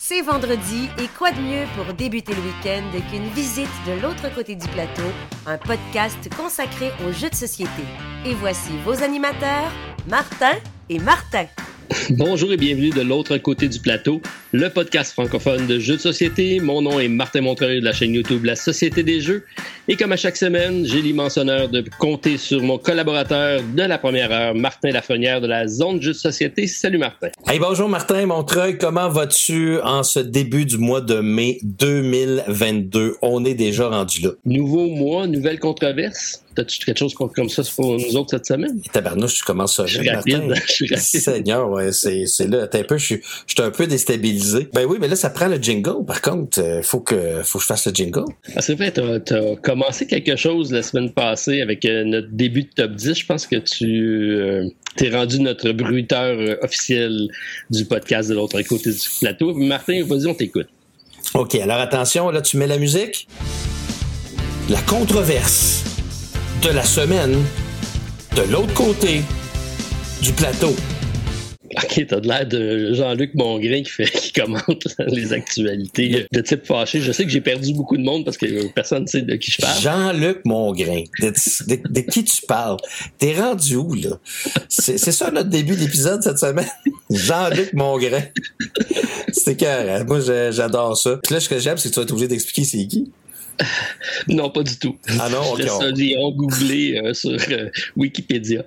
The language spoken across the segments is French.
C'est vendredi et quoi de mieux pour débuter le week-end qu'une visite de l'autre côté du plateau, un podcast consacré aux jeux de société. Et voici vos animateurs, Martin et Martin. Bonjour et bienvenue de l'autre côté du plateau, le podcast francophone de jeux de société. Mon nom est Martin Montreuil de la chaîne YouTube La Société des Jeux. Et comme à chaque semaine, j'ai l'immense honneur de compter sur mon collaborateur de la première heure, Martin Lafrenière de la Zone Jeux de Société. Salut Martin. Hey, bonjour Martin Montreuil, comment vas-tu en ce début du mois de mai 2022? On est déjà rendu là. Nouveau mois, nouvelle controverse. T'as-tu quelque chose comme ça pour nous autres cette semaine? Tabarnouche, tu commences ça. Je suis rapide. Seigneur, ouais, c'est là. T'es un peu, je suis un peu déstabilisé. Ben oui, mais là, ça prend le jingle. Par contre, faut que je fasse le jingle. Ah, c'est vrai, t'as commencé quelque chose la semaine passée avec notre début de top 10. Je pense que tu t'es rendu notre bruiteur officiel du podcast de l'autre côté du plateau. Martin, vas-y, on t'écoute. OK, alors attention, là, tu mets la musique. La controverse de la semaine de l'autre côté du plateau. OK, t'as de l'air de Jean-Luc Mongrain qui commente les actualités de type fâché. Je sais que j'ai perdu beaucoup de monde parce que personne ne sait de qui je parle. Jean-Luc Mongrain. De qui tu parles? T'es rendu où, là? C'est ça notre début d'épisode cette semaine? Jean-Luc Mongrain. C'est carré. Moi, j'adore ça. Puis là, ce que j'aime, c'est que tu vas être obligé d'expliquer c'est qui. Non, pas du tout. Ah non, OK. Je laisse on googler sur Wikipédia.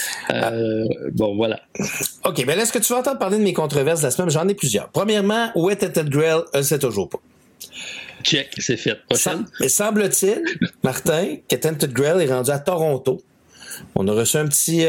Bon, voilà. OK, ben là, est-ce que tu vas entendre parler de mes controverses de la semaine? J'en ai plusieurs. Premièrement, où est Tented Grail? Je ne sais toujours pas. Check, c'est fait. Prochaine. Mais semble-t-il, Martin, que Tented Grail est rendu à Toronto. On a reçu un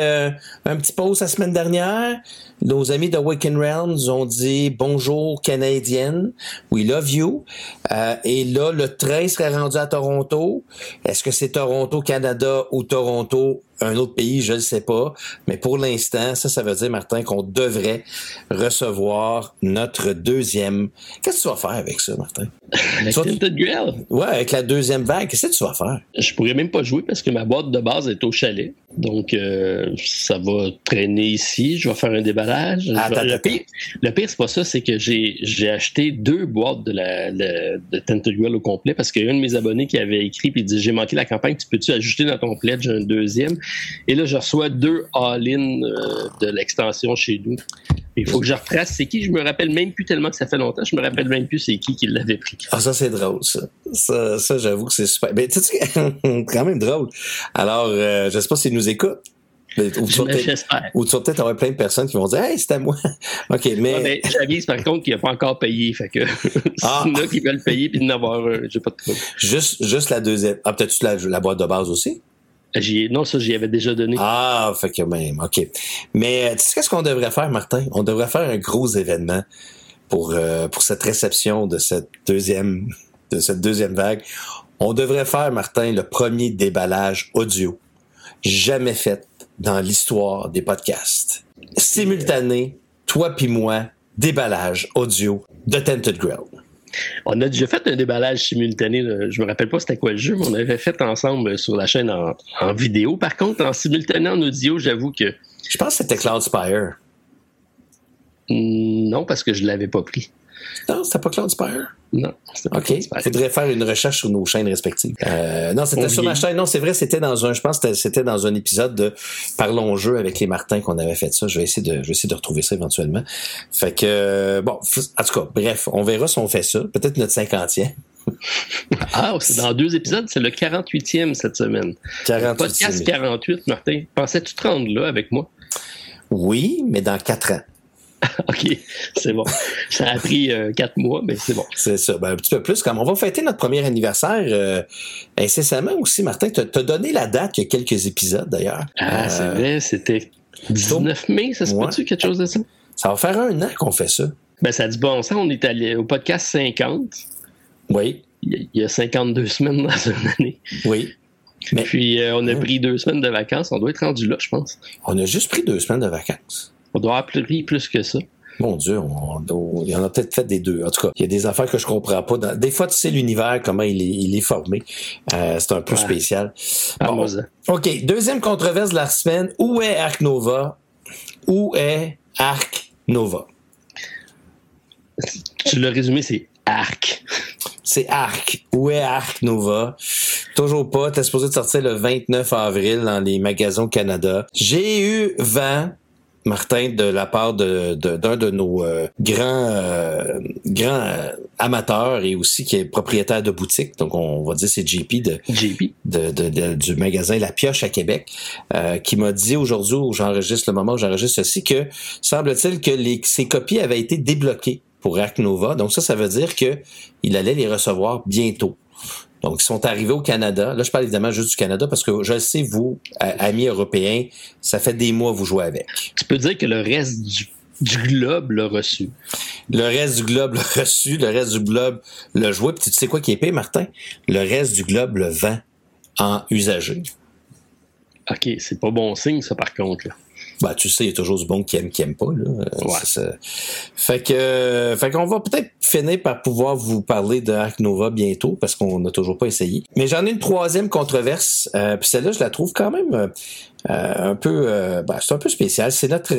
petit post la semaine dernière. Nos amis de Waken Realms ont dit « Bonjour Canadienne, we love you ». Et là, le train serait rendu à Toronto. Est-ce que c'est Toronto, Canada ou Toronto, un autre pays? Je ne sais pas. Mais pour l'instant, ça veut dire, Martin, qu'on devrait recevoir notre deuxième... Qu'est-ce que tu vas faire avec ça, Martin? Avec Tented Grail? Ouais, avec la deuxième vague. Qu'est-ce que tu vas faire? Je pourrais même pas jouer parce que ma boîte de base est au chalet. Donc, ça va traîner ici. Je vais faire un déballage. Le pire, c'est pas ça. C'est que j'ai acheté 2 boîtes de Tented Grail au complet parce qu'il y a un de mes abonnés qui avait écrit et dit « J'ai manqué la campagne. Tu peux-tu ajouter dans ton pledge un deuxième? » Et là, je reçois 2 all-in de l'extension chez nous. Il faut que je retrace c'est qui. Je me rappelle même plus tellement que ça fait longtemps. Je me rappelle même plus c'est qui l'avait pris. Ah, ça, c'est drôle, ça. Ça, j'avoue que c'est super. Mais tu sais, quand même drôle. Alors, je sais pas s'ils nous écoutent. J'espère. Ou tu vas peut-être avoir plein de personnes qui vont dire « Hey, c'était moi! » OK, mais... Ouais, mais j'avise par contre qu'il n'a pas encore payé. Fait que s'il y en a qui veulent payer puis d'en avoir un, j'ai pas de trouble. Juste la deuxième. Ah, peut-être la boîte de base aussi? Non, ça, j'y avais déjà donné. Ah, fait que même, OK. Mais tu sais qu'est-ce qu'on devrait faire, Martin? On devrait faire un gros événement pour cette réception de cette deuxième vague. On devrait faire, Martin, le premier déballage audio jamais fait dans l'histoire des podcasts. Simultané, toi puis moi, déballage audio de Tented Grail. On a déjà fait un déballage simultané. Je me rappelle pas c'était quoi le jeu, mais on avait fait ensemble sur la chaîne en vidéo. Par contre, en simultané en audio, j'avoue que... Je pense que c'était Cloudspire. Non, parce que je l'avais pas pris. Non, c'était pas Cloudspire? Non, c'était pas Cloudspire. OK. Faudrait faire une recherche sur nos chaînes respectives. Non, c'était sur ma chaîne. Non, c'est vrai, je pense que c'était dans un épisode de Parlons jeu avec les Martins qu'on avait fait ça. Je vais essayer de retrouver ça éventuellement. Fait que, bon, en tout cas, bref, on verra si on fait ça. Peut-être notre 50e. Ah, c'est dans 2 épisodes, c'est le 48e cette semaine. 48e. Podcast 48, Martin. Pensais-tu te rendre là avec moi? Oui, mais dans 4 ans. OK, c'est bon. Ça a pris 4 mois, mais c'est bon. C'est ça. Ben, un petit peu plus. Comme on va fêter notre premier anniversaire incessamment aussi, Martin. T'as donné la date il y a quelques épisodes, d'ailleurs. Ah, c'est vrai. C'était 19 mai, ça se peut-tu, quelque chose de ça? Ça va faire 1 an qu'on fait ça. Ben, ça a du bon sens. On est allé au podcast 50. Oui. Il y a 52 semaines dans une année. Oui. Mais, puis, on a pris 2 semaines de vacances. On doit être rendu là, je pense. On a juste pris 2 semaines de vacances. On doit avoir pris plus que ça. Mon Dieu, il y en a peut-être fait des 2. En tout cas, il y a des affaires que je comprends pas. Des fois, tu sais, l'univers, comment il est formé. C'est un peu spécial. Bon, OK, deuxième controverse de la semaine. Où est Ark Nova? Où est Ark Nova? Tu l'as résumé, c'est Ark. C'est Ark. Où est Ark Nova? Toujours pas. T'es supposé de sortir le 29 avril dans les magasins au Canada. J'ai eu vent, Martin, de la part d'un de nos grands amateurs et aussi qui est propriétaire de boutique. Donc, on va dire c'est JP du magasin La Pioche à Québec, qui m'a dit aujourd'hui, le moment où j'enregistre ceci, que semble-t-il que ces copies avaient été débloquées pour Ark Nova. Donc, ça veut dire que il allait les recevoir bientôt. Donc, ils sont arrivés au Canada. Là, je parle évidemment juste du Canada parce que je le sais, vous, amis européens, ça fait des mois que vous jouez avec. Tu peux dire que le reste du globe l'a reçu. Le reste du globe l'a reçu, le reste du globe l'a joué. Puis tu sais quoi qui est pire, Martin? Le reste du globe le vend en usagé. OK, c'est pas bon signe, ça, par contre, là. Ben, tu sais, il y a toujours du bon qui aime pas, là. Ouais. C'est ça. Fait qu'on va peut-être finir par pouvoir vous parler de Ark Nova bientôt, parce qu'on n'a toujours pas essayé. Mais j'en ai une troisième controverse, puis celle-là, je la trouve quand même un peu c'est un peu spécial. C'est notre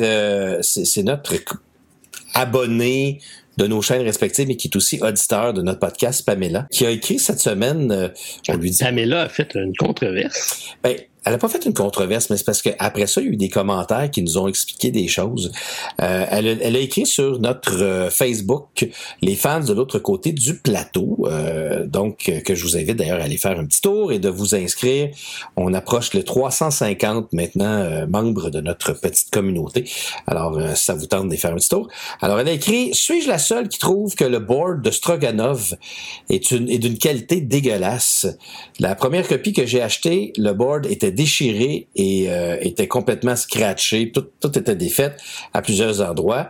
abonné de nos chaînes respectives, mais qui est aussi auditeur de notre podcast, Pamela, qui a écrit cette semaine, on lui dit... Pamela a fait une controverse. Ben, elle a pas fait une controverse, mais c'est parce que après ça, il y a eu des commentaires qui nous ont expliqué des choses. Elle a écrit sur notre Facebook, les fans de l'autre côté du plateau, donc que je vous invite d'ailleurs à aller faire un petit tour et de vous inscrire. On approche le 350 maintenant membres de notre petite communauté. Alors, ça vous tente de faire un petit tour. Alors, elle a écrit: suis-je la seule qui trouve que le board de Stroganov est d'une qualité dégueulasse? La première copie que j'ai achetée, le board était déchiré et était complètement scratché. Tout était défait à plusieurs endroits.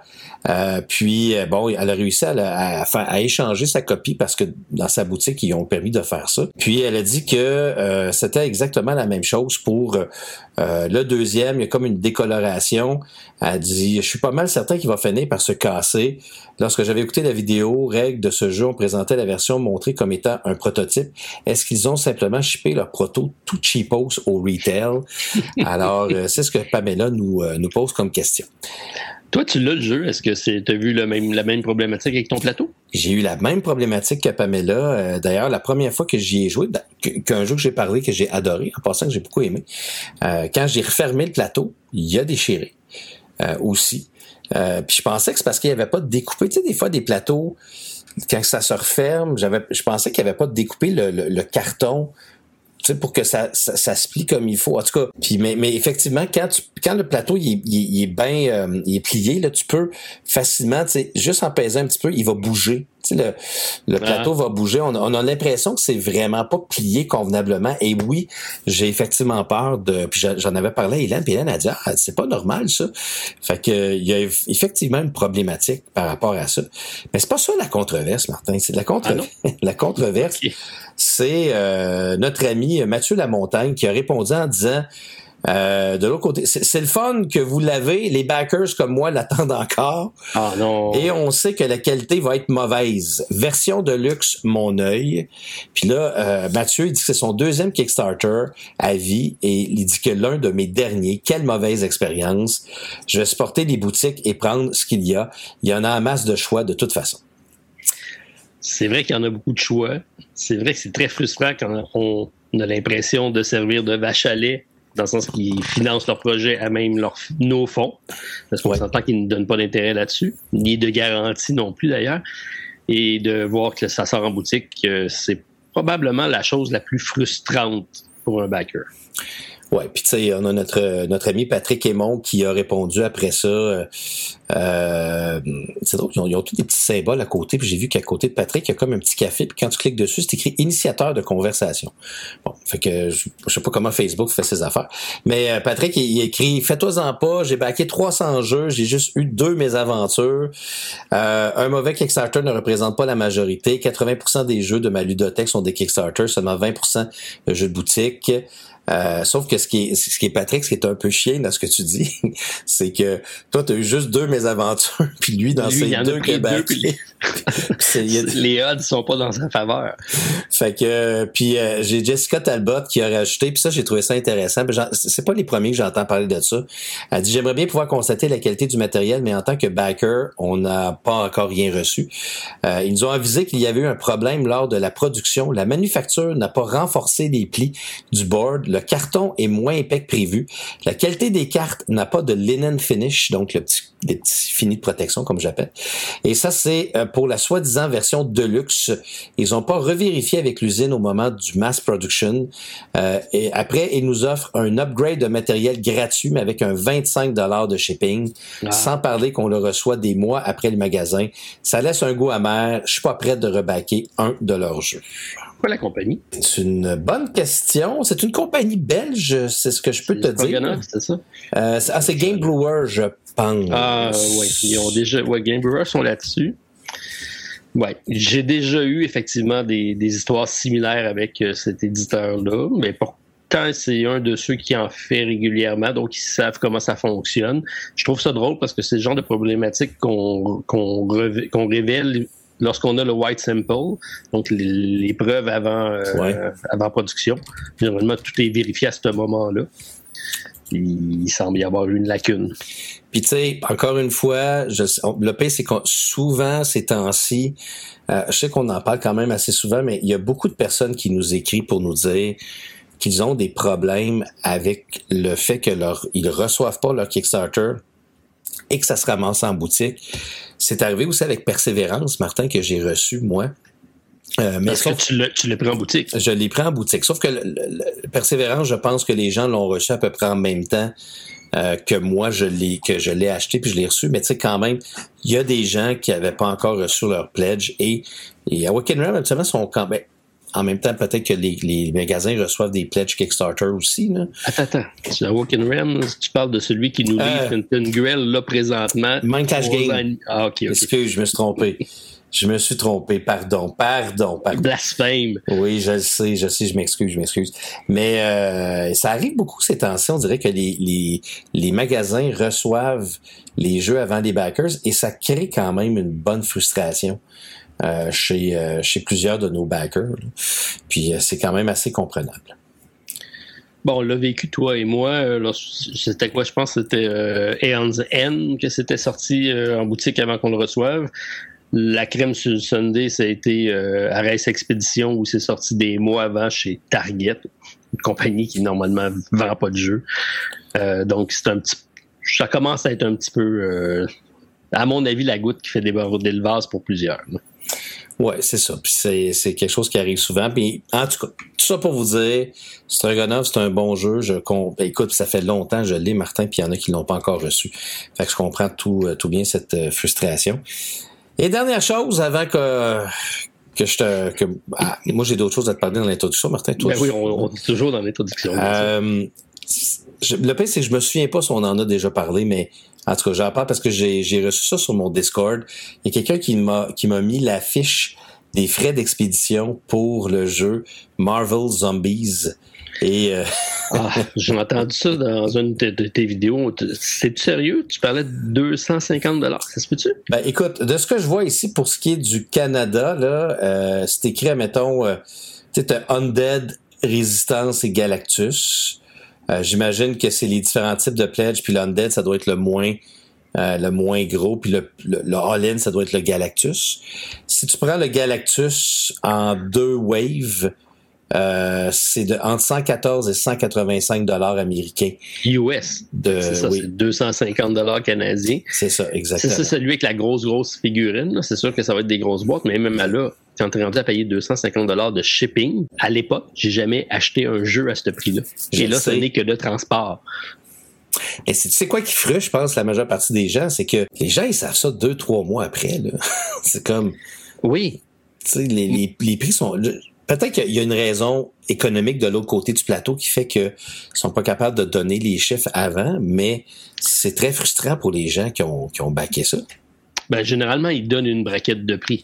Puis elle a réussi à échanger sa copie parce que dans sa boutique, ils ont permis de faire ça. Puis elle a dit que c'était exactement la même chose pour le deuxième. Il y a comme une décoloration. Elle dit: je suis pas mal certain qu'il va finir par se casser. Lorsque j'avais écouté la vidéo règle de ce jeu, on présentait la version montrée comme étant un prototype. Est-ce qu'ils ont simplement shippé leur proto tout cheapos au retail? Alors, c'est ce que Pamela nous pose comme question. Toi, tu l'as le jeu. Est-ce que tu as vu la même problématique avec ton plateau? J'ai eu la même problématique que Pamela. D'ailleurs, la première fois que j'y ai joué, qu'un jeu que j'ai parlé, que j'ai adoré, en passant que j'ai beaucoup aimé, quand j'ai refermé le plateau, il a déchiré aussi. Puis je pensais que c'est parce qu'il n'y avait pas de découpé. Tu sais, des fois, des plateaux, quand ça se referme, je pensais qu'il n'y avait pas de découpé le carton, tu sais, pour que ça se plie comme il faut. En tout cas, puis mais effectivement, quand le plateau il est bien il est plié, là, tu peux facilement, tu sais, juste en pesant un petit peu, il va bouger. Tu sais, le plateau va bouger. On a l'impression que c'est vraiment pas plié convenablement. Et oui, j'ai effectivement peur de... Puis j'en avais parlé à Hélène, puis Hélène a dit: c'est pas normal, ça. Fait que il y a effectivement une problématique par rapport à ça. Mais c'est pas ça la controverse, Martin. C'est la la controverse. Okay. C'est notre ami Mathieu Lamontagne qui a répondu en disant... de l'autre côté, c'est le fun que vous l'avez, les backers comme moi l'attendent encore. Ah non. Et on sait que la qualité va être mauvaise. Version de luxe, mon œil. Puis là, Mathieu, il dit que c'est son deuxième Kickstarter à vie et il dit que l'un de mes derniers. Quelle mauvaise expérience. Je vais supporter les boutiques et prendre ce qu'il y a. Il y en a en masse de choix de toute façon. C'est vrai qu'il y en a beaucoup de choix. C'est vrai que c'est très frustrant quand on a l'impression de servir de vache à lait, dans le sens qu'ils financent leur projet à même nos fonds, parce qu'on s'entend qu'ils ne donnent pas d'intérêt là-dessus, ni de garantie non plus d'ailleurs, et de voir que ça sort en boutique, c'est probablement la chose la plus frustrante pour un backer. Ouais, puis tu sais, on a notre ami Patrick Aymon qui a répondu après ça. C'est drôle, ils ont tous des petits symboles à côté, puis j'ai vu qu'à côté de Patrick, il y a comme un petit café, puis quand tu cliques dessus, c'est écrit initiateur de conversation. Bon, fait que je sais pas comment Facebook fait ses affaires. Mais Patrick, il écrit: fais-toi-en pas, j'ai backé 300 jeux, j'ai juste eu 2 mésaventures. Un mauvais Kickstarter ne représente pas la majorité. 80% des jeux de ma ludothèque sont des Kickstarters, seulement 20% de jeux de boutique. Sauf que ce qui est Patrick, ce qui est un peu chien dans ce que tu dis, c'est que toi, t'as eu juste 2 mésaventures, puis lui, dans ses 2 Québec. Les odds sont pas dans sa faveur. Fait que, puis j'ai Jessica Talbot qui a rajouté, puis ça, j'ai trouvé ça intéressant. C'est pas les premiers que j'entends parler de ça. Elle dit, j'aimerais bien pouvoir constater la qualité du matériel, mais en tant que backer, on n'a pas encore rien reçu. Ils nous ont avisé qu'il y avait eu un problème lors de la production. La manufacture n'a pas renforcé les plis du board. Le carton est moins épais que prévu. La qualité des cartes n'a pas de linen finish, donc les petits finis de protection, comme j'appelle. Et ça, c'est pour la soi-disant version Deluxe. Ils n'ont pas revérifié avec l'usine au moment du mass production. Et après, ils nous offrent un upgrade de matériel gratuit, mais avec un 25$ de shipping, sans parler qu'on le reçoit des mois après le magasin. Ça laisse un goût amer. Je suis pas prête de rebaquer un de leurs jeux. Quoi la compagnie? C'est une bonne question. C'est une compagnie belge, c'est ce que je peux te dire. C'est ça? C'est Game Brewer, je pense. Ah oui, ils ont déjà. Ouais, Game Brewer sont là-dessus. Ouais, j'ai déjà eu effectivement des histoires similaires avec cet éditeur-là, mais pourtant c'est un de ceux qui en fait régulièrement, donc ils savent comment ça fonctionne. Je trouve ça drôle parce que c'est le genre de problématique qu'on révèle lorsqu'on a le white sample, donc les preuves avant production. Généralement, tout est vérifié à ce moment-là. Il semble y avoir une lacune. Puis tu sais, encore une fois, le pire, c'est que souvent, ces temps-ci, je sais qu'on en parle quand même assez souvent, mais il y a beaucoup de personnes qui nous écrivent pour nous dire qu'ils ont des problèmes avec le fait que ils reçoivent pas leur Kickstarter et que ça se ramasse en boutique. C'est arrivé aussi avec Persévérance, Martin, que j'ai reçu, moi. Mais est-ce que tu l'as pris en boutique? Je l'ai pris en boutique. Sauf que le Persévérance, je pense que les gens l'ont reçu à peu près en même temps que moi, je l'ai acheté puis je l'ai reçu. Mais tu sais, quand même, il y a des gens qui avaient pas encore reçu leur pledge et à Weekend Realm, absolument, sont quand même... En même temps, peut-être que les magasins reçoivent des pledges Kickstarter aussi, là. Attends. Sur Weekend Realm, tu parles de celui qui nous livre une grille, là, présentement. Mind Clash Game. Ah, OK. Excuse, je me suis trompé. Pardon. Blasphème. Oui, je le sais, je m'excuse. Mais ça arrive beaucoup ces temps-ci. On dirait que les magasins reçoivent les jeux avant les backers et ça crée quand même une bonne frustration chez plusieurs de nos backers. Là. Puis c'est quand même assez comprenable. Bon, on l'a vécu, toi et moi. C'était quoi? Je pense que c'était Aeon's End que c'était sorti en boutique avant qu'on le reçoive. La crème sur le Sunday, ça a été Ares Expedition où c'est sorti des mois avant chez Target, une compagnie qui normalement vend pas de jeux. Donc ça commence à être un petit peu, à mon avis, la goutte qui fait déborder le vase pour plusieurs. Là. Ouais, c'est ça. Puis c'est quelque chose qui arrive souvent. Puis en tout cas, tout ça pour vous dire, Stroganoff, c'est un bon jeu. Écoute, ça fait longtemps que je l'ai, Martin, puis il y en a qui l'ont pas encore reçu. Fait que je comprends tout bien cette frustration. Et dernière chose, avant moi j'ai d'autres choses à te parler dans l'introduction, Martin. Toi, ben oui, on est toujours dans l'introduction. Le pire, c'est que je me souviens pas si on en a déjà parlé, mais en tout cas, j'en parle parce que j'ai reçu ça sur mon Discord. Il y a quelqu'un qui m'a mis la fiche des frais d'expédition pour le jeu Marvel Zombies. Et j'ai entendu ça dans une de tes vidéos. C'est sérieux? Tu parlais de 250$. Ça se peut-tu? Ben écoute, de ce que je vois ici pour ce qui est du Canada, là, c'est écrit, mettons, tu sais, t'as Undead, Résistance et Galactus. J'imagine que c'est les différents types de pledge, puis l'Undead, ça doit être le moins gros, puis le All-In, ça doit être le Galactus. Si tu prends le Galactus en 2 waves, c'est entre 114 et 185 $ américains. US. C'est ça, oui. C'est 250 $ canadiens. C'est ça, exactement. C'est ça, celui avec la grosse figurine. Là. C'est sûr que ça va être des grosses boîtes, mais même là, quand tu es rendu à payer 250 $ de shipping, à l'époque, j'ai jamais acheté un jeu à ce prix-là. Et là, ce n'est que de transport. Et tu sais quoi qui frustre, je pense, la majeure partie des gens, c'est que les gens, ils savent ça 2-3 mois après. Là. C'est comme... Oui. Tu sais, les prix sont... Peut-être qu'il y a une raison économique de l'autre côté du plateau qui fait qu'ils sont pas capables de donner les chiffres avant, mais c'est très frustrant pour les gens qui ont backé ça. Ben, généralement, ils donnent une braquette de prix.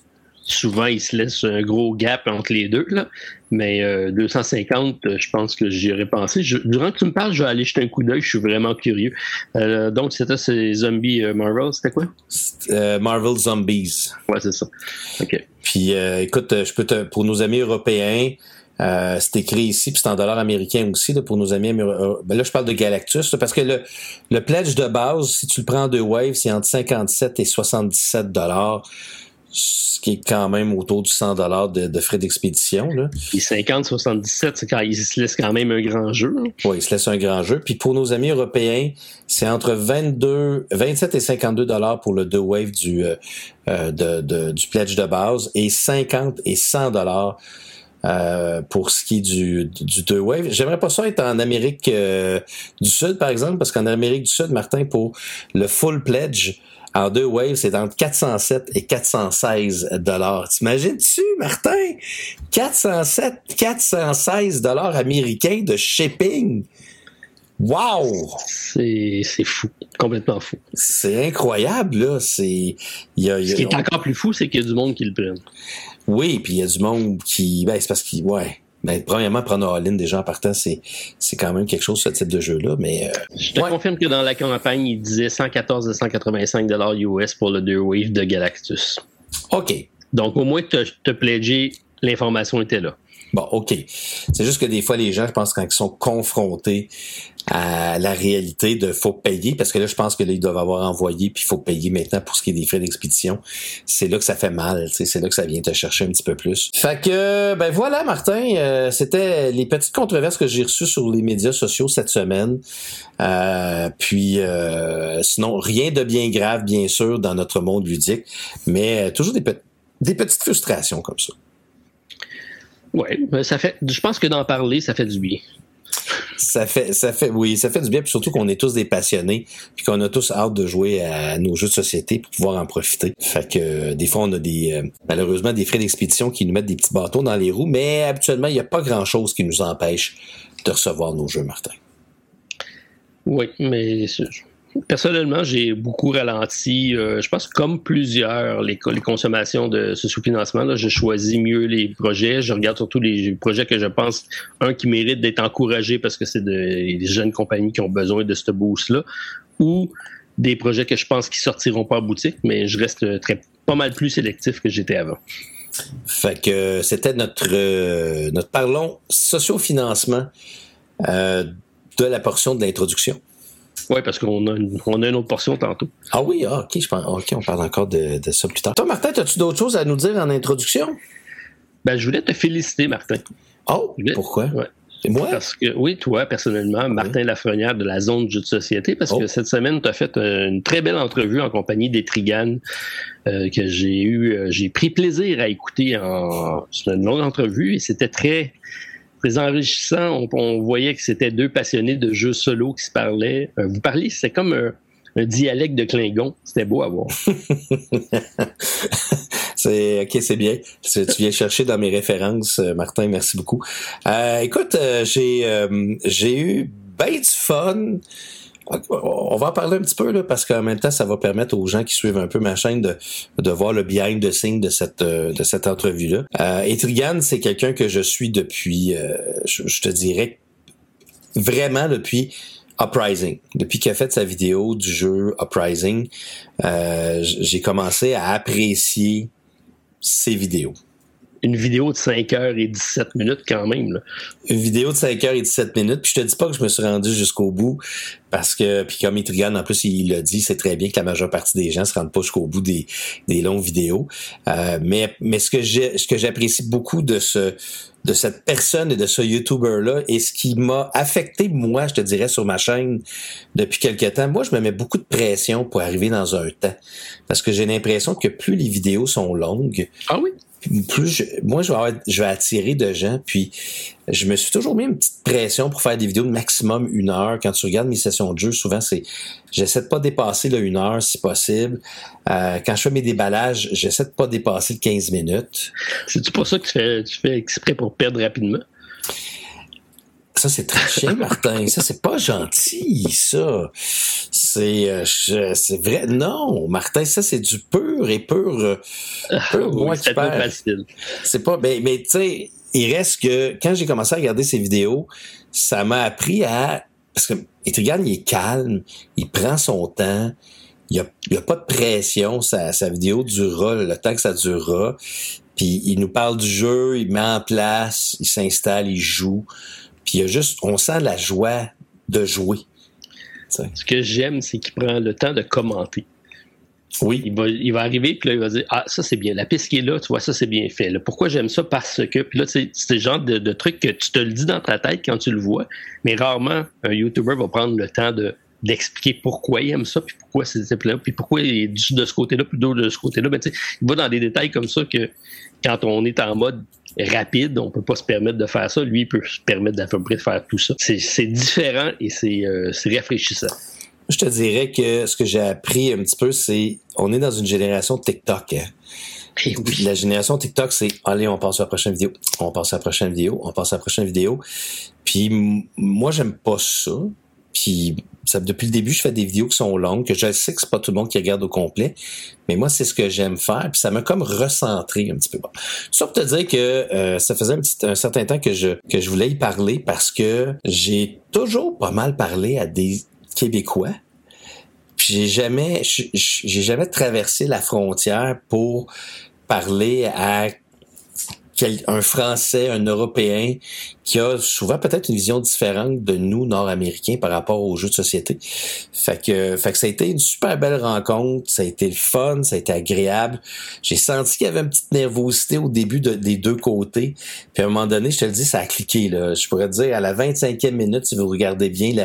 souvent, il se laisse un gros gap entre les deux, là. Mais 250, je pense que j'y aurais pensé. Durant que tu me parles, je vais aller jeter un coup d'œil. Je suis vraiment curieux. Donc, c'était ces zombies Marvel. C'était quoi? Marvel Zombies. Ouais, c'est ça. OK. Puis, écoute, pour nos amis européens, c'est écrit ici, puis c'est en dollars américains aussi, là, pour nos amis américains. Ben là, je parle de Galactus, là, parce que le pledge de base, si tu le prends en 2 waves, c'est entre 57 et 77 $, ce qui est quand même autour du 100 $ de frais d'expédition. Là. Puis 50-77, c'est quand il se laisse quand même un grand jeu. Hein? Oui, il se laisse un grand jeu. Puis pour nos amis européens, c'est entre 27 et 52 $ pour le 2 wave du pledge de base et 50 et 100 $ pour ce qui est du 2 wave. J'aimerais pas ça être en Amérique du Sud, par exemple, parce qu'en Amérique du Sud, Martin, pour le full pledge, en 2 waves, c'est entre 407 et 416 $. T'imagines-tu, Martin? 416 $ américains de shipping. Wow! C'est fou. Complètement fou. C'est incroyable, là. Ce qui est encore plus fou, c'est qu'il y a du monde qui le prenne. Oui, puis il y a du monde qui... Ben, c'est parce qu'il... Ouais. Ben, premièrement, prendre all-in déjà en partant, c'est quand même quelque chose, ce type de jeu-là, mais... Je te confirme que dans la campagne, il disait 114 à 185 $ US pour le 2 wave de Galactus. OK. Donc, au moins, tu as pledgé, l'information était là. Bon, OK. C'est juste que des fois, les gens, je pense, quand ils sont confrontés à la réalité de faut payer, parce que là, je pense que là, ils doivent avoir envoyé, puis il faut payer maintenant pour ce qui est des frais d'expédition. C'est là que ça fait mal, tu sais, c'est là que ça vient te chercher un petit peu plus. Fait que, ben voilà, Martin, c'était les petites controverses que j'ai reçues sur les médias sociaux cette semaine. Sinon, rien de bien grave, bien sûr, dans notre monde ludique, mais toujours des petites frustrations comme ça. Oui, je pense que d'en parler, ça fait du bien. Ça fait du bien, puis surtout qu'on est tous des passionnés, puis qu'on a tous hâte de jouer à nos jeux de société pour pouvoir en profiter. Fait que des fois, on a malheureusement des frais d'expédition qui nous mettent des petits bâtons dans les roues, mais habituellement, il n'y a pas grand-chose qui nous empêche de recevoir nos jeux, Martin. Oui, mais personnellement, j'ai beaucoup ralenti. Je pense que comme plusieurs, les consommations de ce sous-financement, là, je choisis mieux les projets. Je regarde surtout les projets que je pense, qui mérite d'être encouragé parce que c'est des jeunes compagnies qui ont besoin de ce boost-là, ou des projets que je pense qui sortiront pas en boutique, mais je reste pas mal plus sélectif que j'étais avant. Fait que c'était notre parlons socio-financement de la portion de l'introduction. Oui, parce qu'on a une autre portion tantôt. Ah oui, OK, on parle encore de ça plus tard. Toi, Martin, as-tu d'autres choses à nous dire en introduction? Ben, je voulais te féliciter, Martin. Oh, pourquoi? Ouais. Et moi? Parce que, oui, toi, personnellement, Martin Lafrenière de la zone jeux de société, parce que cette semaine, tu as fait une très belle entrevue en compagnie d'Etrigan que j'ai pris plaisir à écouter. C'est une longue entrevue et c'était très enrichissant. On voyait que c'était deux passionnés de jeux solo qui se parlaient. Vous parliez, c'était comme un dialecte de Klingon. C'était beau à voir. C'est bien. Tu viens chercher dans mes références, Martin. Merci beaucoup. Écoute, j'ai eu bien du fun. On va en parler un petit peu là, parce qu'en même temps, ça va permettre aux gens qui suivent un peu ma chaîne de voir le behind the scenes de cette entrevue-là. Etrigan, c'est quelqu'un que je suis depuis, je te dirais, vraiment depuis Uprising. Depuis qu'il a fait sa vidéo du jeu Uprising, j'ai commencé à apprécier ses vidéos. Une vidéo de 5h17 quand même. Là. Une vidéo de 5h17, puis je te dis pas que je me suis rendu jusqu'au bout, parce que, puis comme Etrigan, en plus, il l'a dit, c'est très bien que la majeure partie des gens se rendent pas jusqu'au bout des longues vidéos. Mais ce que j'apprécie beaucoup de cette personne et de ce YouTuber-là, et ce qui m'a affecté, moi, je te dirais, sur ma chaîne depuis quelque temps, moi, je me mets beaucoup de pression pour arriver dans un temps. Parce que j'ai l'impression que plus les vidéos sont longues, ah oui? Plus je vais attirer de gens, puis je me suis toujours mis une petite pression pour faire des vidéos de maximum 1 heure. Quand tu regardes mes sessions de jeu, souvent j'essaie de pas dépasser le 1 heure si possible. Quand je fais mes déballages, j'essaie de pas dépasser le 15 minutes. C'est-tu pour ça que tu fais exprès pour perdre rapidement? Ça, c'est très chien, Martin. Ça, c'est pas gentil, ça. c'est vrai. Non, Martin, ça, c'est du pur moi qui perds. Facile. C'est pas, mais tu sais, il reste que, quand j'ai commencé à regarder ses vidéos, ça m'a appris parce que Etrigan, il est calme, il prend son temps, il y a pas de pression, sa vidéo durera le temps que ça durera, puis il nous parle du jeu, il met en place, il s'installe, il joue, puis on sent la joie de jouer. T'sais. Ce que j'aime, c'est qu'il prend le temps de commenter. Oui. Il va arriver, puis là, il va dire, ah, ça, c'est bien. La piste qui est là, tu vois, ça, c'est bien fait. Là, pourquoi j'aime ça? Parce que, puis là, c'est le genre de truc que tu te le dis dans ta tête quand tu le vois, mais rarement, un YouTuber va prendre le temps d'expliquer pourquoi il aime ça, puis pourquoi c'est là, puis pourquoi il est de ce côté-là, plutôt de ce côté-là. Ben, tu sais, il va dans des détails comme ça que quand on est en mode rapide, on peut pas se permettre de faire ça. Lui, il peut se permettre d'à peu près de faire tout ça. C'est différent et c'est rafraîchissant. Je te dirais que ce que j'ai appris un petit peu, c'est on est dans une génération de TikTok. Hein? Et oui. La génération TikTok, c'est allez, on passe à la prochaine vidéo, on passe à la prochaine vidéo, on passe à la prochaine vidéo. Puis moi, j'aime pas ça. Puis depuis le début, je fais des vidéos qui sont longues, que je sais que c'est pas tout le monde qui regarde au complet, mais moi, c'est ce que j'aime faire, puis ça m'a comme recentré un petit peu. Bon. Ça pour te dire que ça faisait un certain temps que je voulais y parler parce que j'ai toujours pas mal parlé à des Québécois. Puis j'ai jamais traversé la frontière pour parler à un Français, un Européen qui a souvent peut-être une vision différente de nous, Nord-Américains, par rapport aux jeux de société. Fait que ça a été une super belle rencontre, ça a été le fun, ça a été agréable. J'ai senti qu'il y avait une petite nervosité au début des deux côtés. Puis à un moment donné, je te le dis, ça a cliqué, là. Je pourrais te dire, à la 25e minute, si vous regardez bien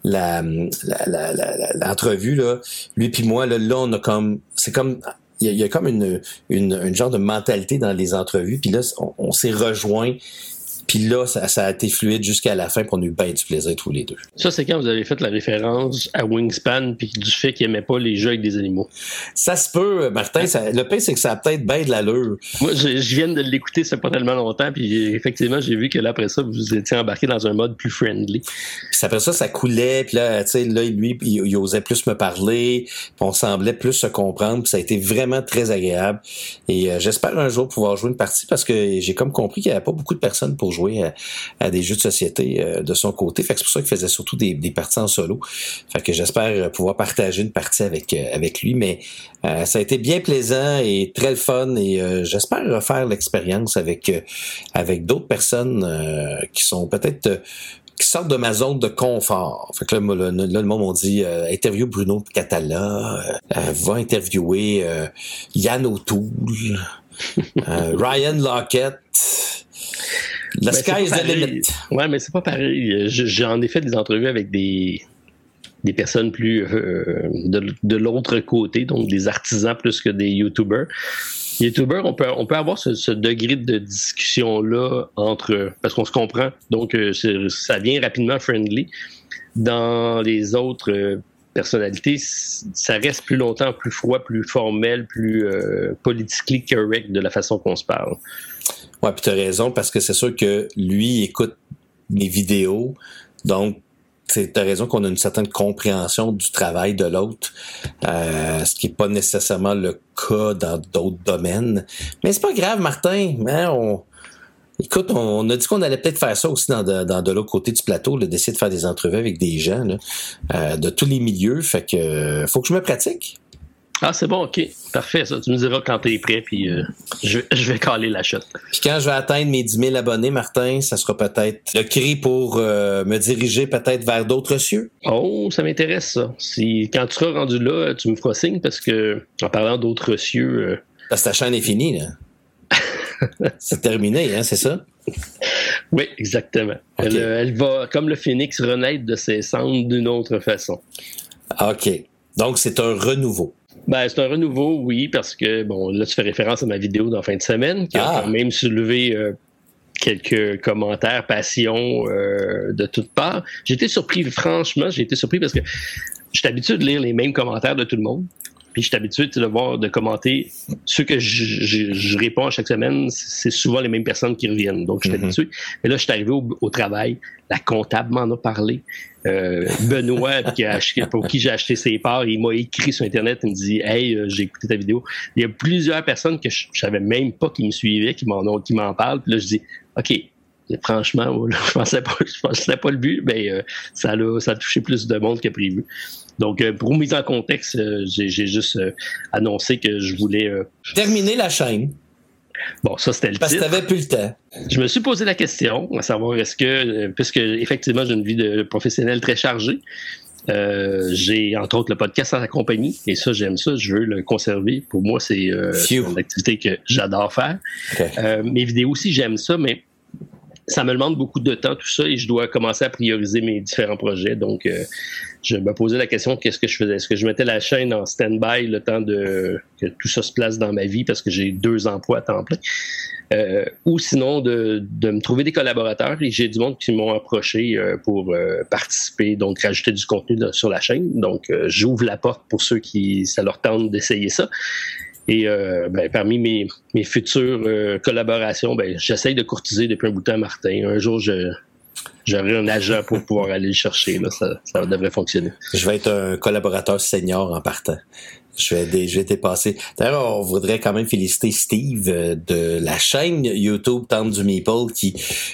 l'entrevue, là, lui puis moi, là, on a comme, c'est comme, il y a comme une genre de mentalité dans les entrevues, puis là, on s'est rejoints, puis là, ça a été fluide jusqu'à la fin, puis on a eu bien du plaisir tous les deux. Ça, c'est quand vous avez fait la référence à Wingspan, puis du fait qu'il n'aimait pas les jeux avec des animaux. Ça se peut, Martin. Le pire, c'est que ça a peut-être bien de l'allure. Moi, je viens de l'écouter, ça fait pas tellement longtemps, puis effectivement, j'ai vu que là, après ça, vous étiez embarqué dans un mode plus friendly. Puis après ça coulait, puis là, tu sais, là, lui, il osait plus me parler, puis on semblait plus se comprendre, puis ça a été vraiment très agréable. Et j'espère un jour pouvoir jouer une partie, parce que j'ai comme compris qu'il n'y avait pas beaucoup de personnes pour jouer à des jeux de société de son côté. Fait que c'est pour ça qu'il faisait surtout des parties en solo. Fait que j'espère pouvoir partager une partie avec lui, mais ça a été bien plaisant et très le fun, et j'espère refaire l'expérience avec d'autres personnes qui sont peut-être qui sortent de ma zone de confort. Fait que là, le monde m'a dit interview Bruno Catala, va interviewer Yann O'Toole, Ryan Lockett. The sky is the limit. Ouais, mais c'est pas pareil. J'en ai fait des entrevues avec des personnes plus de l'autre côté, donc des artisans plus que des YouTubers. YouTubers, on peut avoir ce degré de discussion-là parce qu'on se comprend, donc ça vient rapidement friendly. Dans les autres personnalités, ça reste plus longtemps, plus froid, plus formel, plus politically correct de la façon qu'on se parle. Ouais, puis t'as raison, parce que c'est sûr que lui écoute mes vidéos, donc t'as raison qu'on a une certaine compréhension du travail de l'autre, ce qui est pas nécessairement le cas dans d'autres domaines. Mais c'est pas grave, Martin, hein, Écoute, on a dit qu'on allait peut-être faire ça aussi dans de l'autre côté du plateau, là, d'essayer de faire des entrevues avec des gens là, de tous les milieux, fait que faut que je me pratique. Ah, c'est bon, OK. Parfait, ça. Tu me diras quand t'es prêt, puis je vais caler la shot. Puis quand je vais atteindre mes 10 000 abonnés, Martin, ça sera peut-être le cri pour me diriger peut-être vers d'autres cieux. Oh, ça m'intéresse, ça. Quand tu seras rendu là, tu me feras signe, parce que, en parlant d'autres cieux... Parce que ta chaîne est finie, là. C'est terminé, hein, c'est ça? Oui, exactement. Okay. Elle va, comme le phénix, renaître de ses cendres d'une autre façon. OK. Donc, c'est un renouveau. Ben, c'est un renouveau, oui, parce que, bon, là, tu fais référence à ma vidéo d'en fin de semaine, qui a quand même soulevé quelques commentaires, passions de toutes parts. J'ai été surpris, franchement, parce que je suis habitué de lire les mêmes commentaires de tout le monde. Puis je suis habitué de commenter. Ceux que je réponds à chaque semaine, c'est souvent les mêmes personnes qui reviennent. Donc, je suis habitué. Mais là, je suis arrivé au travail. La comptable m'en a parlé. Benoît, pour qui j'ai acheté ses parts, il m'a écrit sur Internet. Il me dit « Hey, j'ai écouté ta vidéo. » Il y a plusieurs personnes que je savais même pas qui me suivaient, qui m'en parlent. Puis là, je dis « OK. » Franchement, là, je pensais pas le but, mais ça a touché plus de monde que prévu. Donc, pour mise en contexte, j'ai juste annoncé que je voulais... terminer la chaîne. Bon, ça, c'était le parce titre. Parce que t'avais plus le temps. Je me suis posé la question, à savoir est-ce que, puisque effectivement, j'ai une vie de professionnel très chargée, j'ai entre autres le podcast en la compagnie, et ça, j'aime ça, je veux le conserver. Pour moi, c'est une activité que j'adore faire. Okay. Mes vidéos aussi, j'aime ça, mais ça me demande beaucoup de temps, tout ça, et je dois commencer à prioriser mes différents projets. Donc, je me posais la question, qu'est-ce que je faisais? Est-ce que je mettais la chaîne en stand-by le temps que tout ça se place dans ma vie parce que j'ai 2 emplois à temps plein? Ou sinon, de me trouver des collaborateurs, et j'ai du monde qui m'ont approché pour participer, donc rajouter du contenu sur la chaîne. Donc, j'ouvre la porte pour ceux qui ça leur tente d'essayer ça. Et parmi mes futures collaborations, j'essaye de courtiser depuis un bout de temps Martin. Un jour, j'aurai un agent pour pouvoir aller le chercher. Là, ça devrait fonctionner. Je vais être un collaborateur senior en partant. Je vais dépasser. D'ailleurs, on voudrait quand même féliciter Steve de la chaîne YouTube Tente du Meeple qui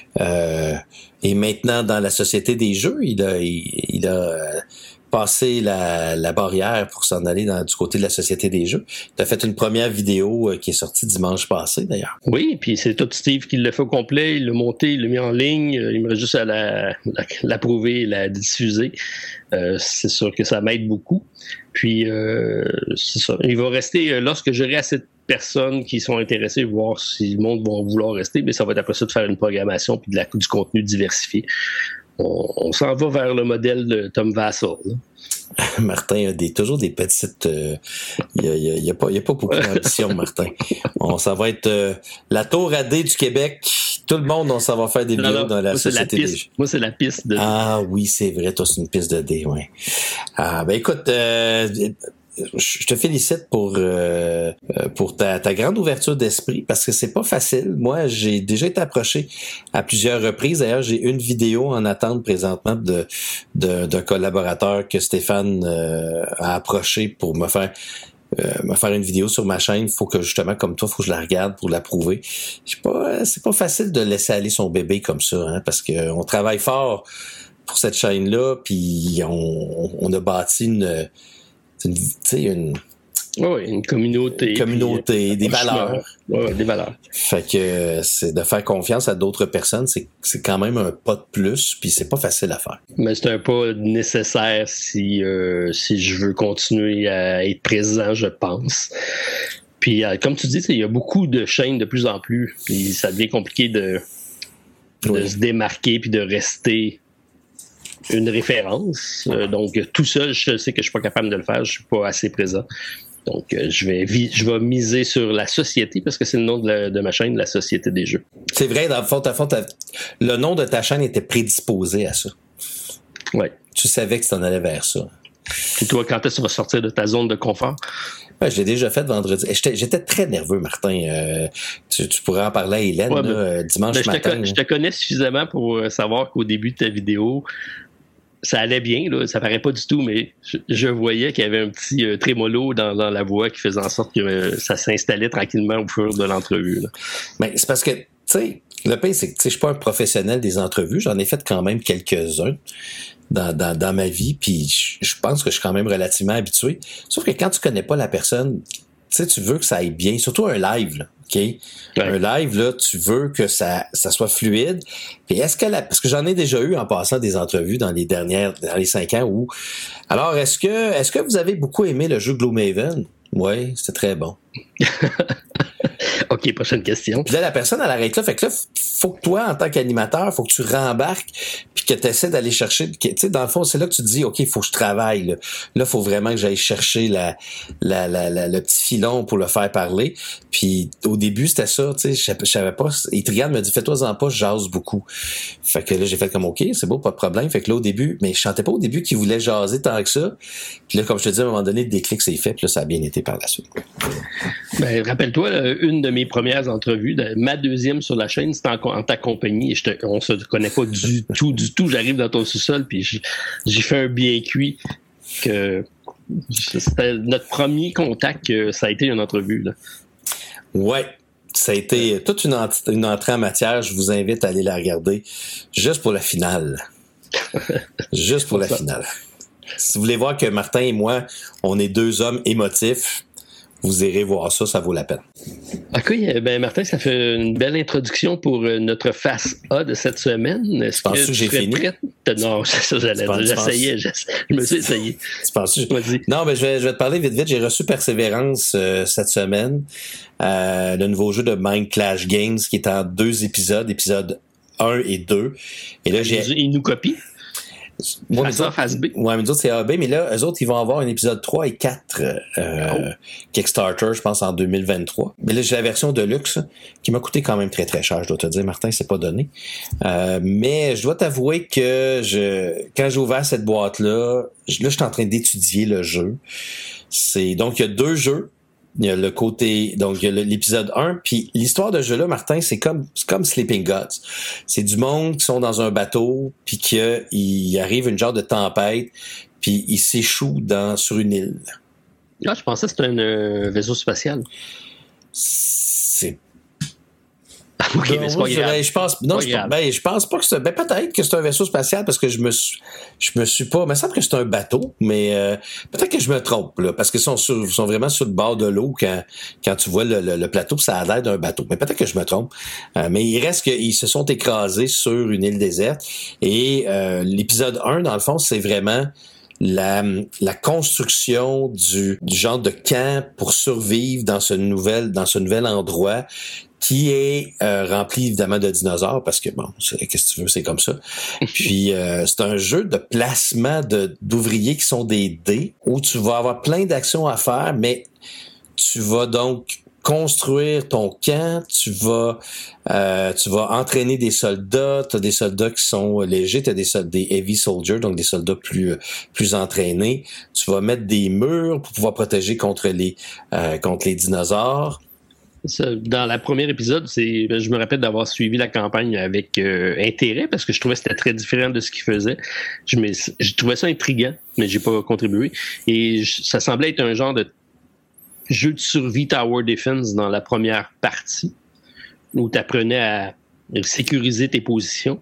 est maintenant dans la Société des Jeux. Il a passer la barrière pour s'en aller du côté de la Société des Jeux. Tu as fait une première vidéo qui est sortie dimanche passé, d'ailleurs. Oui, puis c'est tout Steve qui l'a fait au complet. Il l'a monté, il l'a mis en ligne. Il me reste juste à l'approuver et la diffuser. C'est sûr que ça m'aide beaucoup. Puis, c'est ça. Il va rester, lorsque j'aurai assez de personnes qui sont intéressées, voir si le monde va vouloir rester, mais ça va être après ça de faire une programmation puis du contenu diversifié. On s'en va vers le modèle de Tom Vassell. Martin a toujours des petites... Il y a pas beaucoup d'ambition, Martin. Ça va être la tour AD du Québec. Tout le monde, on s'en va faire des vidéos dans la Société des Jeux. Moi, c'est la piste de... Ah oui, c'est vrai. Toi, c'est une piste de dés, oui. Écoute... je te félicite pour ta grande ouverture d'esprit parce que c'est pas facile. Moi, j'ai déjà été approché à plusieurs reprises. D'ailleurs, j'ai une vidéo en attente présentement d'un collaborateur que Stéphane a approché pour me faire une vidéo sur ma chaîne. Faut que justement, comme toi, faut que je la regarde pour l'approuver. C'est pas facile de laisser aller son bébé comme ça, hein, parce que on travaille fort pour cette chaîne-là, puis on a bâti une communauté. Puis, des valeurs. Ouais, des valeurs. Fait que c'est de faire confiance à d'autres personnes, c'est quand même un pas de plus, puis c'est pas facile à faire. Mais c'est un pas nécessaire si je veux continuer à être présent, je pense. Puis comme tu dis, il y a beaucoup de chaînes de plus en plus, puis ça devient compliqué de se démarquer puis de rester une référence. Donc, tout ça, je sais que je suis pas capable de le faire. Je suis pas assez présent. Donc, je vais miser sur la société parce que c'est le nom de ma chaîne, la Société des Jeux. C'est vrai, dans le fond, le nom de ta chaîne était prédisposé à ça. Oui. Tu savais que tu t'en allais vers ça. Et toi, quand est-ce que tu vas sortir de ta zone de confort? Ouais, je l'ai déjà fait vendredi. J'étais très nerveux, Martin. Tu pourrais en parler à Hélène dimanche matin. Je te connais suffisamment pour savoir qu'au début de ta vidéo, ça allait bien, là, ça paraît pas du tout, mais je voyais qu'il y avait un petit trémolo dans la voix qui faisait en sorte que ça s'installait tranquillement au fur de l'entrevue. Là. Mais c'est parce que, tu sais, le pire, c'est que je suis pas un professionnel des entrevues. J'en ai fait quand même quelques-uns dans ma vie, puis je pense que je suis quand même relativement habitué. Sauf que quand tu connais pas la personne, tu sais, tu veux que ça aille bien, surtout un live, là. OK? Ouais. Un live, là, tu veux que ça soit fluide. Puis parce que j'en ai déjà eu en passant des entrevues dans les 5 ans où. Alors, est-ce que vous avez beaucoup aimé le jeu Gloomhaven? Oui, c'était très bon. OK, OK, prochaine question. Puis là, la personne, elle arrête là. Fait que là, faut que toi, en tant qu'animateur, faut que tu rembarques puis que tu essaies d'aller chercher. Tu sais, dans le fond, c'est là que tu te dis, OK, il faut que je travaille. Là, faut vraiment que j'aille chercher le petit filon pour le faire parler. Puis au début, c'était ça, tu sais, je savais pas. Et Triade me dit, fais-toi-en pas, je jase beaucoup. Fait que là, j'ai fait comme, OK, c'est beau, pas de problème. Fait que là, au début, mais je sentais pas au début qu'il voulait jaser tant que ça. Puis là, comme je te dis, à un moment donné, le déclic s'est fait. Puis là, ça a bien été par la suite. Ben, rappelle-toi, là, une de mes premières entrevues, ma deuxième sur la chaîne, c'était en ta compagnie. Et on se connaît pas du tout. J'arrive dans ton sous-sol, puis j'ai fait un bien cuit. Que c'était notre premier contact, ça a été une entrevue. Là. Ouais. Ça a été toute une entrée en matière. Je vous invite à aller la regarder juste pour la finale. Juste pour la finale. Si vous voulez voir que Martin et moi, on est deux hommes émotifs, vous irez voir ça, ça vaut la peine. OK, ben Martin, ça fait une belle introduction pour notre face A de cette semaine. Est-ce que j'ai fini? Prête? Non, c'est ça, j'allais dire. J'essayais, je me suis essayé. Tu penses que non, ben je vais te parler vite. J'ai reçu Persévérance cette semaine, le nouveau jeu de Mind Clash Games qui est en 2 épisodes, épisodes 1 et 2. Et là, ils nous copient. Face A, face B. Ouais, mais nous autres, c'est A, B, mais là, eux autres, ils vont avoir un épisode 3 et 4 Kickstarter, je pense, en 2023. Mais là, j'ai la version de luxe qui m'a coûté quand même très, très cher, je dois te dire. Martin, c'est pas donné. Mais je dois t'avouer que quand j'ai ouvert cette boîte-là, je suis en train d'étudier le jeu. Donc, il y a 2 jeux. Il y a le côté, donc il y a l'épisode 1, puis l'histoire de ce jeu-là, Martin, c'est comme Sleeping Gods. C'est du monde qui sont dans un bateau, puis qu'il arrive une genre de tempête, puis ils s'échouent sur une île. Ah, je pensais que c'était un vaisseau spatial. C'est OK, mais c'est pas grave. Je pense pas que c'est peut-être que c'est un vaisseau spatial parce que je me suis pas, il me semble que c'est un bateau, mais peut-être que je me trompe là parce qu'ils sont vraiment sur le bord de l'eau quand tu vois le plateau, ça a l'air d'un bateau. Mais peut-être que je me trompe. Mais il reste qu'ils se sont écrasés sur une île déserte et l'épisode 1 dans le fond, c'est vraiment la construction du genre de camp pour survivre dans ce nouvel endroit qui est rempli évidemment de dinosaures parce que bon, qu'est-ce que tu veux, c'est comme ça. Puis c'est un jeu de placement d'ouvriers qui sont des dés où tu vas avoir plein d'actions à faire, mais tu vas donc construire ton camp, tu vas entraîner des soldats, tu as des soldats qui sont légers, tu as des heavy soldiers, donc des soldats plus entraînés, tu vas mettre des murs pour pouvoir protéger contre les dinosaures. Dans la première épisode, je me rappelle d'avoir suivi la campagne avec intérêt parce que je trouvais que c'était très différent de ce qu'ils faisaient. Je trouvais ça intriguant, mais j'ai pas contribué. Et ça semblait être un genre de jeu de survie Tower Defense dans la première partie où tu apprenais à sécuriser tes positions.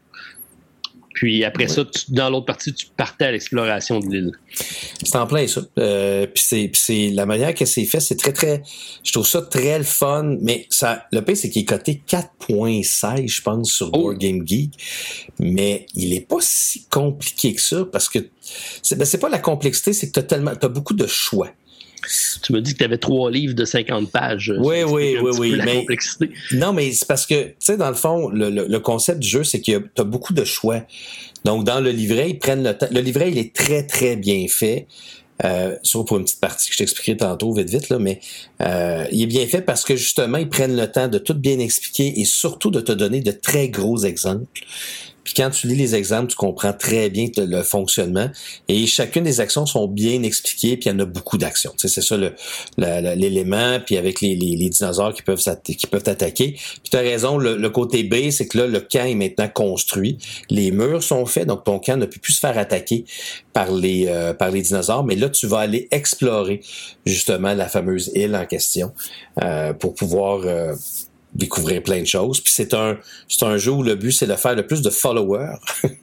Puis après ça, dans l'autre partie, tu partais à l'exploration de l'île. C'est en plein ça. Puis c'est la manière que c'est fait, c'est très, très... Je trouve ça très le fun, mais le pire, c'est qu'il est coté 4.16, je pense, sur Board Game Geek. Mais il est pas si compliqué que ça, parce que c'est pas la complexité, c'est que t'as beaucoup de choix. Tu me dis que tu avais 3 livres de 50 pages. Oui. Mais complexité. Non, mais c'est parce que, tu sais, dans le fond, le concept du jeu, c'est que tu as beaucoup de choix. Donc, dans le livret, ils prennent le temps. Le livret, il est très, très bien fait. Sauf pour une petite partie que je t'expliquerai tantôt, vite, là, mais il est bien fait parce que, justement, ils prennent le temps de tout bien expliquer et surtout de te donner de très gros exemples. Puis quand tu lis les exemples, tu comprends très bien le fonctionnement. Et chacune des actions sont bien expliquées, puis il y en a beaucoup d'actions. Tu sais, c'est ça l'élément, puis avec les dinosaures qui peuvent attaquer. Puis tu as raison, le côté B, c'est que là, le camp est maintenant construit. Les murs sont faits, donc ton camp ne peut plus se faire attaquer par les dinosaures. Mais là, tu vas aller explorer justement la fameuse île en question pour pouvoir... découvrir plein de choses. Puis c'est un jeu où le but, c'est de faire le plus de followers.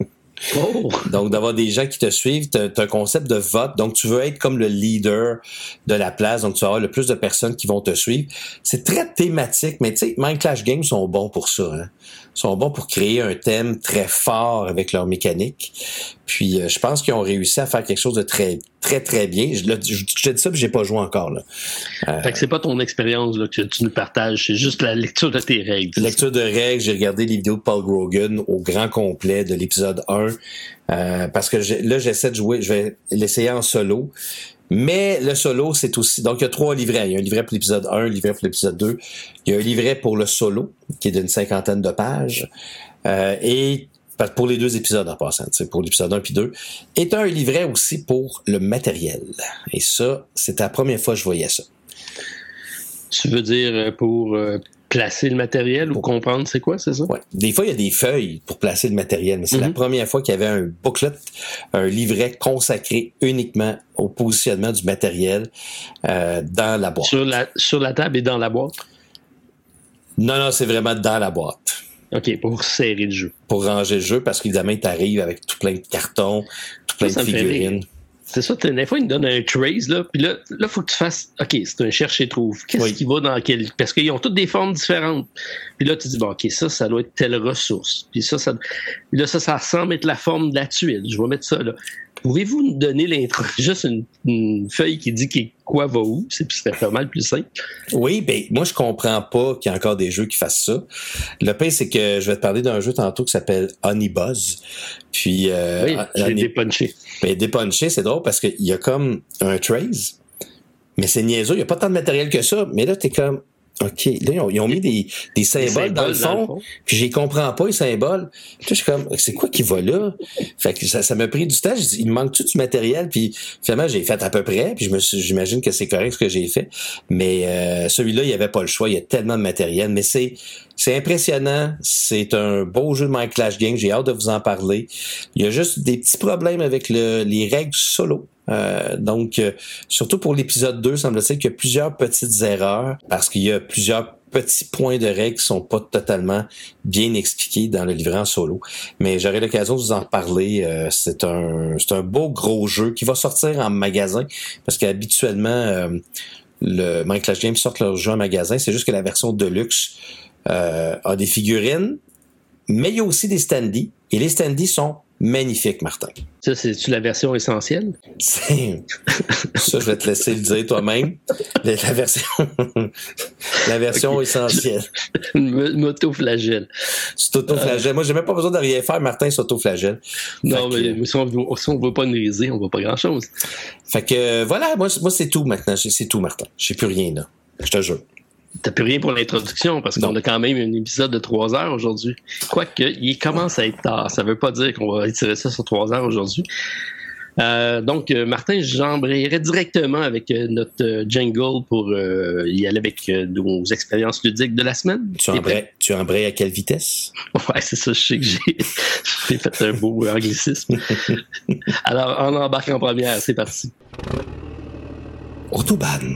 Donc, d'avoir des gens qui te suivent. T'as un concept de vote. Donc, tu veux être comme le leader de la place. Donc, tu vas avoir le plus de personnes qui vont te suivre. C'est très thématique, mais tu sais, Mind Clash Games sont bons pour ça. Hein? Ils sont bons pour créer un thème très fort avec leur mécanique. Puis, je pense qu'ils ont réussi à faire quelque chose de très, très, très bien. Je te dis ça, puis j'ai pas joué encore, là. Fait que c'est pas ton expérience, là, que tu nous partages, c'est juste la lecture de tes règles. Lecture de règles, j'ai regardé les vidéos de Paul Grogan au grand complet de l'épisode 1, parce que j'essaie de jouer, je vais l'essayer en solo. Mais le solo, c'est aussi... Donc, il y a 3 livrets. Il y a un livret pour l'épisode 1, un livret pour l'épisode 2. Il y a un livret pour le solo, qui est d'une 50aine de pages. Et pour les 2 épisodes en passant, pour l'épisode 1 puis 2. Et t'as un livret aussi pour le matériel. Et ça, c'était la première fois que je voyais ça. Tu veux dire pour placer le matériel ou comprendre c'est quoi, c'est ça? Ouais. Des fois, il y a des feuilles pour placer le matériel, mais c'est la première fois qu'il y avait un booklet, un livret consacré uniquement au positionnement du matériel dans la boîte. Sur la table et dans la boîte? Non, c'est vraiment dans la boîte. OK, pour serrer le jeu. Pour ranger le jeu, parce qu'évidemment, il t'arrive avec tout plein de cartons, tout plein de figurines. C'est ça, des fois, il me donne un trace, là, puis là, faut que tu fasses, OK, c'est un cherche-et-trouve. Qu'est-ce qui va dans quel... Parce qu'ils ont toutes des formes différentes. Puis là, tu dis, bon, OK, ça doit être telle ressource. Puis ça ressemble être la forme de la tuile. Je vais mettre ça, là. Pouvez-vous nous donner l'intro? Juste une feuille qui dit quoi va où? C'est pas mal plus simple. Oui, ben moi, je comprends pas qu'il y a encore des jeux qui fassent ça. Le pire, c'est que je vais te parler d'un jeu tantôt qui s'appelle Honey Buzz. Puis, oui, j'ai dépunché. Ben, dépunché, c'est drôle parce qu'il y a comme un trace, mais c'est niaiseux. Il n'y a pas tant de matériel que ça. Mais là, t'es comme... OK. Là, ils ont mis des symboles dans le fond. Puis j'y comprends pas, les symboles. Puis là, je suis comme, c'est quoi qui va là? Fait que ça m'a pris du temps. Je dis, il me manque-tu du matériel? Puis finalement, j'ai fait à peu près. Puis j'imagine que c'est correct ce que j'ai fait. Mais celui-là, il n'y avait pas le choix. Il y a tellement de matériel. Mais c'est impressionnant. C'est un beau jeu de My Clash Games. J'ai hâte de vous en parler. Il y a juste des petits problèmes avec les règles solo. Donc, surtout pour l'épisode 2, semble-t-il qu'il y a plusieurs petites erreurs parce qu'il y a plusieurs petits points de règles qui sont pas totalement bien expliqués dans le livret en solo. Mais j'aurai l'occasion de vous en reparler. C'est un beau gros jeu qui va sortir en magasin parce qu'habituellement, le My Clash Games sort leur jeu en magasin. C'est juste que la version Deluxe a des figurines, mais il y a aussi des standees. Et les standees sont magnifique, Martin. Ça, c'est-tu la version essentielle? Ça, je vais te laisser le dire toi-même. La version okay. Essentielle. M'auto-flagelle. Tu t'auto-flagelles. Moi, j'ai même pas besoin de rien faire. Martin s'auto-flagelle. Non, mais si on ne veut pas niaiser, on ne voit pas grand-chose. Fait que, voilà, moi c'est tout maintenant. C'est tout, Martin. J'ai plus rien, là. Je te jure. T'as plus rien pour l'introduction parce qu'on a quand même un épisode de 3 heures aujourd'hui. Quoique, il commence à être tard. Ça veut pas dire qu'on va étirer ça sur 3 heures aujourd'hui. Donc, Martin, j'embrayerai directement avec notre jingle pour y aller avec nos expériences ludiques de la semaine. Tu embrayes à quelle vitesse? Ouais, c'est ça. Je sais que j'ai fait un beau anglicisme. Alors, on embarque en première. C'est parti. Autobahn.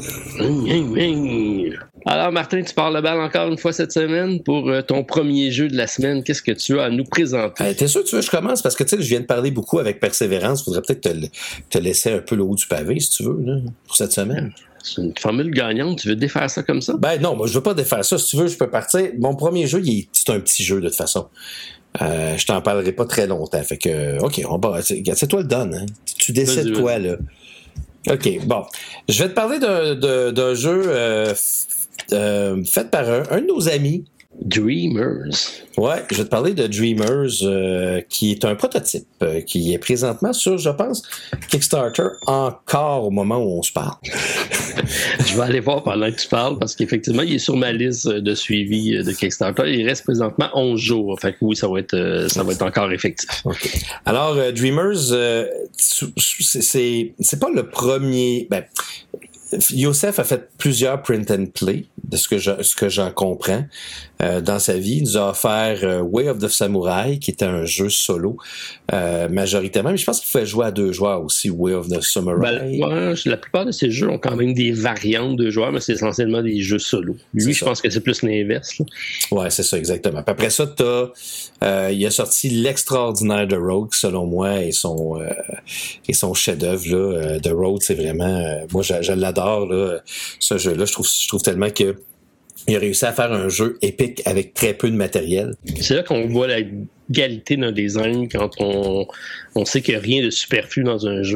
Alors, Martin, tu parles la balle encore une fois cette semaine pour ton premier jeu de la semaine. Qu'est-ce que tu as à nous présenter? T'es sûr que tu veux que je commence? Parce que, tu sais, je viens de parler beaucoup avec Persévérance. Faudrait peut-être te laisser un peu le haut du pavé, si tu veux, là, pour cette semaine. C'est une formule gagnante. Tu veux défaire ça comme ça? Ben non, moi, je veux pas défaire ça. Si tu veux, je peux partir. Mon premier jeu, c'est un petit jeu, de toute façon. Je t'en parlerai pas très longtemps. Fait que, OK, c'est toi le donne, hein. Tu décides quoi, là? OK, bon. Je vais te parler d'un jeu fait par un de nos amis. Dreamers. Ouais, je vais te parler de Dreamers, qui est un prototype qui est présentement sur, je pense, Kickstarter encore au moment où on se parle. Je vais aller voir pendant que tu parles parce qu'effectivement, il est sur ma liste de suivi de Kickstarter. Il reste présentement 11 jours. Fait que oui, ça va être encore effectif. Okay. Alors, Dreamers, c'est pas le premier... Youssef a fait plusieurs print and play, de ce que j'en comprends, dans sa vie. Il nous a offert Way of the Samurai, qui était un jeu solo, majoritairement. Mais je pense qu'il pouvait jouer à 2 joueurs aussi, Way of the Samurai. La plupart de ces jeux ont quand même des variantes de joueurs, mais c'est essentiellement des jeux solo. Lui, je pense que c'est plus l'inverse. Là. Ouais, c'est ça, exactement. Puis après ça, il a sorti l'extraordinaire The Road, selon moi, et son chef-d'œuvre, là. The Road, c'est vraiment, moi, je l'adore. Là, ce jeu-là, je trouve tellement que il a réussi à faire un jeu épique avec très peu de matériel. C'est là qu'on voit la qualité d'un design quand on sait qu'il n'y a rien de superflu dans un jeu.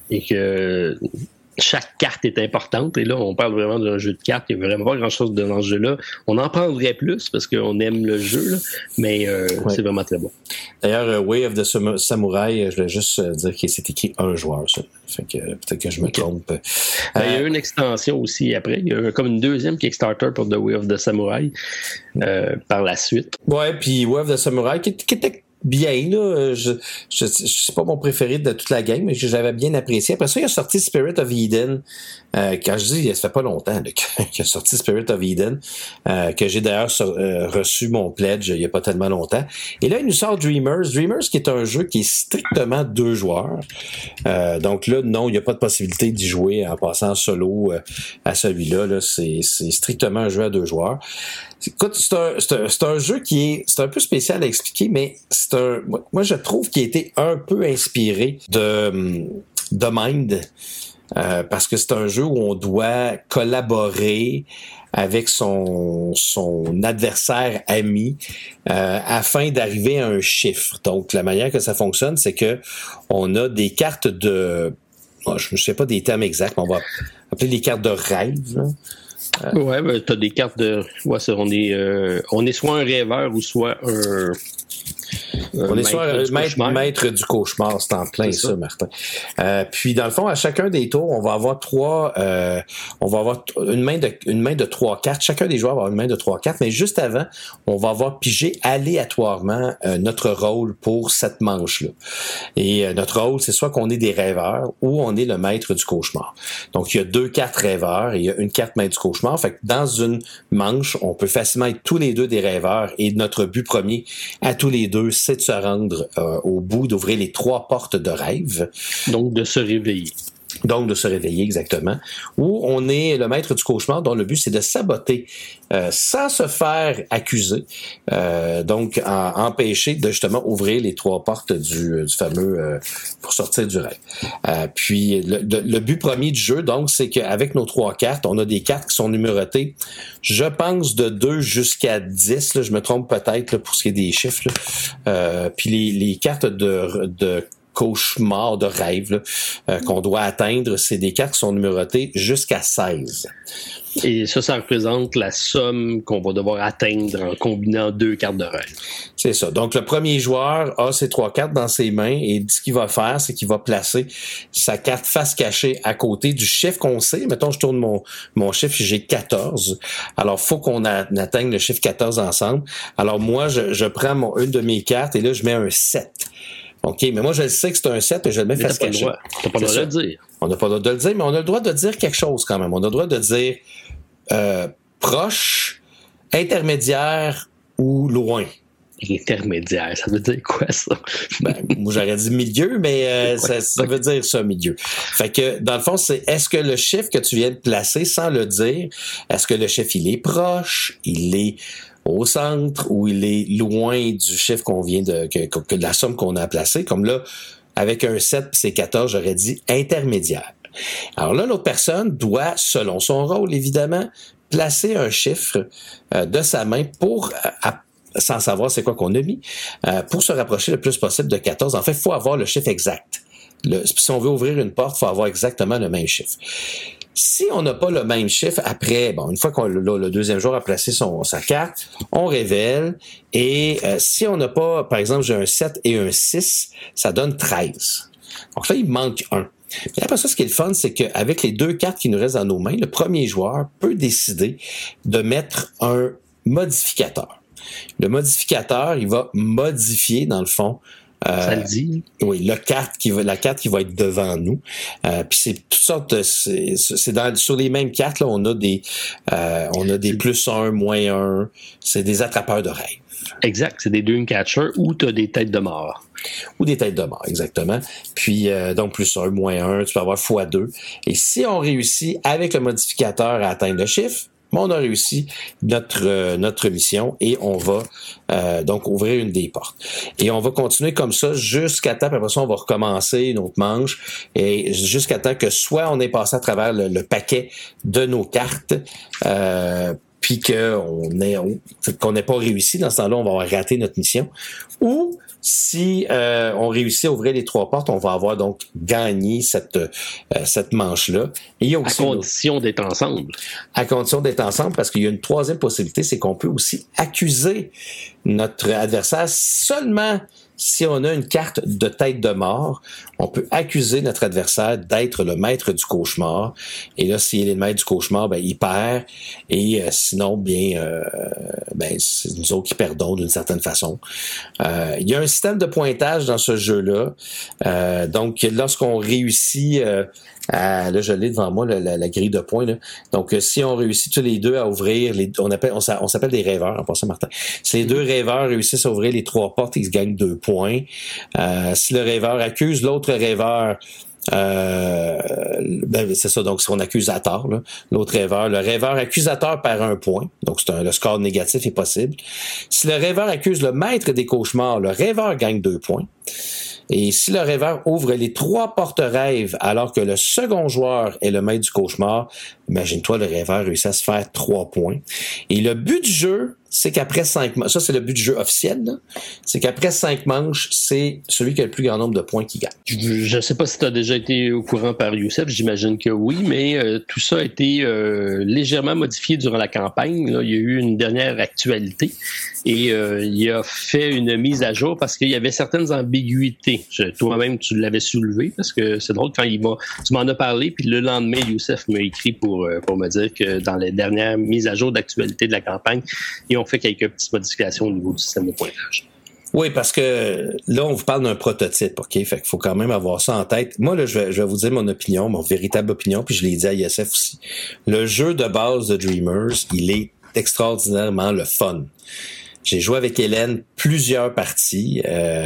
et que chaque carte est importante. Et là, on parle vraiment d'un jeu de cartes. Il n'y a vraiment pas grand-chose dans ce jeu-là. On en prendrait plus parce qu'on aime le jeu, là, mais c'est vraiment très bon. D'ailleurs, Way of the Samurai, je voulais juste dire que c'est écrit un joueur, ça. Fait que peut-être que je me trompe. Il y a une extension aussi après. Il y a comme une deuxième Kickstarter pour The Way of the Samurai par la suite. Ouais, puis Way of the Samurai qui était bien, là. C'est pas mon préféré de toute la game, mais j'avais bien apprécié. Après ça, il a sorti Spirit of Eden. Quand je dis, ça fait pas longtemps là, qu'il a sorti Spirit of Eden, que j'ai d'ailleurs reçu mon pledge il y a pas tellement longtemps. Et là, il nous sort Dreamers. Dreamers qui est un jeu qui est strictement 2 joueurs. Donc là, non, il n'y a pas de possibilité d'y jouer en passant solo à celui-là. Là. C'est strictement un jeu à 2 joueurs. Écoute, c'est un jeu c'est un peu spécial à expliquer, mais moi je trouve qu'il a été un peu inspiré de Mind, parce que c'est un jeu où on doit collaborer avec son adversaire ami afin d'arriver à un chiffre. Donc la manière que ça fonctionne, c'est que on a des cartes je ne sais pas des termes exacts, mais on va appeler les cartes de rêve, là. Ouais, ben, t'as des cartes de. Ouais, on est soit un rêveur ou soit un. On est soit maître du cauchemar, c'est en plein ça, Martin. Puis dans le fond, à chacun des tours, on va avoir une main de 3 cartes. Chacun des joueurs va avoir une main de 3 cartes, mais juste avant, on va avoir pigé aléatoirement notre rôle pour cette manche-là. Et notre rôle, c'est soit qu'on est des rêveurs ou on est le maître du cauchemar. Donc il y a 2 cartes rêveurs et il y a une carte maître du cauchemar. Fait que dans une manche, on peut facilement être tous les 2 des rêveurs et notre but premier à tous les 2, c'est de se rendre au bout, d'ouvrir les 3 portes de rêve. Donc, de se réveiller. Donc, de se réveiller, exactement. Où on est le maître du cauchemar, dont le but, c'est de saboter sans se faire accuser. Donc, empêcher de justement ouvrir les 3 portes du fameux pour sortir du rêve. Puis, le but premier du jeu, donc, c'est qu'avec nos 3 cartes, on a des cartes qui sont numérotées, je pense, de 2 jusqu'à 10. Là, je me trompe peut-être là, pour ce qui est des chiffres. Puis, les cartes de cauchemar, de rêve là, qu'on doit atteindre, c'est des cartes qui sont numérotées jusqu'à 16. Et ça représente la somme qu'on va devoir atteindre en combinant 2 cartes de rêve. C'est ça. Donc, le premier joueur a ses 3 cartes dans ses mains et ce qu'il va faire, c'est qu'il va placer sa carte face cachée à côté du chiffre qu'on sait. Mettons, je tourne mon chiffre, j'ai 14. Alors, faut qu'on atteigne le chiffre 14 ensemble. Alors, moi, je prends une de mes cartes et là, je mets un 7. OK, mais moi, je le sais que c'est un 7 et je le mets face cachée. T'as pas le droit de le dire. On n'a pas le droit de le dire, mais on a le droit de dire quelque chose quand même. On a le droit de dire proche, intermédiaire ou loin. Intermédiaire, ça veut dire quoi, ça? Moi, j'aurais dit milieu, mais ça veut dire ça, milieu. Fait que, dans le fond, c'est est-ce que le chiffre que tu viens de placer sans le dire, est-ce que le chiffre, il est proche, il est au centre ou il est loin du chiffre qu'on vient que de la somme qu'on a placée? Comme là, avec un 7 puis c'est 14, j'aurais dit intermédiaire. Alors là, l'autre personne doit, selon son rôle, évidemment, placer un chiffre de sa main pour, sans savoir c'est quoi qu'on a mis, pour se rapprocher le plus possible de 14. En fait, il faut avoir le chiffre exact. Si on veut ouvrir une porte, il faut avoir exactement le même chiffre. Si on n'a pas le même chiffre, après, une fois que le deuxième joueur a placé sa carte, on révèle. Et si on n'a pas, par exemple, j'ai un 7 et un 6, ça donne 13. Donc là, il manque 1. Et après ça, ce qui est le fun, c'est qu'avec les 2 cartes qui nous restent dans nos mains, le premier joueur peut décider de mettre un modificateur. Le modificateur, il va modifier, dans le fond, ça le dit. Oui, la carte qui va être devant nous. Puis c'est toutes sortes de, sur les mêmes cartes là, on a des plus 1, moins 1. C'est des attrapeurs de rêve. Exact, c'est des Dreamcatcher ou tu as des têtes de mort. Ou des têtes de mort, exactement. Puis donc plus 1, moins 1, tu peux avoir x2. Et si on réussit avec le modificateur à atteindre le chiffre, on a réussi notre mission et on va donc ouvrir une des portes. Et on va continuer comme ça jusqu'à temps, puis après ça, on va recommencer une autre manche et jusqu'à temps que soit on est passé à travers le paquet de nos cartes, puis qu'on n'ait pas réussi, dans ce temps-là, on va avoir raté notre mission. Ou si on réussit à ouvrir les 3 portes, on va avoir donc gagné cette manche-là. Et il y a aussi à condition d'être ensemble. À condition d'être ensemble, parce qu'il y a une troisième possibilité, c'est qu'on peut aussi accuser notre adversaire seulement si on a une carte de tête de mort. On peut accuser notre adversaire d'être le maître du cauchemar. Et là, s'il est le maître du cauchemar, ben il perd. Et sinon, c'est nous autres qui perdons d'une certaine façon. Il y a un système de pointage dans ce jeu-là. Donc, lorsqu'on réussit... là, je l'ai devant moi, la grille de points. Là. Donc, si on réussit tous les deux à ouvrir, on s'appelle des rêveurs, en passant, Martin. Si les 2 rêveurs réussissent à ouvrir les 3 portes, ils se gagnent 2 points. Si le rêveur accuse l'autre rêveur, c'est ça, donc c'est son accusateur, là, l'autre rêveur. Le rêveur accusateur perd 1 point, donc le score négatif est possible. Si le rêveur accuse le maître des cauchemars, le rêveur gagne 2 points. Et si le rêveur ouvre les 3 portes-rêves alors que le second joueur est le maître du cauchemar, imagine-toi, le rêveur réussit à se faire 3 points. Et le but du jeu, c'est qu'après 5 manches, ça c'est le but du jeu officiel, là, c'est qu'après 5 manches, c'est celui qui a le plus grand nombre de points qui gagne. Je ne sais pas si tu as déjà été au courant par Youssef, j'imagine que oui, mais tout ça a été légèrement modifié durant la campagne. Là, il y a eu une dernière actualité et il a fait une mise à jour parce qu'il y avait certaines ambiguïtés. Toi-même, tu l'avais soulevé parce que c'est drôle, quand tu m'en as parlé, puis le lendemain, Youssef m'a écrit pour me dire que dans les dernières mises à jour d'actualité de la campagne, ils ont fait quelques petites modifications au niveau du système de pointage. Oui, parce que là, on vous parle d'un prototype, OK? Fait qu'il faut quand même avoir ça en tête. Moi, là, je vais vous dire mon opinion, mon véritable opinion, puis je l'ai dit à Youssef aussi. Le jeu de base de Dreamers, il est extraordinairement le fun. J'ai joué avec Hélène plusieurs parties.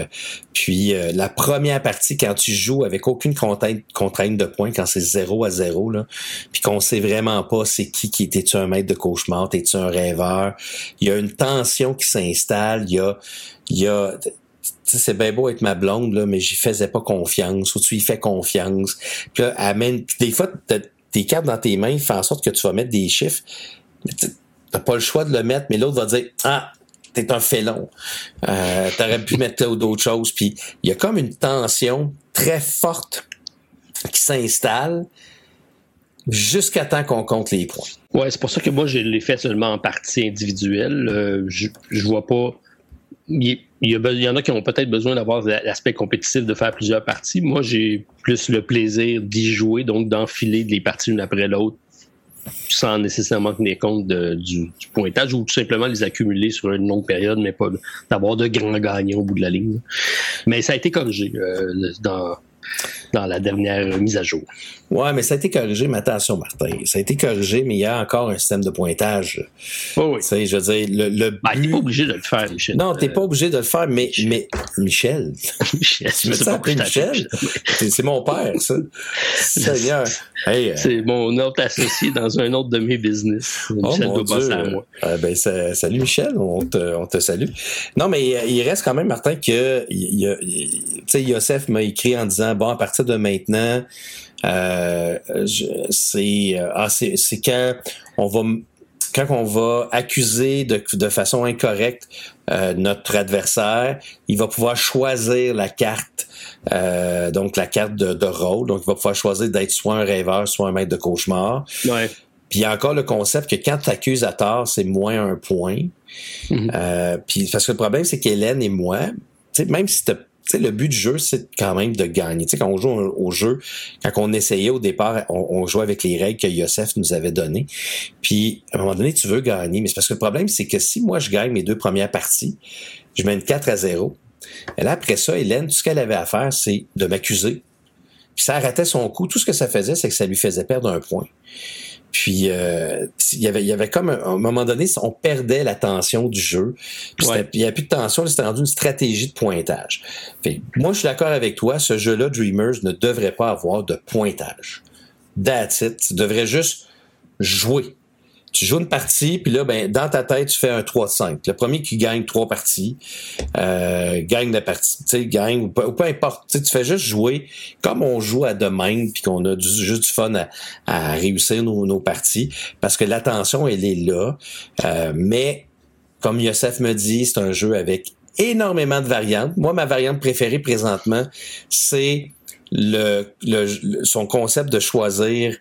Puis la première partie, quand tu joues avec aucune contrainte de points, quand c'est 0-0, là, puis qu'on sait vraiment pas c'est qui t'es-tu un maître de cauchemar, t'es-tu un rêveur, il y a une tension qui s'installe, il y a c'est bien beau être ma blonde, là, mais j'y faisais pas confiance, ou tu y fais confiance. Puis là, puis des fois, tes cartes dans tes mains font en sorte que tu vas mettre des chiffres, mais t'as pas le choix de le mettre, mais l'autre va dire « Ah, t'es un félon. T'aurais pu mettre là ou d'autres choses. » Puis il y a comme une tension très forte qui s'installe jusqu'à temps qu'on compte les points. Ouais, c'est pour ça que moi, je l'ai fait seulement en partie individuelle. Je vois pas... Il y en a qui ont peut-être besoin d'avoir l'aspect compétitif de faire plusieurs parties. Moi, j'ai plus le plaisir d'y jouer, donc d'enfiler les parties une après l'autre, sans nécessairement tenir compte du pointage ou tout simplement les accumuler sur une longue période, mais pas d'avoir de grands gagnants au bout de la ligne. Mais ça a été corrigé dans la dernière mise à jour. Ouais, mais ça a été corrigé, mais attention, Martin. Ça a été corrigé, mais il y a encore un système de pointage. Oh oui. Tu sais, je veux dire, le but... t'es pas obligé de le faire, Michel. Non, t'es pas obligé de le faire, mais Michel. Michel. Tu me sens appeler Michel? C'est mon père, ça. Seigneur. Hey, c'est mon autre associé dans un autre de mes business. Michel doit passer à moi. Salut Michel, on te salue. Non, mais il reste quand même, Martin, que tu sais, Youssef m'a écrit en disant, bon, à partir de maintenant, c'est quand on va accuser de façon incorrecte notre adversaire, il va pouvoir choisir la carte, donc la carte de rôle. Donc, il va pouvoir choisir d'être soit un rêveur, soit un maître de cauchemar. Ouais. Puis il y a encore le concept que quand tu accuses à tort, c'est moins 1 point. Mm-hmm. Puis parce que le problème, c'est qu'Hélène et moi, tu sais, même si le but du jeu, c'est quand même de gagner. Tu sais, quand on joue au jeu, quand on essayait au départ, on jouait avec les règles que Youssef nous avait données. Puis, à un moment donné, tu veux gagner. Mais c'est parce que le problème, c'est que si moi, je gagne mes 2 premières parties, je mène 4-0. Et là, après ça, Hélène, tout ce qu'elle avait à faire, c'est de m'accuser. Puis, ça ratait son coup. Tout ce que ça faisait, c'est que ça lui faisait perdre 1 point. Puis il y avait comme à un moment donné, on perdait la tension du jeu. Puis il n'y avait plus de tension, c'était rendu une stratégie de pointage. Fait, moi, je suis d'accord avec toi, ce jeu-là, Dreamers, ne devrait pas avoir de pointage. That's it. Tu devrais juste jouer. tu joues une partie, puis là, ben, dans ta tête, tu fais un 3-5. Le premier qui gagne 3 parties, gagne la partie, tu sais, gagne, ou peu importe. Tu fais juste jouer comme on joue à demain, puis qu'on a juste du fun à réussir nos parties, parce que l'attention, elle est là. Mais, comme Youssef me dit, c'est un jeu avec énormément de variantes. Moi, ma variante préférée présentement, c'est son concept de choisir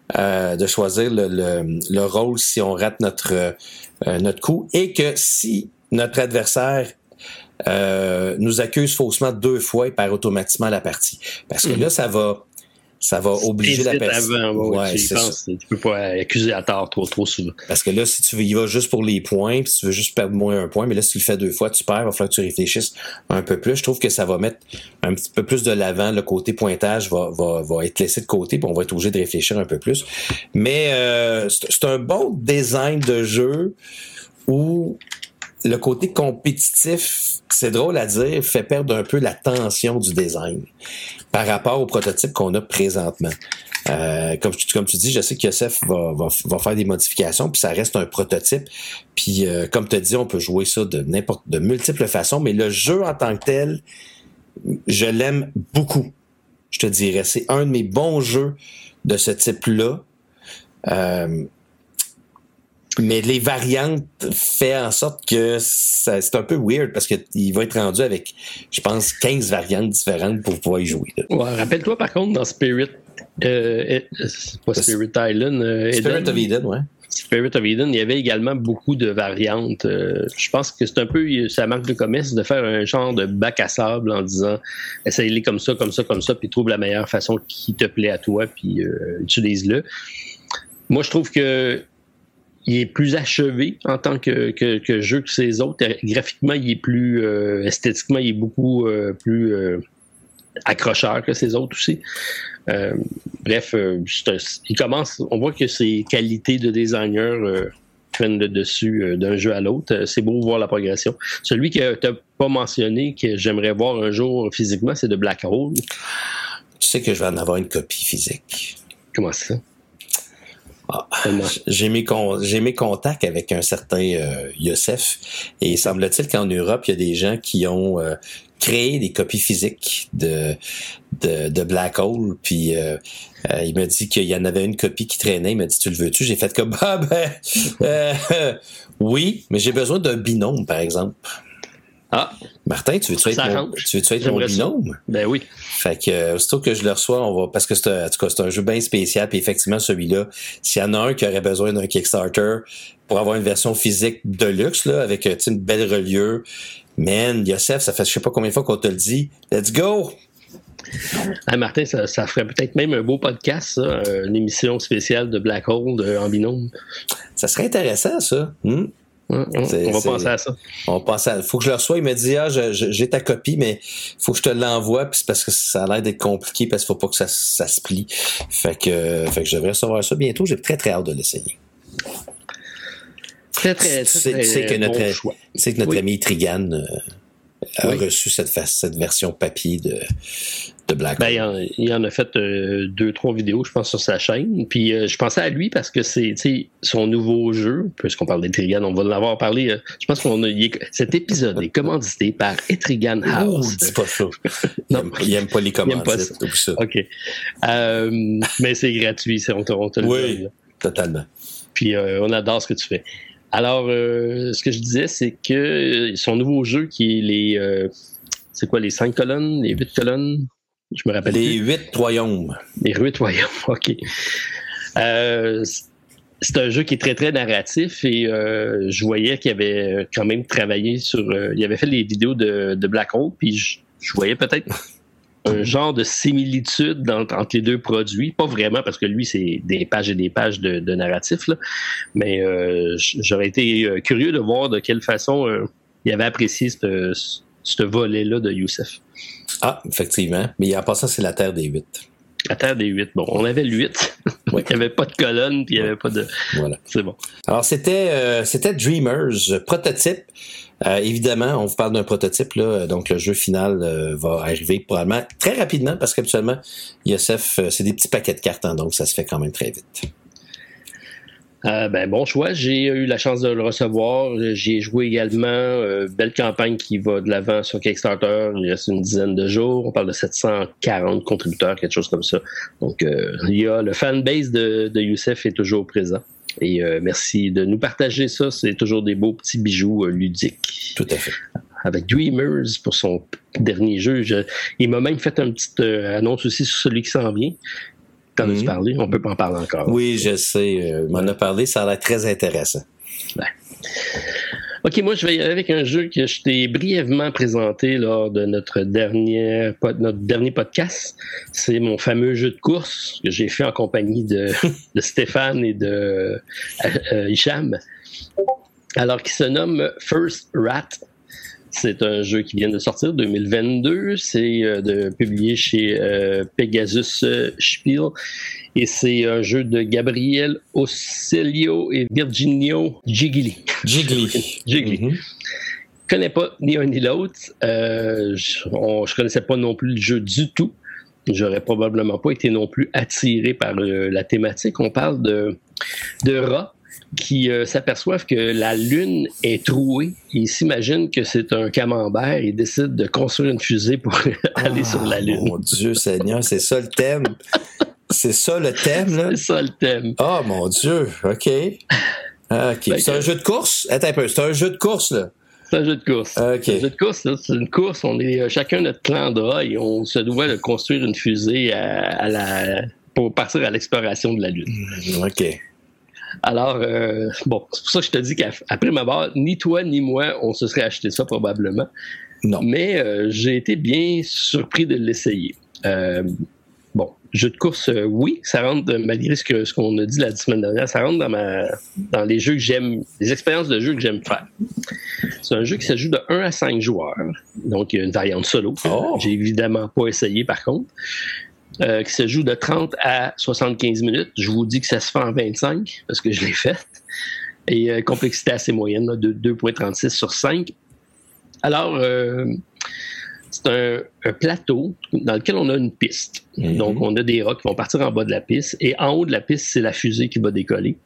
le rôle si on rate notre coup, et que si notre adversaire nous accuse faussement 2 fois, il perd automatiquement la partie. Parce que là, ça va obliger la personne. Tu peux pas accuser à tort trop souvent. Parce que là, si tu y vas juste pour les points, puis si tu veux juste perdre moins 1 point, mais là, si tu le fais 2 fois, tu perds, il va falloir que tu réfléchisses un peu plus. Je trouve que ça va mettre un petit peu plus de l'avant. Le côté pointage va être laissé de côté, puis on va être obligé de réfléchir un peu plus. Mais c'est un bon design de jeu où le côté compétitif, c'est drôle à dire, fait perdre un peu la tension du design par rapport au prototype qu'on a présentement. Comme tu dis, je sais que Youssef va faire des modifications, puis ça reste un prototype. Puis comme tu as dit, on peut jouer ça de multiples façons, mais le jeu en tant que tel, je l'aime beaucoup. Je te dirais, c'est un de mes bons jeux de ce type-là. Mais les variantes fait en sorte que c'est un peu weird parce qu'il va être rendu avec, je pense, 15 variantes différentes pour pouvoir y jouer. Ouais, rappelle-toi par contre dans Spirit, pas Spirit Island, Spirit of Eden, ouais. Spirit of Eden, il y avait également beaucoup de variantes. Je pense que c'est un peu sa marque de commerce de faire un genre de bac à sable en disant essaye-les comme ça, puis trouve la meilleure façon qui te plaît à toi, puis utilise-le. Moi, je trouve que il est plus achevé en tant que jeu que ses autres. Graphiquement, il est plus esthétiquement, il est beaucoup plus accrocheur que ses autres aussi. Bref, il commence. On voit que ses qualités de designer prennent le dessus d'un jeu à l'autre. C'est beau voir la progression. Celui que tu n'as pas mentionné, que j'aimerais voir un jour physiquement, c'est de Black Hole. Tu sais que je vais en avoir une copie physique. Comment ça? Ah, j'ai mes contacts avec un certain Youssef, et il semble-t-il qu'en Europe, il y a des gens qui ont créé des copies physiques de Black Hole, puis il m'a dit qu'il y en avait une copie qui traînait. Il m'a dit, tu le veux-tu? J'ai fait comme, oui, mais j'ai besoin d'un binôme, par exemple. Ah. Martin, tu veux-tu être mon binôme? Ça. Ben oui. Fait que, aussitôt que je le reçois, parce que en tout cas, c'est un jeu bien spécial, puis effectivement, celui-là, s'il y en a un qui aurait besoin d'un Kickstarter pour avoir une version physique de luxe, là, avec, une belle reliure, man, Youssef, ça fait je sais pas combien de fois qu'on te le dit. Let's go! Ah, Martin, ça ferait peut-être même un beau podcast, ça, une émission spéciale de Black Hole en binôme. Ça serait intéressant, ça. On va penser à ça. Faut que je le reçoive. Il me dit, j'ai ta copie, mais faut que je te l'envoie, puis c'est parce que ça a l'air d'être compliqué, parce qu'il faut pas que ça se plie. Fait que je devrais recevoir ça bientôt. J'ai très très hâte de l'essayer. C'est que notre ami Trigan a reçu cette version papier de Black Hole. Il en a fait 2-3 vidéos, je pense, sur sa chaîne. Puis je pensais à lui parce que c'est son nouveau jeu, puisqu'on parle d'Etrigan, on va l'en parler. Je pense cet épisode est commandité par Etrigan House. Dis pas ça. Il aime pas les commandites. Ça. OK. Mais c'est gratuit, on te le dit. Oui, totalement. Puis on adore ce que tu fais. Alors, ce que je disais, c'est que son nouveau jeu qui est c'est quoi, les 5 colonnes, les 8 colonnes? Je me rappelle. Les 8 royaumes. Les 8 royaumes, OK. C'est un jeu qui est très, très narratif, et je voyais qu'il avait quand même travaillé sur... il avait fait les vidéos de Black Hole, puis je voyais peut-être un genre de similitude entre les deux produits. Pas vraiment, parce que lui, c'est des pages et des pages de narratif, là. Mais j'aurais été curieux de voir de quelle façon il avait apprécié ce volet-là de Youssef. Ah, effectivement. Mais en passant, c'est la Terre des 8. La Terre des 8. Bon, on avait le 8. Oui. Il n'y avait pas de colonne, puis il n'y avait pas de... Voilà. C'est bon. Alors, c'était Dreamers, prototype. Évidemment, on vous parle d'un prototype, là, donc le jeu final va arriver probablement très rapidement, parce qu'habituellement, Youssef, c'est des petits paquets de cartes, hein, donc ça se fait quand même très vite. Bon choix. J'ai eu la chance de le recevoir. J'y ai joué également. Belle campagne qui va de l'avant sur Kickstarter. Il reste une dizaine de jours. On parle de 740 contributeurs, quelque chose comme ça. Donc, il y a le fanbase de Youssef est toujours présent. Et merci de nous partager ça. C'est toujours des beaux petits bijoux ludiques. Tout à fait. Avec Dreamers pour son dernier jeu. Il m'a même fait une petite annonce aussi sur celui qui s'en vient. T'en as-tu parlé? On peut pas en parler encore. Oui, je sais. Il m'en a parlé. Ça a l'air très intéressant. Ben. OK, moi, je vais y aller avec un jeu que je t'ai brièvement présenté lors de notre dernier podcast. C'est mon fameux jeu de course que j'ai fait en compagnie de Stéphane et de Hicham. Alors, qui se nomme First Rat. C'est un jeu qui vient de sortir, 2022. C'est publié chez Pegasus Spiel. Et c'est un jeu de Gabriel Ocelio et Virginio Gigli. Gigli. Mm-hmm. Je connais pas ni un ni l'autre. Je connaissais pas non plus le jeu du tout. J'aurais probablement pas été non plus attiré par la thématique. On parle de rats qui s'aperçoivent que la Lune est trouée. Ils s'imaginent que c'est un camembert et décident de construire une fusée pour aller sur la Lune. Mon Dieu Seigneur, c'est ça le thème. C'est ça le thème, là? C'est ça le thème. Oh mon Dieu, OK. C'est un jeu de course? Attends un peu, c'est un jeu de course, là? C'est un jeu de course. Okay. C'est un jeu de course, là, c'est une course. On est chacun notre clan de rats et on se doit de construire une fusée pour partir à l'exploration de la Lune. OK. Alors, c'est pour ça que je te dis qu'après ma barre, ni toi ni moi, on se serait acheté ça probablement. Non. Mais j'ai été bien surpris de l'essayer. Jeu de course, oui, ça rentre, malgré ce qu'on a dit la semaine dernière, ça rentre dans les jeux que j'aime, les expériences de jeu que j'aime faire. C'est un jeu qui se joue de 1 à 5 joueurs. Donc, il y a une variante solo. J'ai évidemment pas essayé, par contre. Qui se joue de 30 à 75 minutes. Je vous dis que ça se fait en 25, parce que je l'ai fait. Et complexité assez moyenne, là, de 2.36 sur 5. Alors, c'est un plateau dans lequel on a une piste. Mm-hmm. Donc, on a des rats qui vont partir en bas de la piste. Et en haut de la piste, c'est la fusée qui va décoller.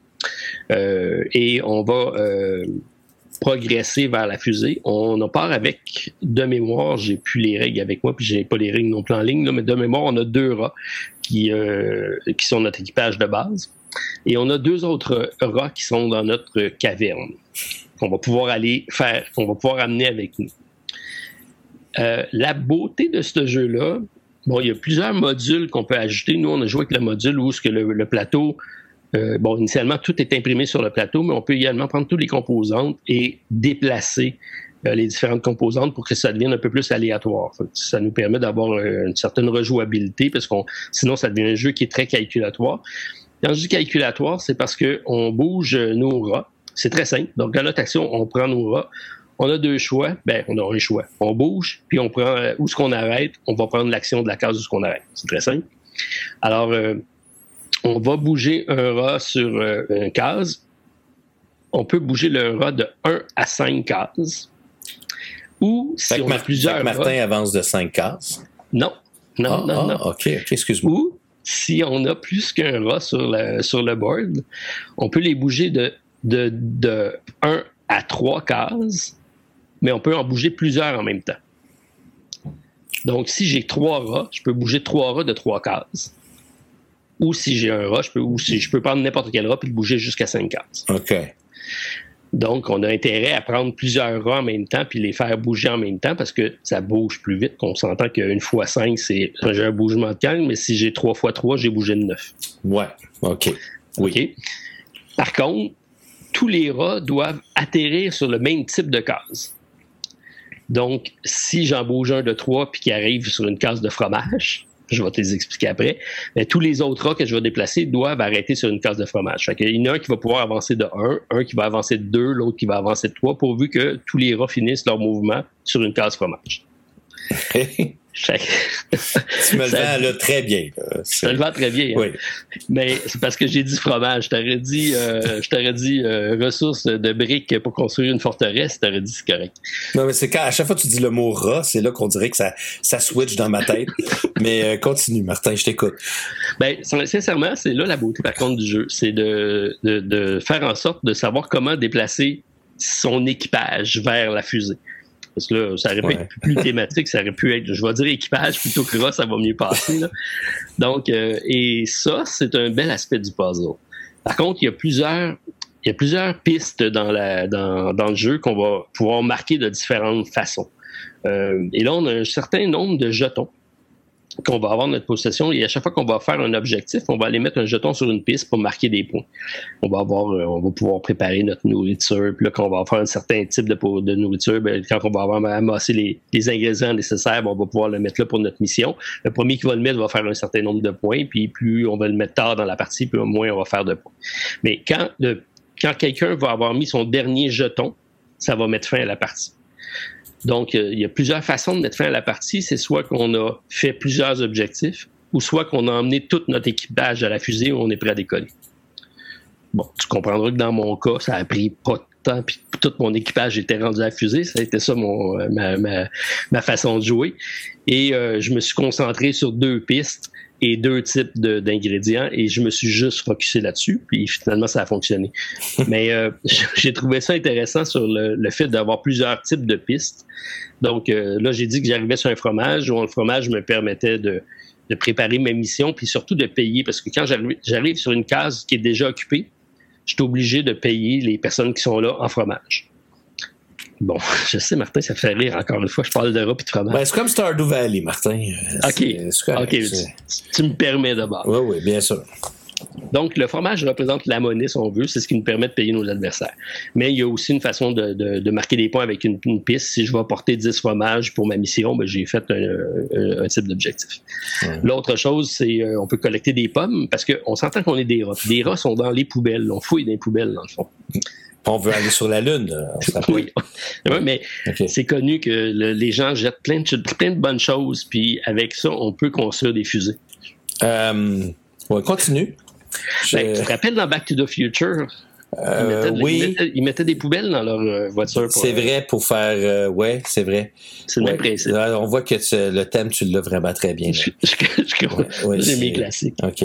Et on va progresser vers la fusée. On part avec, de mémoire, j'ai plus les règles avec moi, puis j'ai pas les règles non plus en ligne, là, mais de mémoire, on a 2 rats qui sont notre équipage de base. Et on a 2 autres rats qui sont dans notre caverne qu'on va pouvoir amener avec nous. La beauté de ce jeu-là, il y a plusieurs modules qu'on peut ajouter. Nous, on a joué avec le module où le plateau, initialement, tout est imprimé sur le plateau, mais on peut également prendre toutes les composantes et déplacer les différentes composantes pour que ça devienne un peu plus aléatoire. Ça nous permet d'avoir une certaine rejouabilité parce sinon, ça devient un jeu qui est très calculatoire. Quand je dis calculatoire, c'est parce qu'on bouge nos rats. C'est très simple. Donc, dans notre action, on prend nos rats. On a 2 choix. On a un choix. On bouge, puis on prend où est-ce qu'on arrête. On va prendre l'action de la case où est-ce qu'on arrête. C'est très simple. Alors, on va bouger un rat sur une case. On peut bouger le rat de 1 à 5 cases. Ou si on a plusieurs Martin rats, avance de 5 cases? Non. OK, excuse-moi. Ou si on a plus qu'un rat sur le board, on peut les bouger de 1 à 3 cases. Mais on peut en bouger plusieurs en même temps. Donc, si j'ai 3 rats, je peux bouger 3 rats de 3 cases. Ou si j'ai un rat, je peux prendre n'importe quel rat et le bouger jusqu'à 5 cases. OK. Donc, on a intérêt à prendre plusieurs rats en même temps puis les faire bouger en même temps parce que ça bouge plus vite. On s'entend qu'une fois 5, j'ai un bougement de calme, mais si j'ai 3 fois 3, j'ai bougé de 9. Ouais, OK. Oui. OK. Par contre, tous les rats doivent atterrir sur le même type de case. Donc, si j'en bouge un de 3 puis qui arrive sur une case de fromage, je vais te les expliquer après, mais tous les autres rats que je vais déplacer doivent arrêter sur une case de fromage. Fait qu'il y en a un qui va pouvoir avancer de 1 qui va avancer de 2, l'autre qui va avancer de 3, pourvu que tous les rats finissent leur mouvement sur une case fromage. Tu me le vends là, très bien. Je te le vends très bien. Hein? Oui. Mais c'est parce que j'ai dit fromage. Je t'aurais dit ressources de briques pour construire une forteresse. Je t'aurais dit c'est correct. Non, mais c'est quand à chaque fois que tu dis le mot rat, c'est là qu'on dirait que ça switch dans ma tête. Mais continue, Martin, je t'écoute. Ben, sincèrement, c'est là la beauté par contre du jeu. C'est de faire en sorte de savoir comment déplacer son équipage vers la fusée. Parce que là, ça aurait pu être plus thématique, ça aurait pu être, je vais dire équipage plutôt que rat, ça va mieux passer. Là. Donc, et ça, c'est un bel aspect du puzzle. Par contre, il y a plusieurs pistes dans le jeu qu'on va pouvoir marquer de différentes façons. Et là, on a un certain nombre de jetons qu'on va avoir dans notre possession, et à chaque fois qu'on va faire un objectif, on va aller mettre un jeton sur une piste pour marquer des points. On va pouvoir préparer notre nourriture, puis là, quand on va faire un certain type de nourriture, ben, quand on va avoir amassé les ingrédients nécessaires, ben, on va pouvoir le mettre là pour notre mission. Le premier qui va le mettre va faire un certain nombre de points, puis plus on va le mettre tard dans la partie, plus moins on va faire de points. Mais quand quelqu'un va avoir mis son dernier jeton, ça va mettre fin à la partie. Donc, il y a plusieurs façons de mettre fin à la partie. C'est soit qu'on a fait plusieurs objectifs, ou soit qu'on a emmené tout notre équipage à la fusée où on est prêt à décoller. Bon, tu comprendras que dans mon cas, ça a pris pas de temps, puis tout mon équipage était rendu à la fusée. Ça a été ça ma façon de jouer. Et je me suis concentré sur 2 pistes et 2 types d'ingrédients, et je me suis juste focusé là-dessus, puis finalement, ça a fonctionné. Mais j'ai trouvé ça intéressant sur le fait d'avoir plusieurs types de pistes. Donc là, j'ai dit que j'arrivais sur un fromage, où le fromage me permettait de préparer ma mission, puis surtout de payer, parce que quand j'arrive sur une case qui est déjà occupée, je suis obligé de payer les personnes qui sont là en fromage. Bon, je sais, Martin, ça fait rire. Encore une fois, je parle de rats et de fromage. Ben, c'est comme Stardew Valley, Martin. OK. Tu me permets d'abord. Oui, bien sûr. Donc, le fromage représente la monnaie, si on veut. C'est ce qui nous permet de payer nos adversaires. Mais il y a aussi une façon de marquer des points avec une piste. Si je vais apporter 10 fromages pour ma mission, ben, j'ai fait un type d'objectif. Ouais. L'autre chose, c'est on peut collecter des pommes, parce qu'on s'entend qu'on est des rats. Des rats sont dans les poubelles. On fouille dans les poubelles, dans le fond. On veut aller sur la Lune. Oui, mais c'est connu que les gens jettent plein de bonnes choses, puis avec ça, on peut construire des fusées. Continue. Tu te rappelles dans Back to the Future? Ils mettaient des poubelles dans leur voiture. C'est vrai, pour faire... c'est vrai. C'est le même principe. On voit que le thème, tu l'as vraiment très bien. J'ai mes classiques. OK.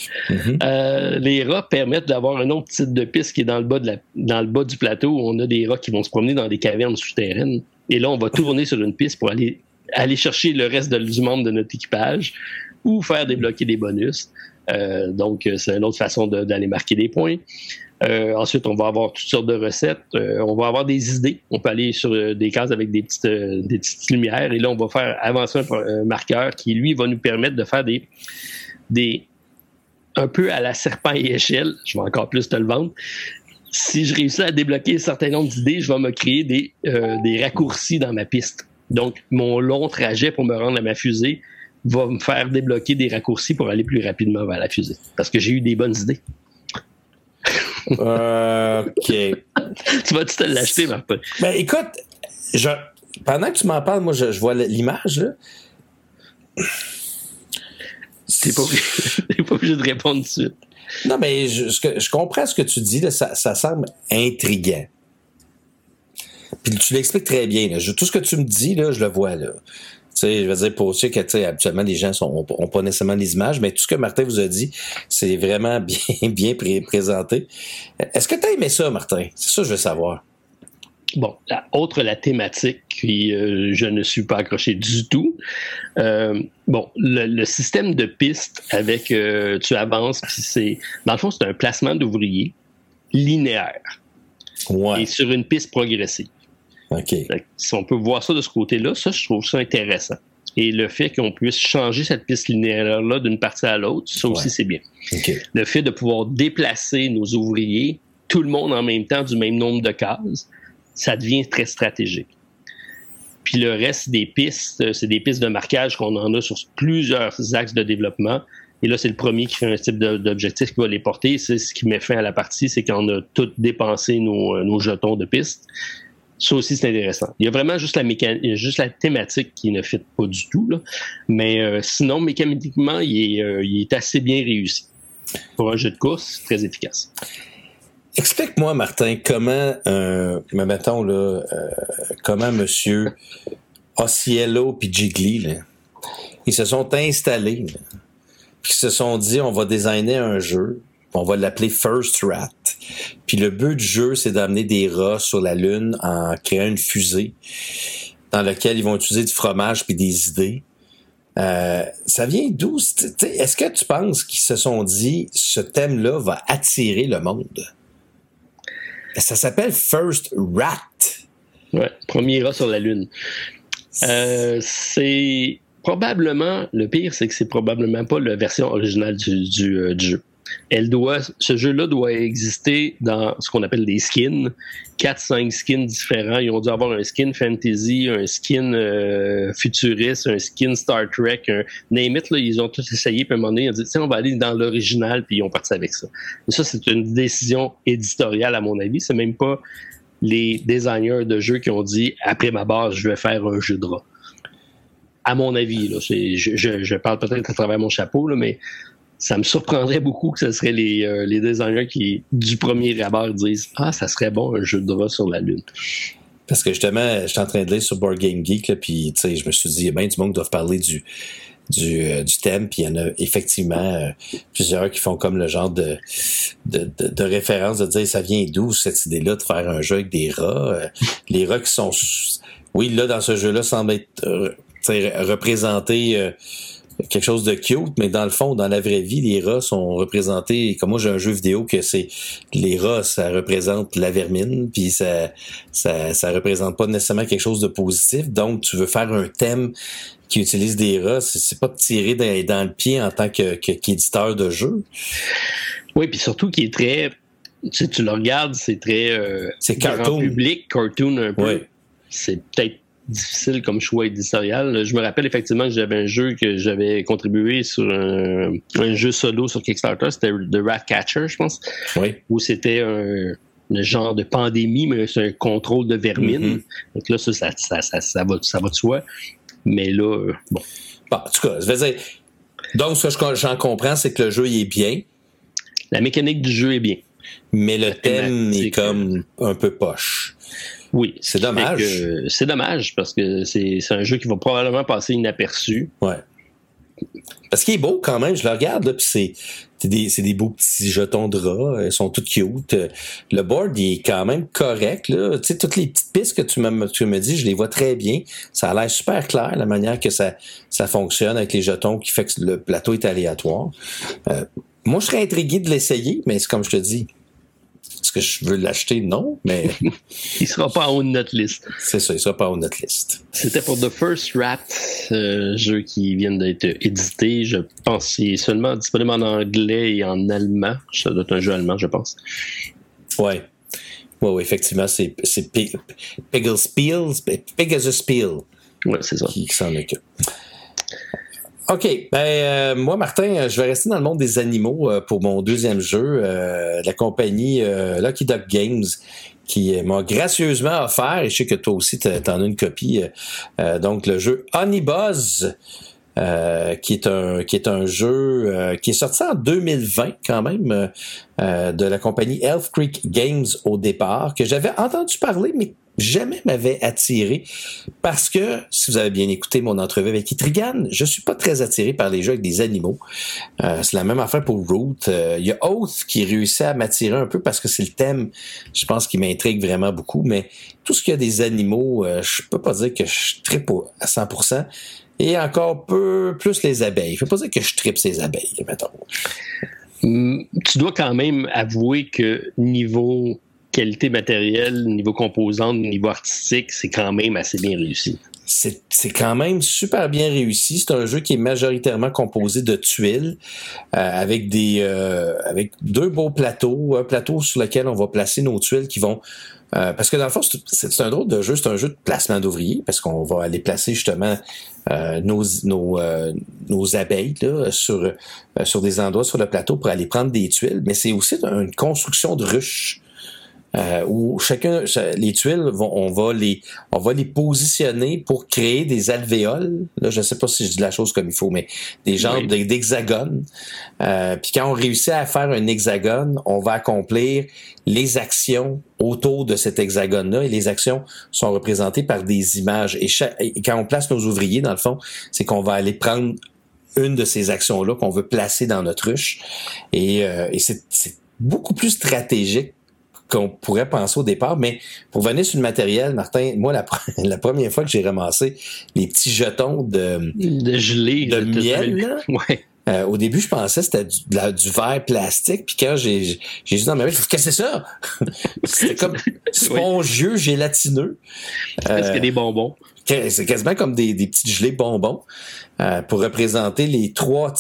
Les rats permettent d'avoir un autre type de piste qui est dans le bas du plateau, où on a des rats qui vont se promener dans des cavernes souterraines. Et là, on va tourner sur une piste pour aller chercher le reste du membre de notre équipage ou faire débloquer des bonus. Donc, c'est une autre façon d'aller marquer des points. Ensuite, on va avoir toutes sortes de recettes. On va avoir des idées. On peut aller sur des cases avec des petites lumières. Et là, on va faire avancer un marqueur qui, lui, va nous permettre de faire des un peu à la serpent et échelle. Je vais encore plus te le vendre. Si je réussis à débloquer un certain nombre d'idées, je vais me créer des raccourcis dans ma piste. Donc, mon long trajet pour me rendre à ma fusée va me faire débloquer des raccourcis pour aller plus rapidement vers la fusée. Parce que j'ai eu des bonnes idées. OK. Tu vas-tu te l'acheter, Martin? Ben, écoute, pendant que tu m'en parles, moi, je vois l'image, là. T'es pas obligé de répondre tout de suite. Non, mais je comprends ce que tu dis, là, ça semble intriguant. Puis tu l'expliques très bien, là. Tout ce que tu me dis, là, je le vois, là. Tu sais, je veux dire, pour ceux que, habituellement, les gens ont pas nécessairement les images, mais tout ce que Martin vous a dit, c'est vraiment bien présenté. Est-ce que tu as aimé ça, Martin? C'est ça que je veux savoir. Bon, la thématique, puis je ne suis pas accroché du tout. Le système de pistes avec tu avances, puis dans le fond, c'est un placement d'ouvriers linéaire. Ouais. Et sur une piste progressive. OK. Si on peut voir ça de ce côté-là, ça, je trouve ça intéressant. Et le fait qu'on puisse changer cette piste linéaire-là d'une partie à l'autre, ça aussi, c'est bien. Okay. Le fait de pouvoir déplacer nos ouvriers, tout le monde en même temps, du même nombre de cases, ça devient très stratégique. Puis le reste des pistes, c'est des pistes de marquage qu'on en a sur plusieurs axes de développement. Et là, c'est le premier qui fait un type d'objectif qui va les porter. C'est ce qui met fin à la partie, c'est qu'on a tout dépensé nos jetons de piste. Ça aussi, c'est intéressant. Il y a vraiment juste juste la thématique qui ne fit pas du tout, là. Mais sinon, mécaniquement, il est assez bien réussi. Pour un jeu de course, très efficace. Explique-moi, Martin, comment, mettons, là, comment monsieur Osiello puis Jiggly, là, ils se sont installés, là, puis ils se sont dit, on va designer un jeu, on va l'appeler First Rat. Puis le but du jeu, c'est d'amener des rats sur la Lune en créant une fusée dans laquelle ils vont utiliser du fromage puis des idées. Ça vient d'où? Est-ce que tu penses qu'ils se sont dit, ce thème-là va attirer le monde? Ça s'appelle First Rat. Ouais, premier rat sur la Lune. C'est probablement, le pire, c'est que c'est probablement pas la version originale du jeu. Ce jeu-là doit exister dans ce qu'on appelle des skins, 4-5 skins différents. Ils ont dû avoir un skin fantasy, un skin futuriste, un skin Star Trek, un name it, là, ils ont tous essayé, puis à un moment donné, ils ont dit, tiens, on va aller dans l'original, puis ils ont parti avec ça. Et ça, c'est une décision éditoriale, à mon avis. C'est même pas les designers de jeux qui ont dit, après ma base, je vais faire un jeu de rat. À mon avis, là, je parle peut-être à travers mon chapeau, là, mais ça me surprendrait beaucoup que ce serait les designers qui, du premier abord, disent « Ah, ça serait bon, un jeu de rat sur la Lune. » Parce que justement, je suis en train de lire sur Board Game Geek, puis tu sais, je me suis dit, il y a bien du monde qui doivent parler du thème, puis il y en a effectivement plusieurs qui font comme le genre de référence, de dire ça vient d'où cette idée-là de faire un jeu avec des rats. Les rats qui sont... Oui, là, dans ce jeu-là, semblent être représentés... quelque chose de cute, mais dans le fond, dans la vraie vie, les rats sont représentés, comme moi j'ai un jeu vidéo que c'est les rats, ça représente la vermine, puis ça représente pas nécessairement quelque chose de positif. Donc tu veux faire un thème qui utilise des rats, c'est pas de tirer dans le pied en tant qu'éditeur de jeu. Oui, puis surtout qui est très, tu le regardes, c'est très c'est cartoon public, cartoon un peu. Oui. C'est peut-être difficile comme choix éditorial. Je me rappelle effectivement que j'avais un jeu que j'avais contribué sur un jeu solo sur Kickstarter, c'était The Ratcatcher, je pense, oui. Où c'était un genre de pandémie, mais c'est un contrôle de vermine. Donc là, ça va de soi. Mais là, bon. Bon, en tout cas, je veux dire, donc ce que j'en comprends, c'est que le jeu il est bien. La mécanique du jeu est bien. Mais le thème est comme un peu poche. Oui. C'est dommage. C'est dommage parce que c'est un jeu qui va probablement passer inaperçu. Ouais. Parce qu'il est beau quand même, je le regarde, là, puis c'est des beaux petits jetons de rats, ils sont tous cute. Le board, il est quand même correct, là. Tu sais, toutes les petites pistes que tu me dis, je les vois très bien. Ça a l'air super clair, la manière que ça fonctionne avec les jetons qui fait que le plateau est aléatoire. Moi, je serais intrigué de l'essayer, mais c'est comme je te dis. Est-ce que je veux l'acheter? Non, mais... Il sera pas en haut de notre liste. C'est ça, il sera pas en haut de notre liste. C'était pour The First Rat, jeu qui vient d'être édité. Je pense qu'il est seulement disponible en anglais et en allemand. Ça doit être un jeu allemand, je pense. Ouais. Ouais, effectivement, c'est Pegasus Spiel. Ouais, c'est ça. Qui s'en occupe. OK. Moi, Martin, je vais rester dans le monde des animaux pour mon deuxième jeu, la compagnie Lucky Duck Games, qui m'a gracieusement offert, et je sais que toi aussi, t'en as une copie, donc le jeu Honey Buzz, qui est un jeu qui est sorti en 2020 quand même, de la compagnie Elf Creek Games au départ, que j'avais entendu parler, mais jamais m'avait attiré parce que, si vous avez bien écouté mon entrevue avec Itrigan, je suis pas très attiré par les jeux avec des animaux. C'est la même affaire pour Root. Il y a Oath qui réussit à m'attirer un peu parce que c'est le thème, je pense, qui m'intrigue vraiment beaucoup, mais tout ce qui a des animaux, je peux pas dire que je trippe à 100%. Et encore peu plus les abeilles. Je peux pas dire que je trippe ces abeilles, mettons. Tu dois quand même avouer que niveau qualité matérielle, niveau composante, niveau artistique, c'est quand même assez bien réussi. C'est quand même super bien réussi. C'est un jeu qui est majoritairement composé de tuiles, avec avec deux beaux plateaux, un plateau sur lequel on va placer nos tuiles qui vont parce que dans le fond, c'est un drôle de jeu, c'est un jeu de placement d'ouvriers, parce qu'on va aller placer justement nos abeilles là, sur des endroits sur le plateau pour aller prendre des tuiles, mais c'est aussi une construction de ruches. où les tuiles, on va les positionner pour créer des alvéoles. Là, je sais pas si je dis la chose comme il faut, mais des genres d'hexagones. Puis quand on réussit à faire un hexagone, on va accomplir les actions autour de cet hexagone-là, et les actions sont représentées par des images. Et quand on place nos ouvriers, dans le fond, c'est qu'on va aller prendre une de ces actions-là qu'on veut placer dans notre ruche. Et c'est beaucoup plus stratégique qu'on pourrait penser au départ, mais pour venir sur le matériel, Martin, moi, la première fois que j'ai ramassé les petits jetons de gelée, de miel, là, ouais. Au début, je pensais que c'était du verre plastique, puis quand j'ai vu dans ma main, je me suis dit, qu'est-ce que c'est ça? C'était comme spongieux, gélatineux. C'est presque des bonbons. C'est quasiment comme des petits gelées bonbons pour représenter les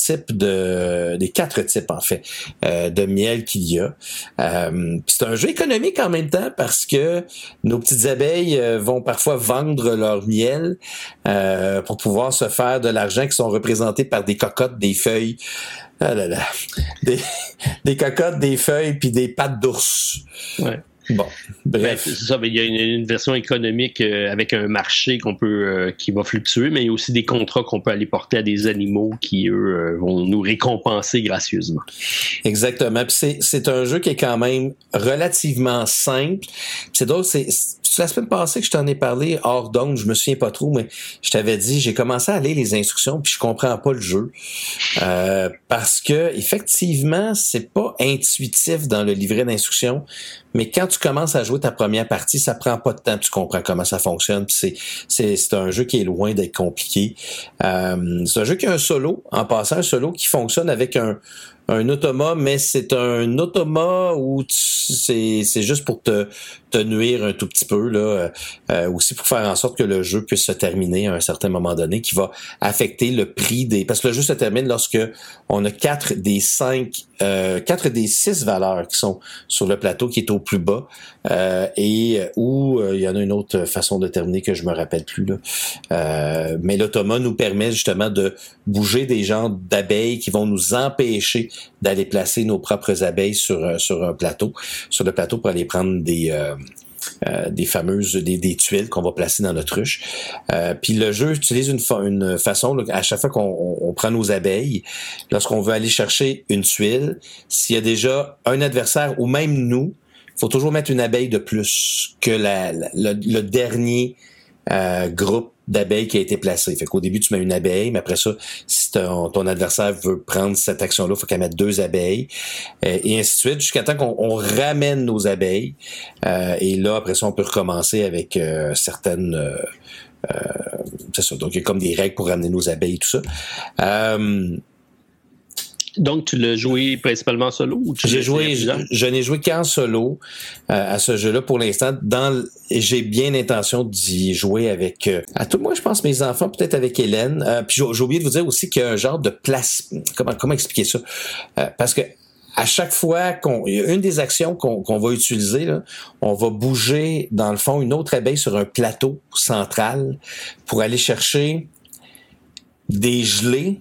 quatre types en fait de miel qu'il y a. C'est un jeu économique en même temps parce que nos petites abeilles vont parfois vendre leur miel pour pouvoir se faire de l'argent, qui sont représentés par des cocottes, des feuilles. Ah là là. Des cocottes, des feuilles puis des pattes d'ours. Ouais. Bon, bref. C'est ça, mais il y a une version économique avec un marché qui va fluctuer, mais il y a aussi des contrats qu'on peut aller porter à des animaux qui, eux, vont nous récompenser gracieusement. Exactement. Puis c'est un jeu qui est quand même relativement simple. Puis c'est drôle, c'est la semaine passée que je t'en ai parlé hors d'onde, je me souviens pas trop, mais je t'avais dit, j'ai commencé à lire les instructions puis je comprends pas le jeu. Parce que effectivement, c'est pas intuitif dans le livret d'instructions. Mais quand tu commences à jouer ta première partie, ça prend pas de temps, tu comprends comment ça fonctionne. Puis c'est un jeu qui est loin d'être compliqué. C'est un jeu qui a un solo, en passant, un solo qui fonctionne avec un automa, mais c'est un automa où c'est juste pour te nuire un tout petit peu, là, aussi pour faire en sorte que le jeu puisse se terminer à un certain moment donné, qui va affecter le prix parce que le jeu se termine lorsque on a 4 des 6 valeurs qui sont sur le plateau qui est au plus bas, et où il y en a une autre façon de terminer que je me rappelle plus, là. Mais l'automa nous permet justement de bouger des genres d'abeilles qui vont nous empêcher d'aller placer nos propres abeilles sur le plateau pour aller prendre des fameuses des tuiles qu'on va placer dans notre ruche. Puis le jeu utilise une façon là, à chaque fois qu'on prend nos abeilles, lorsqu'on veut aller chercher une tuile, s'il y a déjà un adversaire ou même nous, il faut toujours mettre une abeille de plus que le dernier groupe d'abeilles qui a été placé. Fait qu'au début, tu mets une abeille, mais après ça, si ton adversaire veut prendre cette action-là, il faut qu'elle mette 2 abeilles, et ainsi de suite, jusqu'à temps qu'on ramène nos abeilles. Et là, après ça, on peut recommencer avec certaines... c'est ça, donc il y a comme des règles pour ramener nos abeilles et tout ça. Donc, tu l'as joué principalement en solo? Ou je n'ai joué qu'en solo à ce jeu-là pour l'instant. J'ai bien l'intention d'y jouer avec, à tout le moins, je pense, mes enfants, peut-être avec Hélène. Puis j'ai oublié de vous dire aussi qu'il y a un genre de place. Comment expliquer ça? Parce que à chaque fois une des actions qu'on va utiliser, là, on va bouger, dans le fond, une autre abeille sur un plateau central pour aller chercher des gelées,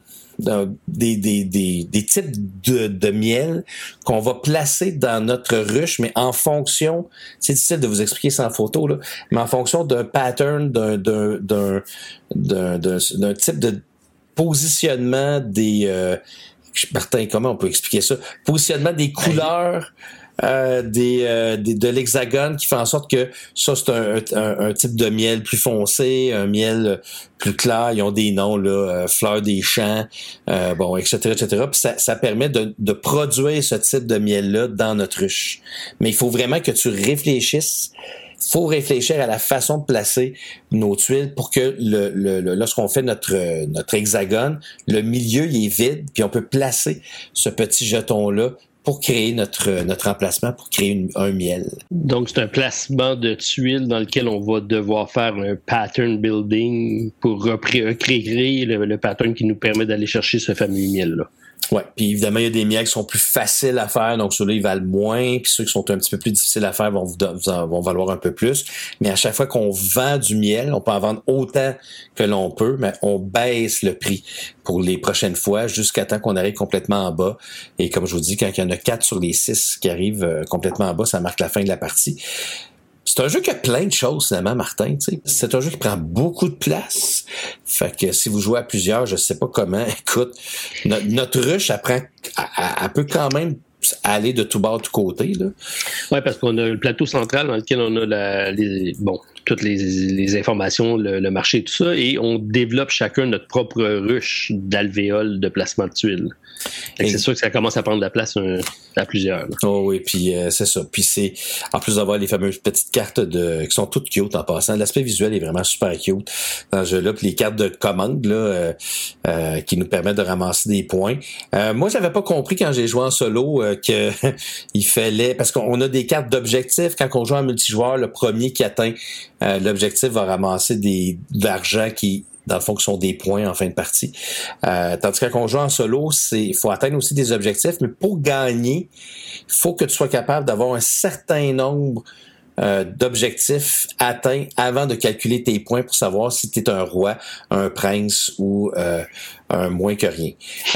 des types de miel qu'on va placer dans notre ruche, mais en fonction, c'est difficile de vous expliquer sans photo, là, mais en fonction d'un pattern, d'un type de positionnement Martin, comment on peut expliquer ça? Positionnement des couleurs de l'hexagone qui fait en sorte que ça, c'est un type de miel plus foncé, un miel plus clair. Ils ont des noms, là, fleurs des champs, etc., etc. Puis ça permet de produire ce type de miel-là dans notre ruche. Mais il faut vraiment que tu réfléchisses. Il faut réfléchir à la façon de placer nos tuiles pour que lorsqu'on fait notre hexagone, le milieu il est vide, puis on peut placer ce petit jeton-là pour créer notre emplacement, pour créer un miel. Donc, c'est un placement de tuiles dans lequel on va devoir faire un pattern building pour recréer le pattern qui nous permet d'aller chercher ce fameux miel-là. Ouais, puis évidemment, il y a des miels qui sont plus faciles à faire, donc ceux-là, ils valent moins, puis ceux qui sont un petit peu plus difficiles à faire vont valoir un peu plus. Mais à chaque fois qu'on vend du miel, on peut en vendre autant que l'on peut, mais on baisse le prix pour les prochaines fois jusqu'à temps qu'on arrive complètement en bas. Et comme je vous dis, quand il y en a 4 sur les 6 qui arrivent complètement en bas, ça marque la fin de la partie. C'est un jeu qui a plein de choses, finalement, Martin. T'sais. C'est un jeu qui prend beaucoup de place. Fait que si vous jouez à plusieurs, je sais pas comment. Écoute, notre ruche, elle peut quand même aller de tout bord, de tout côté. Oui, parce qu'on a le plateau central dans lequel on a toutes les informations, le marché, tout ça, et on développe chacun notre propre ruche d'alvéoles de placement de tuiles. C'est sûr que ça commence à prendre de la place à plusieurs. Là. Oh oui, puis c'est ça. Puis c'est en plus d'avoir les fameuses petites cartes qui sont toutes cute en passant. L'aspect visuel est vraiment super cute dans ce jeu-là. Puis les cartes de commande là, qui nous permettent de ramasser des points. Moi, j'avais pas compris quand j'ai joué en solo que il fallait, parce qu'on a des cartes d'objectifs. Quand on joue en multijoueur, le premier qui atteint l'objectif va ramasser de l'argent qui dans le fond, qui sont des points en fin de partie. Tandis que quand on joue en solo, il faut atteindre aussi des objectifs, mais pour gagner, il faut que tu sois capable d'avoir un certain nombre d'objectifs atteints avant de calculer tes points pour savoir si tu es un roi, un prince ou un moins que rien.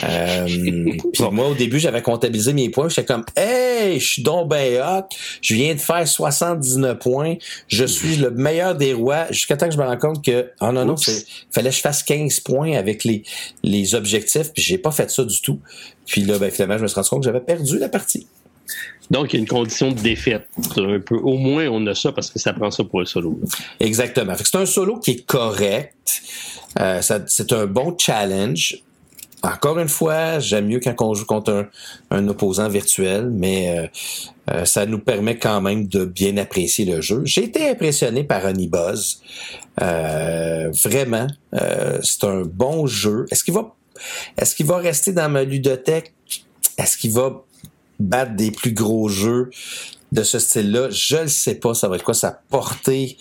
Puis moi, au début, j'avais comptabilisé mes points. J'étais comme, hey, je suis donc ben hot. Je viens de faire 79 points. Je suis le meilleur des rois. Jusqu'à temps que je me rends compte que, fallait que je fasse 15 points avec les objectifs. Puis j'ai pas fait ça du tout. Puis là, finalement, je me suis rendu compte que j'avais perdu la partie. Donc, il y a une condition de défaite. Un peu, au moins, on a ça parce que ça prend ça pour le solo. Exactement. Fait que c'est un solo qui est correct. C'est un bon challenge. Encore une fois, j'aime mieux quand on joue contre un opposant virtuel, mais ça nous permet quand même de bien apprécier le jeu. J'ai été impressionné par Honeybuzz. Vraiment, c'est un bon jeu. Est-ce qu'il va rester dans ma ludothèque? Est-ce qu'il va battre des plus gros jeux de ce style-là? Je le sais pas, ça va être quoi sa portée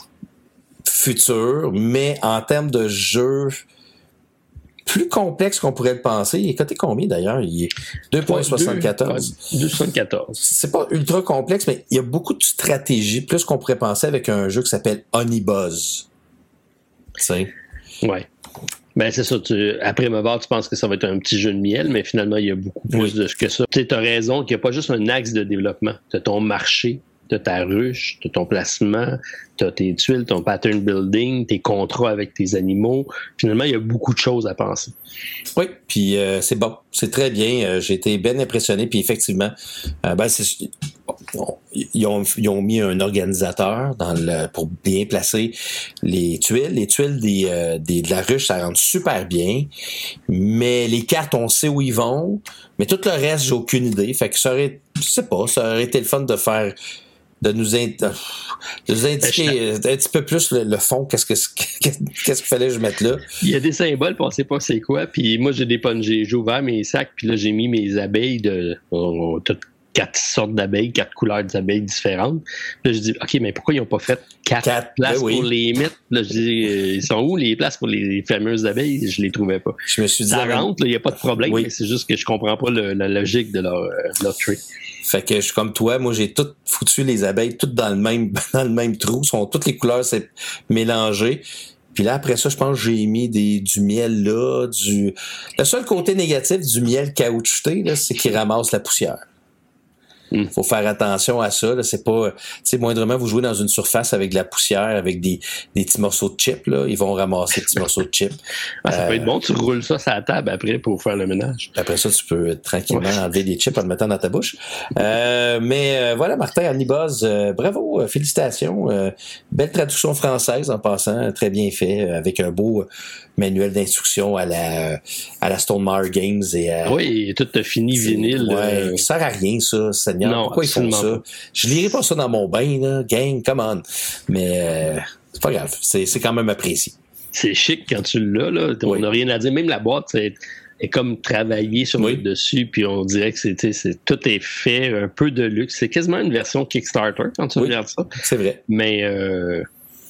future, mais en termes de jeu plus complexe qu'on pourrait le penser, il est coté combien d'ailleurs? Il est 2.74. 2.74. C'est pas ultra complexe, mais il y a beaucoup de stratégie, plus qu'on pourrait penser avec un jeu qui s'appelle Honeybuzz. Tu sais? Ouais. Ben c'est ça, après me voir, tu penses que ça va être un petit jeu de miel, mais finalement, il y a beaucoup plus de que ça. Tu as raison qu'il n'y a pas juste un axe de développement. Tu as ton marché, tu as ta ruche, tu as ton placement, tu as tes tuiles, ton pattern building, tes contrats avec tes animaux. Finalement, il y a beaucoup de choses à penser. Oui, puis c'est bon, c'est très bien. J'ai été bien impressionné, puis effectivement, ils ont mis un organisateur pour bien placer les tuiles. Les tuiles de la ruche, ça rentre super bien, mais les cartes, on sait où ils vont, mais tout le reste, j'ai aucune idée. Fait que ça aurait été le fun de nous indiquer un petit peu plus le fond, qu'est-ce qu'il fallait que je mette là. Il y a des symboles, puis on sait pas c'est quoi, puis moi j'ai ouvert mes sacs, puis là j'ai mis mes abeilles toutes 4 sortes d'abeilles, 4 couleurs d'abeilles différentes. Puis là je dis, OK, mais pourquoi ils n'ont pas fait 4 places pour les mettre? Là je dis, ils sont où les places pour les fameuses abeilles? Je les trouvais pas. Je me suis dit, ça rentre, il n'y a pas de problème, mais c'est juste que je comprends pas la logique de leur tree. Fait que je suis comme toi, moi j'ai tout foutu les abeilles toutes dans le même trou, toutes les couleurs c'est mélangé. Puis là après ça, je pense que j'ai mis du miel là, le seul côté négatif du miel caoutchouté là, c'est qu'il ramasse la poussière. Faut faire attention à ça. Là. C'est pas, tu sais, moindrement vous jouez dans une surface avec de la poussière, avec des petits morceaux de chips là, ils vont ramasser des petits morceaux de chips. Ça peut être bon. Tu roules ça sur la table après pour faire le ménage. Après ça, tu peux tranquillement enlever les chips en le mettant dans ta bouche. Mais voilà, Martin Honeybuzz, bravo, félicitations. Belle traduction française en passant, très bien fait, avec un beau manuel d'instruction à la Stonemaier Games et oui, tout fini vinyle. Ouais, ça sert à rien ça, Seigneur. Non, pourquoi ils font ça? Je lirai pas ça dans mon bain, là, gang, come on. Mais c'est pas grave, c'est quand même apprécié. C'est chic quand tu l'as, là. On n'a rien à dire. Même la boîte, est comme travaillée sur le dessus, puis on dirait que tout est fait un peu de luxe. C'est quasiment une version Kickstarter quand tu regardes ça. C'est vrai. Mais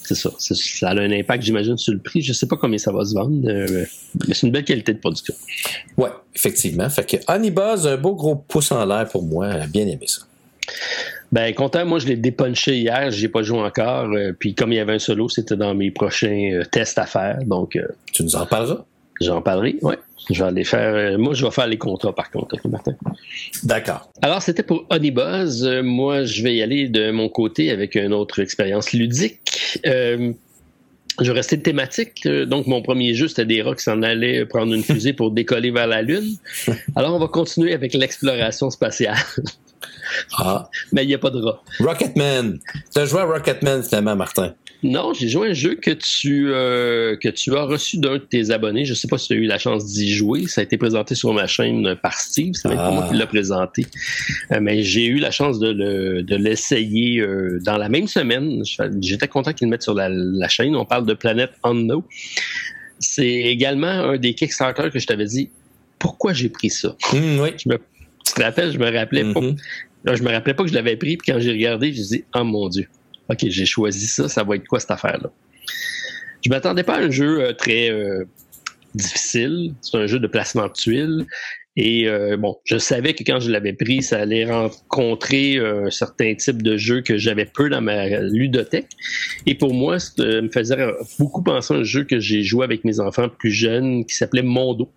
c'est ça. Ça a un impact, j'imagine, sur le prix. Je sais pas combien ça va se vendre, mais c'est une belle qualité de production. Ouais, effectivement. Fait que Honey Buzz, un beau gros pouce en l'air pour moi. Bien aimé ça. Ben, content. Moi, je l'ai dépunché hier. J'ai pas joué encore. Puis comme il y avait un solo, c'était dans mes prochains tests à faire. Donc, tu nous en parleras? J'en parlerai, oui. Je vais aller faire... moi, je vais faire les contrats, par contre, avec Martin. D'accord. Alors, c'était pour Honey Buzz. Moi, je vais y aller de mon côté avec une autre expérience ludique. Je vais rester thématique. Donc, mon premier jeu, c'était des rats qui s'en allaient prendre une fusée pour décoller vers la Lune. Alors, on va continuer avec l'exploration spatiale. Ah. Mais il n'y a pas de rats. Rocketman. Tu as joué à Rocketman, finalement, Martin? Non, j'ai joué à un jeu que tu as reçu d'un de tes abonnés. Je ne sais pas si tu as eu la chance d'y jouer. Ça a été présenté sur ma chaîne par Steve. C'est même pas moi qui l'ai présenté. Mais j'ai eu la chance de l'essayer dans la même semaine. J'étais content qu'ils le mettent sur la chaîne. On parle de Planet Unknown. C'est également un des Kickstarter que je t'avais dit. Pourquoi j'ai pris ça? Oui. Tu te rappelles, je me rappelais pas. Je me rappelais pas que je l'avais pris. Puis quand j'ai regardé, je me dit, oh mon Dieu. OK, j'ai choisi ça va être quoi cette affaire-là? Je m'attendais pas à un jeu très difficile. C'est un jeu de placement de tuiles. Et je savais que quand je l'avais pris, ça allait rencontrer un certain type de jeu que j'avais peu dans ma ludothèque. Et pour moi, ça me faisait beaucoup penser à un jeu que j'ai joué avec mes enfants plus jeunes qui s'appelait Mondo.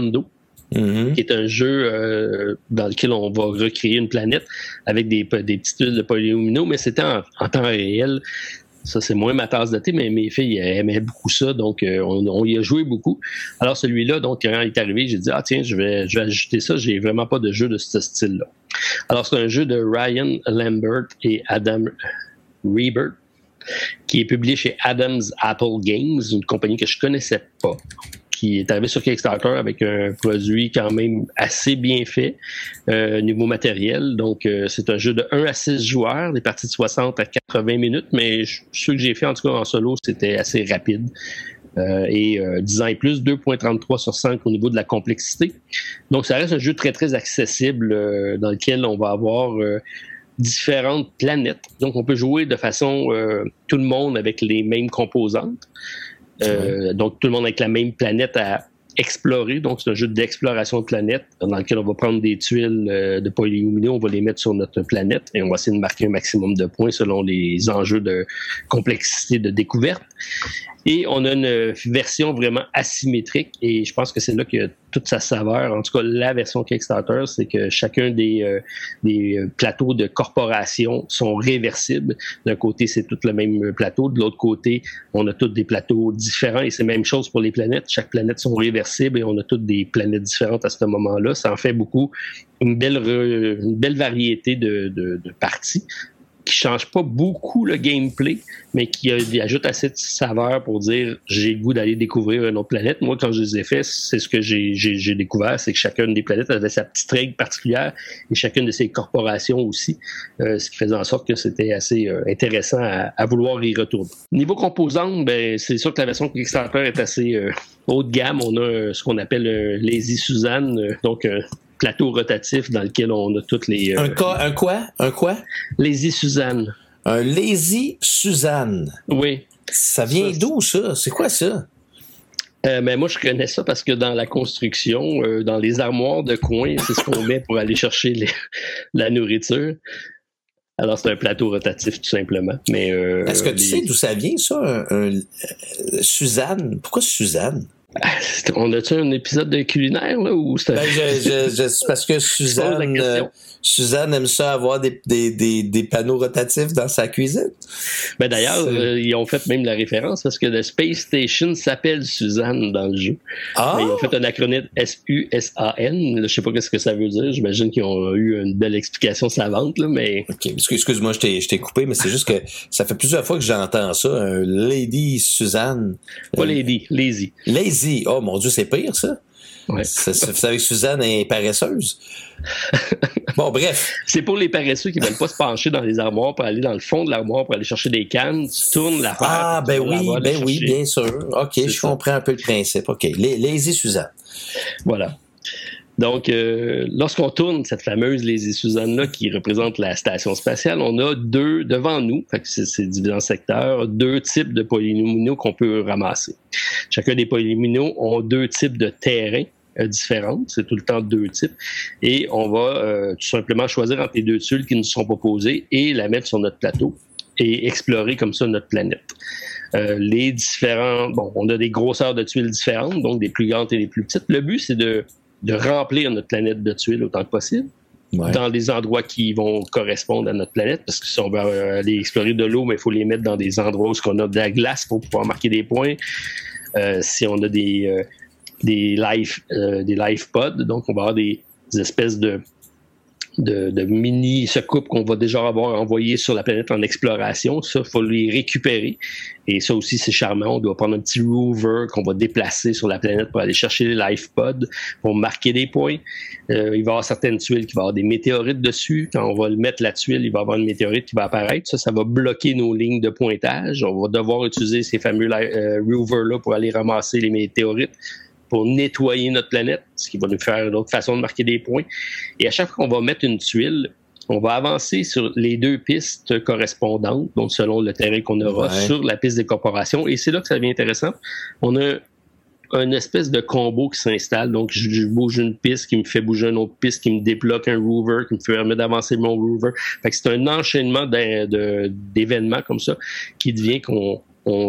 Qui est un jeu dans lequel on va recréer une planète avec des petites tuiles de polyomino, mais c'était en temps réel. Ça, c'est moins ma tasse de thé, mais mes filles aimaient beaucoup ça, donc on y a joué beaucoup. Alors celui-là, donc quand il est arrivé, j'ai dit « Ah tiens, je vais ajouter ça, j'ai vraiment pas de jeu de ce style-là. » Alors c'est un jeu de Ryan Lambert et Adam Rebert, qui est publié chez Adams Apple Games, une compagnie que je connaissais pas, qui est arrivé sur Kickstarter avec un produit quand même assez bien fait niveau matériel. Donc, c'est un jeu de 1 à 6 joueurs, des parties de 60 à 80 minutes, mais ceux que j'ai fait, en tout cas en solo, c'était assez rapide. 10 ans et plus, 2.33 sur 5 au niveau de la complexité. Donc, ça reste un jeu très, très accessible dans lequel on va avoir différentes planètes. Donc, on peut jouer de façon tout le monde avec les mêmes composantes. Donc, tout le monde avec la même planète à explorer. Donc, c'est un jeu d'exploration de planète dans lequel on va prendre des tuiles de polyomino, on va les mettre sur notre planète et on va essayer de marquer un maximum de points selon les enjeux de complexité de découverte. Et on a une version vraiment asymétrique et je pense que c'est là qu'il y a toute sa saveur. En tout cas, la version Kickstarter, c'est que chacun des plateaux de corporation sont réversibles. D'un côté, c'est tout le même plateau. De l'autre côté, on a tous des plateaux différents et c'est la même chose pour les planètes. Chaque planète sont réversibles et on a toutes des planètes différentes à ce moment-là. Ça en fait beaucoup une belle variété de parties qui change pas beaucoup le gameplay, mais qui ajoute assez de saveur pour dire j'ai le goût d'aller découvrir une autre planète. Moi, quand je les ai fait, c'est ce que j'ai découvert, c'est que chacune des planètes avait sa petite règle particulière et chacune de ses corporations aussi, ce qui faisait en sorte que c'était assez intéressant à vouloir y retourner. Niveau composantes, ben c'est sûr que la version Kickstarter est assez haut de gamme. On a ce qu'on appelle Lazy Suzanne, donc plateau rotatif dans lequel on a toutes les... Un quoi? Lazy Suzanne. Un Lazy Suzanne. Oui. Ça vient d'où, ça? C'est quoi ça? Mais moi, je connais ça parce que dans la construction, dans les armoires de coin, c'est ce qu'on met pour aller chercher la nourriture. Alors, c'est un plateau rotatif, tout simplement. Mais est-ce que tu sais d'où ça vient, ça? Suzanne? Pourquoi Suzanne? On a-tu un épisode de culinaire, là, ou c'est parce que Suzanne aime ça avoir des panneaux rotatifs dans sa cuisine. Ben d'ailleurs, ils ont fait même la référence parce que le Space Station s'appelle Suzanne dans le jeu. Ah! Mais ils ont fait un acronyme SUSAN. Je sais pas ce que ça veut dire. J'imagine qu'ils ont eu une belle explication savante, là, mais... OK. Excuse-moi, je t'ai coupé, mais c'est juste que ça fait plusieurs fois que j'entends ça. Un Lady Suzanne. Pas Lady, Lazy. Lazy. Oh mon Dieu, c'est pire, ça. Ouais. C'est avec Suzanne est paresseuse. Bon, bref. C'est pour les paresseux qui ne veulent pas se pencher dans les armoires pour aller dans le fond de l'armoire pour aller chercher des cannes. Tu tournes l'affaire. Ah, ben oui, bien sûr. OK, je comprends un peu le principe. OK, Lazy Suzanne. Voilà. Donc, lorsqu'on tourne cette fameuse Lazy Susan-là qui représente la station spatiale, on a devant nous, fait que c'est divisé en secteurs, 2 types de polynomiaux qu'on peut ramasser. Chacun des polynomiaux ont 2 types de terrains différentes, c'est tout le temps 2 types, et on va tout simplement choisir entre les 2 tuiles qui nous sont proposées et la mettre sur notre plateau et explorer comme ça notre planète. Les différents, on a des grosseurs de tuiles différentes, donc des plus grandes et des plus petites. Le but, c'est de remplir notre planète de tuiles autant que possible, dans des endroits qui vont correspondre à notre planète, parce que si on veut aller explorer de l'eau, mais il faut les mettre dans des endroits où on a de la glace pour pouvoir marquer des points. Si on a des life pods, donc on va avoir des espèces de mini secoupes qu'on va déjà avoir envoyées sur la planète en exploration. Ça, il faut les récupérer. Et ça aussi, c'est charmant. On doit prendre un petit rover qu'on va déplacer sur la planète pour aller chercher les life pods, pour marquer des points. Il va y avoir certaines tuiles qui vont avoir des météorites dessus. Quand on va le mettre la tuile, il va y avoir une météorite qui va apparaître. Ça va bloquer nos lignes de pointage. On va devoir utiliser ces fameux rovers-là pour aller ramasser les météorites, pour nettoyer notre planète, ce qui va nous faire une autre façon de marquer des points. Et à chaque fois qu'on va mettre une tuile, on va avancer sur les 2 pistes correspondantes, donc selon le terrain qu'on aura sur la piste des corporations. Et c'est là que ça devient intéressant. On a une espèce de combo qui s'installe. Donc, je bouge une piste qui me fait bouger une autre piste, qui me débloque un rover, qui me permet d'avancer mon rover. Fait que c'est un enchaînement d'événements comme ça qui devient qu'on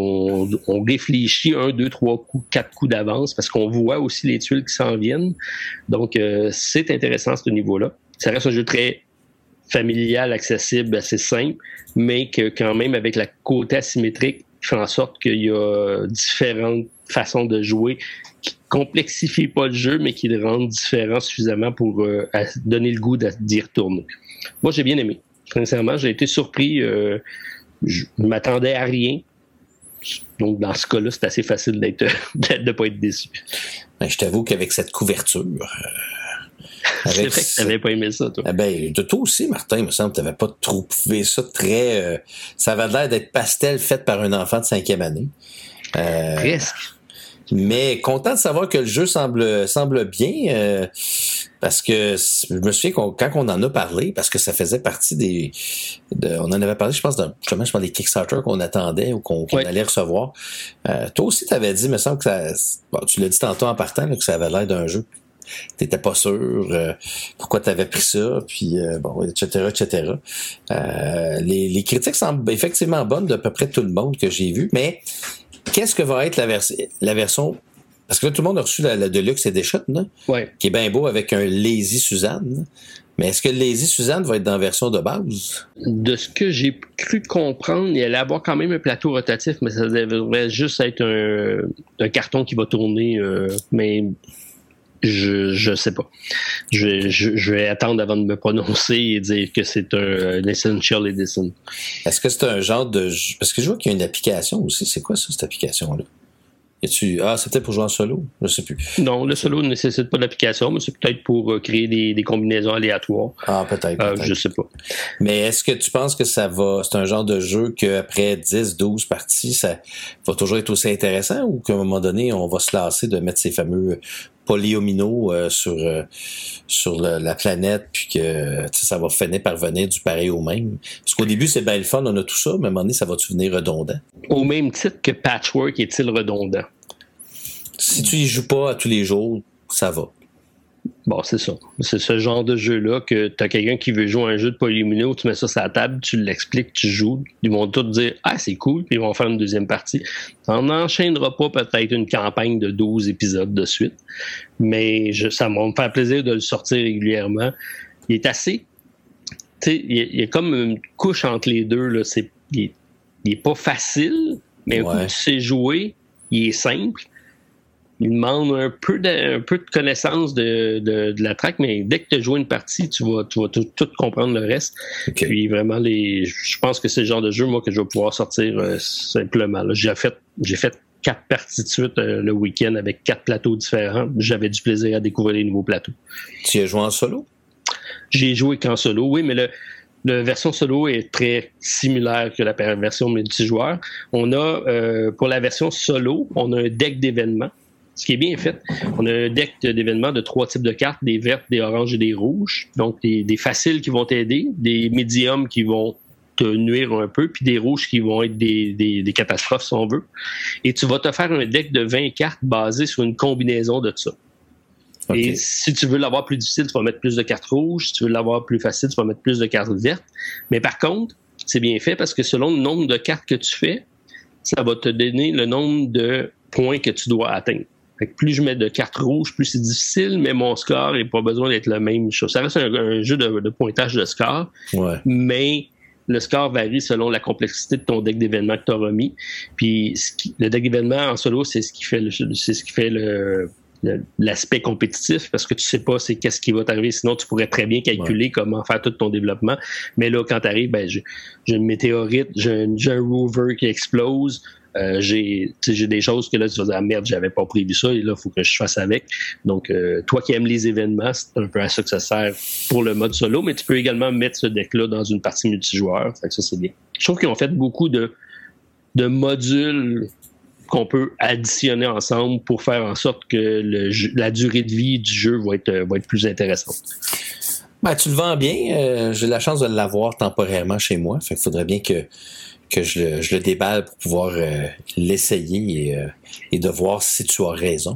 réfléchit 1, 2, 3 coups, 4 coups d'avance parce qu'on voit aussi les tuiles qui s'en viennent. Donc, c'est intéressant à ce niveau-là. Ça reste un jeu très familial, accessible, assez simple, mais que quand même, avec la côté asymétrique, fait en sorte qu'il y a différentes façons de jouer qui complexifient pas le jeu, mais qui le rendent différent suffisamment pour donner le goût d'y retourner. Moi, j'ai bien aimé. Sincèrement, j'ai été surpris. Je m'attendais à rien. Donc, dans ce cas-là, c'est assez facile de ne pas être déçu. Ben, je t'avoue qu'avec cette couverture... c'est vrai que tu n'avais pas aimé ça, toi. Toi aussi, Martin, il me semble que tu n'avais pas trouvé ça très... ça avait l'air d'être pastel fait par un enfant de 5e année. Presque. Mais content de savoir que le jeu semble bien, parce que je me souviens quand on en a parlé, parce que ça faisait partie on en avait parlé, je pense, justement, des Kickstarter qu'on attendait ou qu'on allait recevoir. Toi aussi, tu avais dit, il me semble que tu l'as dit tantôt en partant, là, que ça avait l'air d'un jeu. T'étais pas sûr pourquoi t'avais pris ça, puis etc. Les critiques semblent effectivement bonnes d'à peu près tout le monde que j'ai vu, mais qu'est-ce que va être la version... Parce que là, tout le monde a reçu la Deluxe Edition, là, qui est bien beau avec un Lazy Suzanne. Mais est-ce que le Lazy Suzanne va être dans la version de base? De ce que j'ai cru comprendre, il allait avoir quand même un plateau rotatif, mais ça devrait juste être un carton qui va tourner, mais... Je sais pas. Je vais attendre avant de me prononcer et dire que c'est un Essential Edition. Est-ce que c'est un genre de... Parce que je vois qu'il y a une application aussi. C'est quoi ça, cette application-là? C'est peut-être pour jouer en solo? Je sais plus. Non, le solo ne nécessite pas d'application, mais c'est peut-être pour créer des combinaisons aléatoires. Ah, peut-être. Je sais pas. Mais est-ce que tu penses que c'est un genre de jeu qu'après 10, 12 parties, ça va toujours être aussi intéressant ou qu'à un moment donné, on va se lasser de mettre ces fameux polyomino sur la planète, puis que ça va finir par venir du pareil au même. Parce qu'au début, c'est bien le fun, on a tout ça, mais à un moment donné, ça va devenir redondant. Au même titre que Patchwork est-il redondant? Si tu y joues pas à tous les jours, ça va. Bon, c'est ça. C'est ce genre de jeu-là que t'as quelqu'un qui veut jouer à un jeu de polyomino, tu mets ça sur la table, tu l'expliques, tu joues, ils vont tous dire « Ah, c'est cool », puis ils vont faire une deuxième partie. On n'enchaînera pas peut-être une campagne de 12 épisodes de suite, mais ça va me faire plaisir de le sortir régulièrement. Il est assez... Tu sais, il y a comme une couche entre les deux, là. Il est pas facile, mais un coup tu sais jouer, il est simple. Il demande un peu de connaissance de la track, mais dès que tu as joué une partie, tu vas tout comprendre le reste. Okay. Puis vraiment, je pense que c'est le genre de jeu, moi, que je vais pouvoir sortir simplement. Là, j'ai fait 4 parties de suite le week-end avec 4 plateaux différents. J'avais du plaisir à découvrir les nouveaux plateaux. Tu as joué en solo? J'ai joué qu'en solo, oui, mais la version solo est très similaire que la version multijoueur. On a, pour la version solo, on a un deck d'événements ce qui est bien fait. On a un deck d'événements de 3 types de cartes, des vertes, des oranges et des rouges. Donc, des faciles qui vont t'aider, des médiums qui vont te nuire un peu, puis des rouges qui vont être des catastrophes, si on veut. Et tu vas te faire un deck de 20 cartes basé sur une combinaison de ça. Okay. Et si tu veux l'avoir plus difficile, tu vas mettre plus de cartes rouges. Si tu veux l'avoir plus facile, tu vas mettre plus de cartes vertes. Mais par contre, c'est bien fait parce que selon le nombre de cartes que tu fais, ça va te donner le nombre de points que tu dois atteindre. Fait que plus je mets de cartes rouges, plus c'est difficile, mais mon score n'a pas besoin d'être la même chose. Ça reste un jeu de pointage de score, mais le score varie selon la complexité de ton deck d'événements que tu auras mis. Puis le deck d'événements en solo, c'est ce qui fait l'aspect compétitif, parce que tu sais pas c'est qu'est-ce qui va t'arriver, sinon tu pourrais très bien calculer comment faire tout ton développement. Mais là, quand t'arrives, j'ai une météorite, j'ai un rover qui explose, j'ai des choses que là tu vas dire, ah merde, j'avais pas prévu ça, et là, il faut que je fasse avec. Donc, toi qui aimes les événements, c'est un peu à ça que ça sert pour le mode solo, mais tu peux également mettre ce deck-là dans une partie multijoueur. Fait que ça, c'est bien. Je trouve qu'ils ont fait beaucoup de modules qu'on peut additionner ensemble pour faire en sorte que la durée de vie du jeu va être plus intéressante. Ben, tu le vends bien. J'ai la chance de l'avoir temporairement chez moi. Fait qu'il faudrait bien que je le déballe pour pouvoir l'essayer et de voir si tu as raison.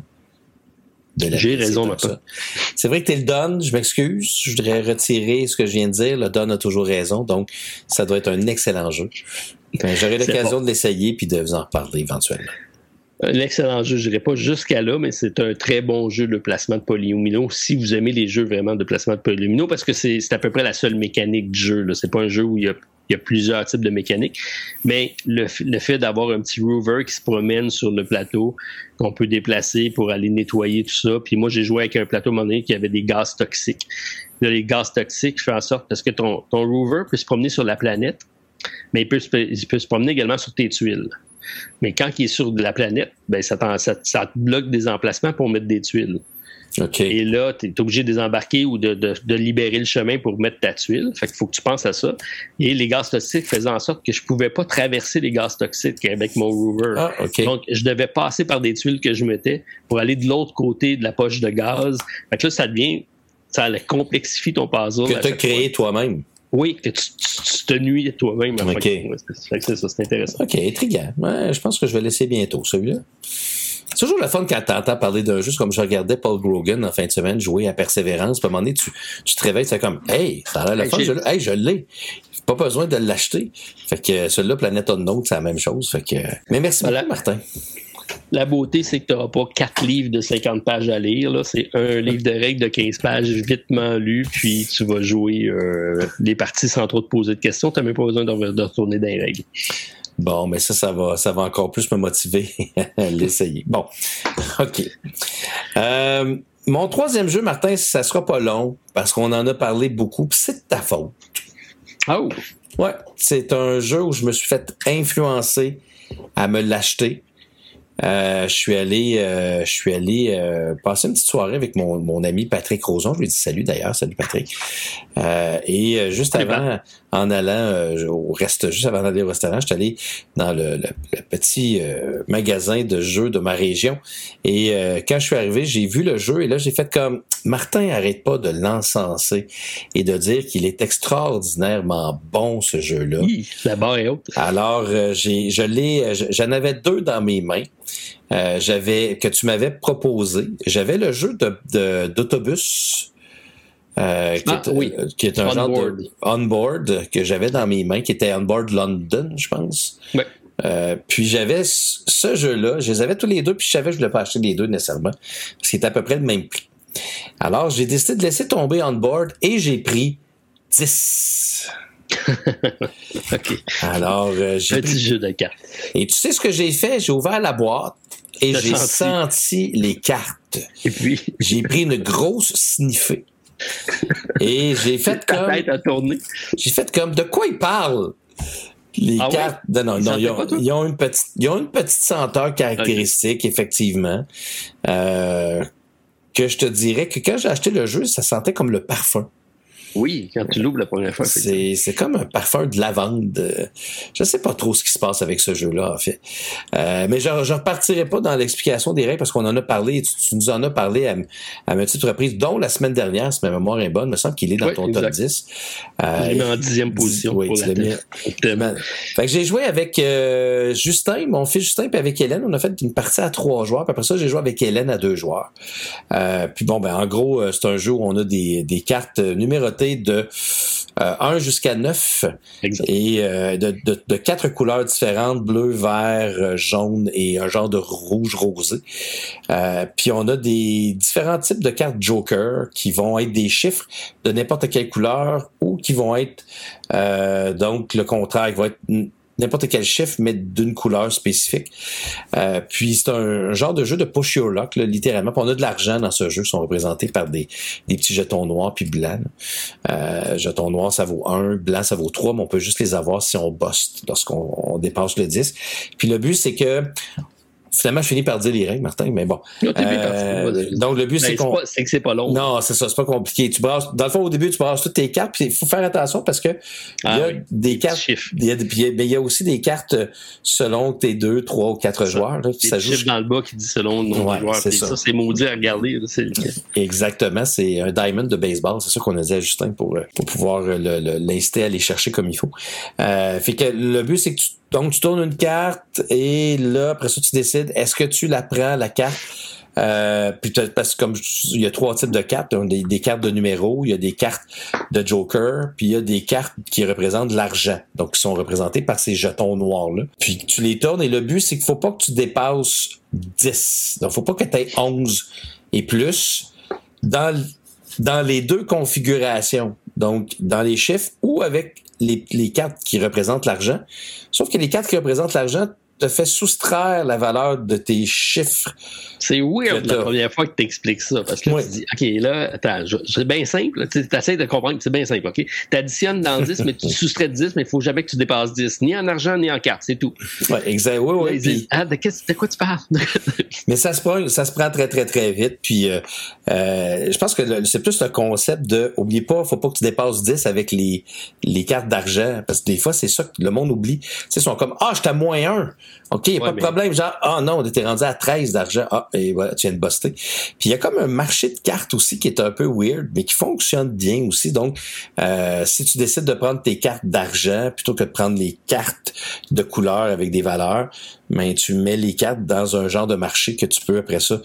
J'ai raison, maintenant. C'est vrai que t'es le Don, je m'excuse. Je voudrais retirer ce que je viens de dire. Le Don a toujours raison, donc ça doit être un excellent jeu. J'aurai l'occasion de l'essayer puis de vous en reparler éventuellement. Un excellent jeu, je dirais pas jusqu'à là, mais c'est un très bon jeu de placement de polyomino si vous aimez les jeux vraiment de placement de polyomino, parce que c'est à peu près la seule mécanique du jeu. Là. C'est pas un jeu où il y a plusieurs types de mécaniques, mais le fait d'avoir un petit rover qui se promène sur le plateau, qu'on peut déplacer pour aller nettoyer tout ça. Puis moi, j'ai joué avec un plateau à un moment donné qui avait des gaz toxiques. Là, les gaz toxiques font en sorte, parce que ton rover peut se promener sur la planète, mais il peut se promener également sur tes tuiles. Mais quand il est sur de la planète, ben ça te bloque des emplacements pour mettre des tuiles. Okay. Et là, tu es obligé de désembarquer ou de libérer le chemin pour mettre ta tuile. Fait qu'il faut que tu penses à ça. Et les gaz toxiques faisaient en sorte que je pouvais pas traverser les gaz toxiques avec mon rover. Ah, okay. Donc, je devais passer par des tuiles que je mettais pour aller de l'autre côté de la poche de gaz. Fait que là, ça complexifie ton puzzle. Que tu as créé toi-même. Oui, que tu te nuis toi-même. OK. C'est ça, c'est intéressant. OK, intriguant. Ouais, je pense que je vais laisser bientôt, celui-là. C'est toujours le fun quand t'entends parler d'un jeu, comme je regardais Paul Grogan en fin de semaine jouer à Persévérance. Puis à un moment donné, tu te réveilles, c'est comme, hey, ça a l'air le fun, jeu-là. Hey, je l'ai. Pas besoin de l'acheter. Fait que celui-là, Planet Unknown, c'est la même chose. Fait que, mais merci beaucoup, Martin. La beauté, c'est que tu n'auras pas 4 livres de 50 pages à lire. Là. C'est un livre de règles de 15 pages vitement lu, puis tu vas jouer les parties sans trop te poser de questions. Tu n'as même pas besoin de retourner dans les règles. Bon, mais ça va encore plus me motiver à l'essayer. Bon, OK. Mon troisième jeu, Martin, ça sera pas long, parce qu'on en a parlé beaucoup, puis c'est de ta faute. Oh! Ouais, c'est un jeu où je me suis fait influencer à me l'acheter. Je suis allé passer une petite soirée avec mon ami Patrick Rozon. Je lui ai dit salut d'ailleurs, salut Patrick. Et juste avant, en allant juste avant d'aller au restaurant, je suis allé dans le petit magasin de jeux de ma région. Et quand je suis arrivé, j'ai vu le jeu et là j'ai fait comme Martin, arrête pas de l'encenser et de dire qu'il est extraordinairement bon ce jeu-là. Oui, la barre est haute. Alors j'en avais 2 dans mes mains. Que tu m'avais proposé. J'avais le jeu d'autobus qui est un genre de Onboard que j'avais dans mes mains, qui était Onboard London, je pense. Ouais. Puis j'avais ce jeu-là, je les avais tous les deux, puis je savais que je ne voulais pas acheter les deux nécessairement, parce qu'il était à peu près le même prix. Alors, j'ai décidé de laisser tomber Onboard et j'ai pris 10. OK. Alors, j'ai petit jeu de cartes. Et tu sais ce que j'ai fait? J'ai ouvert la boîte et j'ai senti les cartes. Et puis? J'ai pris une grosse sniffée. Et j'ai fait comme... Ta tête a tourné. J'ai fait comme... De quoi ils parlent? Les cartes... Ouais? Non, ils ont une petite senteur caractéristique, okay. Effectivement. Que je te dirais que quand j'ai acheté le jeu, ça sentait comme le parfum. Oui, quand tu l'ouvres la première fois. C'est comme un parfum de lavande. Je sais pas trop ce qui se passe avec ce jeu-là, en fait. Mais je repartirai pas dans l'explication des règles parce qu'on en a parlé, tu nous en as parlé à multiples reprises, dont la semaine dernière, si ma mémoire est bonne. Il me semble qu'il est dans ton top 10. Je l'ai mis en 10e position. Oui, tu l'as mis. Fait que j'ai joué avec Justin, mon fils Justin, puis avec Hélène. On a fait une partie à 3 joueurs. Puis après ça, j'ai joué avec Hélène à 2 joueurs. Puis bon, en gros, c'est un jeu où on a des cartes numérotées de 1 jusqu'à 9 exact. Et de 4 couleurs différentes, bleu, vert, jaune et un genre de rouge rosé. Puis on a des différents types de cartes Joker qui vont être des chiffres de n'importe quelle couleur ou qui vont être donc le contraire, qui va être n'importe quel chiffre, mais d'une couleur spécifique. Puis c'est un genre de jeu de push your luck, là, littéralement. Puis on a de l'argent dans ce jeu, qui sont représentés par des petits jetons noirs puis blancs. Jetons noirs, ça vaut 1, blanc, ça vaut 3, mais on peut juste les avoir si on buste, lorsqu'on dépasse le 10. Puis le but, c'est que finalement, je finis par dire les règles, Martin, mais bon. Donc, le but, c'est qu'on... C'est que c'est pas long. Non, c'est ça, c'est pas compliqué. Tu brasses, dans le fond, au début, tu brasses toutes tes cartes, puis il faut faire attention parce que il y a des cartes, il y a aussi des cartes selon tes 2, 3 ou 4 joueurs. Là, ça joue dans le bas qui dit selon le nombre de joueurs. Ça, c'est maudit à regarder. Là, exactement, c'est un diamond de baseball. C'est ça qu'on a dit à Justin pour pouvoir l'inciter à aller chercher comme il faut. Fait que le but, c'est que tu tournes une carte et là, après ça, tu décides, est-ce que tu la prends, la carte? Puis parce que comme il y a 3 types de cartes, des cartes de numéros, il y a des cartes de Joker, puis il y a des cartes qui représentent l'argent, donc qui sont représentées par ces jetons noirs-là. Puis tu les tournes et le but, c'est qu'il faut pas que tu dépasses 10. Donc, faut pas que tu aies 11 et plus dans les 2 configurations. Donc, dans les chiffres ou avec les cartes qui représentent l'argent. Sauf que les cartes qui représentent l'argent te fait soustraire la valeur de tes chiffres. C'est weird la première fois que tu expliques ça, parce que là, tu dis, OK, là, attends, c'est bien simple, tu essaies de comprendre que c'est bien simple, OK? Tu additionnes dans 10, mais tu soustrais 10, mais il faut jamais que tu dépasses 10, ni en argent, ni en carte, c'est tout. Ouais, exact, oui. De quoi tu parles? Mais ça se prend très, très, très vite, puis je pense que c'est plus le concept de, oublie pas, faut pas que tu dépasses 10 avec les cartes d'argent, parce que des fois, c'est ça que le monde oublie. Tu sais, ils sont comme, j'étais à moins 1. OK, y a pas de problème. Genre, non, on était rendu à 13 d'argent. Et voilà, tu viens de buster. Puis il y a comme un marché de cartes aussi qui est un peu weird, mais qui fonctionne bien aussi. Donc, si tu décides de prendre tes cartes d'argent plutôt que de prendre les cartes de couleur avec des valeurs, ben, tu mets les cartes dans un genre de marché que tu peux, après ça,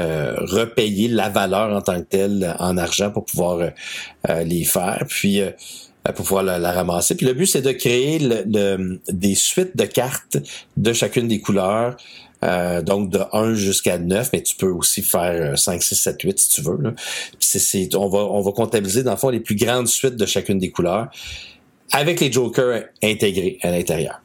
repayer la valeur en tant que telle en argent pour pouvoir les faire. Puis, pour pouvoir la ramasser. Puis le but, c'est de créer des suites de cartes de chacune des couleurs, donc de 1 jusqu'à 9, mais tu peux aussi faire 5, 6, 7, 8 si tu veux. Là. Puis on va comptabiliser, dans le fond, les plus grandes suites de chacune des couleurs avec les jokers intégrés à l'intérieur.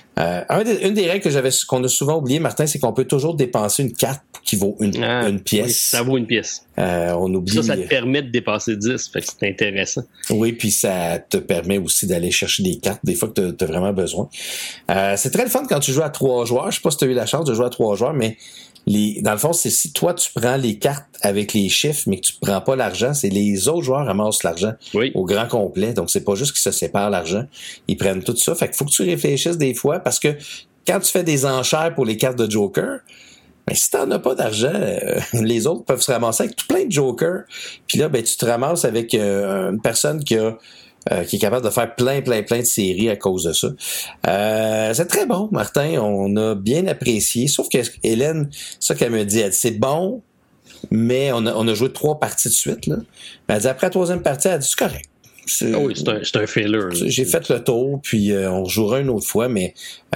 Une des règles qu'on a souvent oublié, Martin, c'est qu'on peut toujours dépenser une carte qui vaut une pièce. Oui, ça vaut une pièce. On oublie. Ça te permet de dépasser 10, fait que c'est intéressant. Oui, puis ça te permet aussi d'aller chercher des cartes des fois que tu as vraiment besoin. C'est très le fun quand tu joues à 3 joueurs. Je sais pas si tu as eu la chance de jouer à 3 joueurs, mais dans le fond, c'est si toi tu prends les cartes avec les chiffres, mais que tu prends pas l'argent, c'est les autres joueurs ramassent l'argent au grand complet. Donc c'est pas juste qu'ils se séparent l'argent, ils prennent tout ça. Fait qu'il faut que tu réfléchisses des fois parce que quand tu fais des enchères pour les cartes de Joker, ben si t'en as pas d'argent, les autres peuvent se ramasser avec tout plein de Jokers. Puis là, ben tu te ramasses avec une personne qui est capable de faire plein de séries à cause de ça. C'est très bon, Martin. On a bien apprécié. Sauf que Hélène, ça qu'elle me dit, elle dit, c'est bon, mais on a joué 3 parties de suite, là. Elle dit, après la 3e partie, elle dit, c'est correct. Oui, c'est un filler. J'ai fait le tour, puis on rejouera une autre fois, mais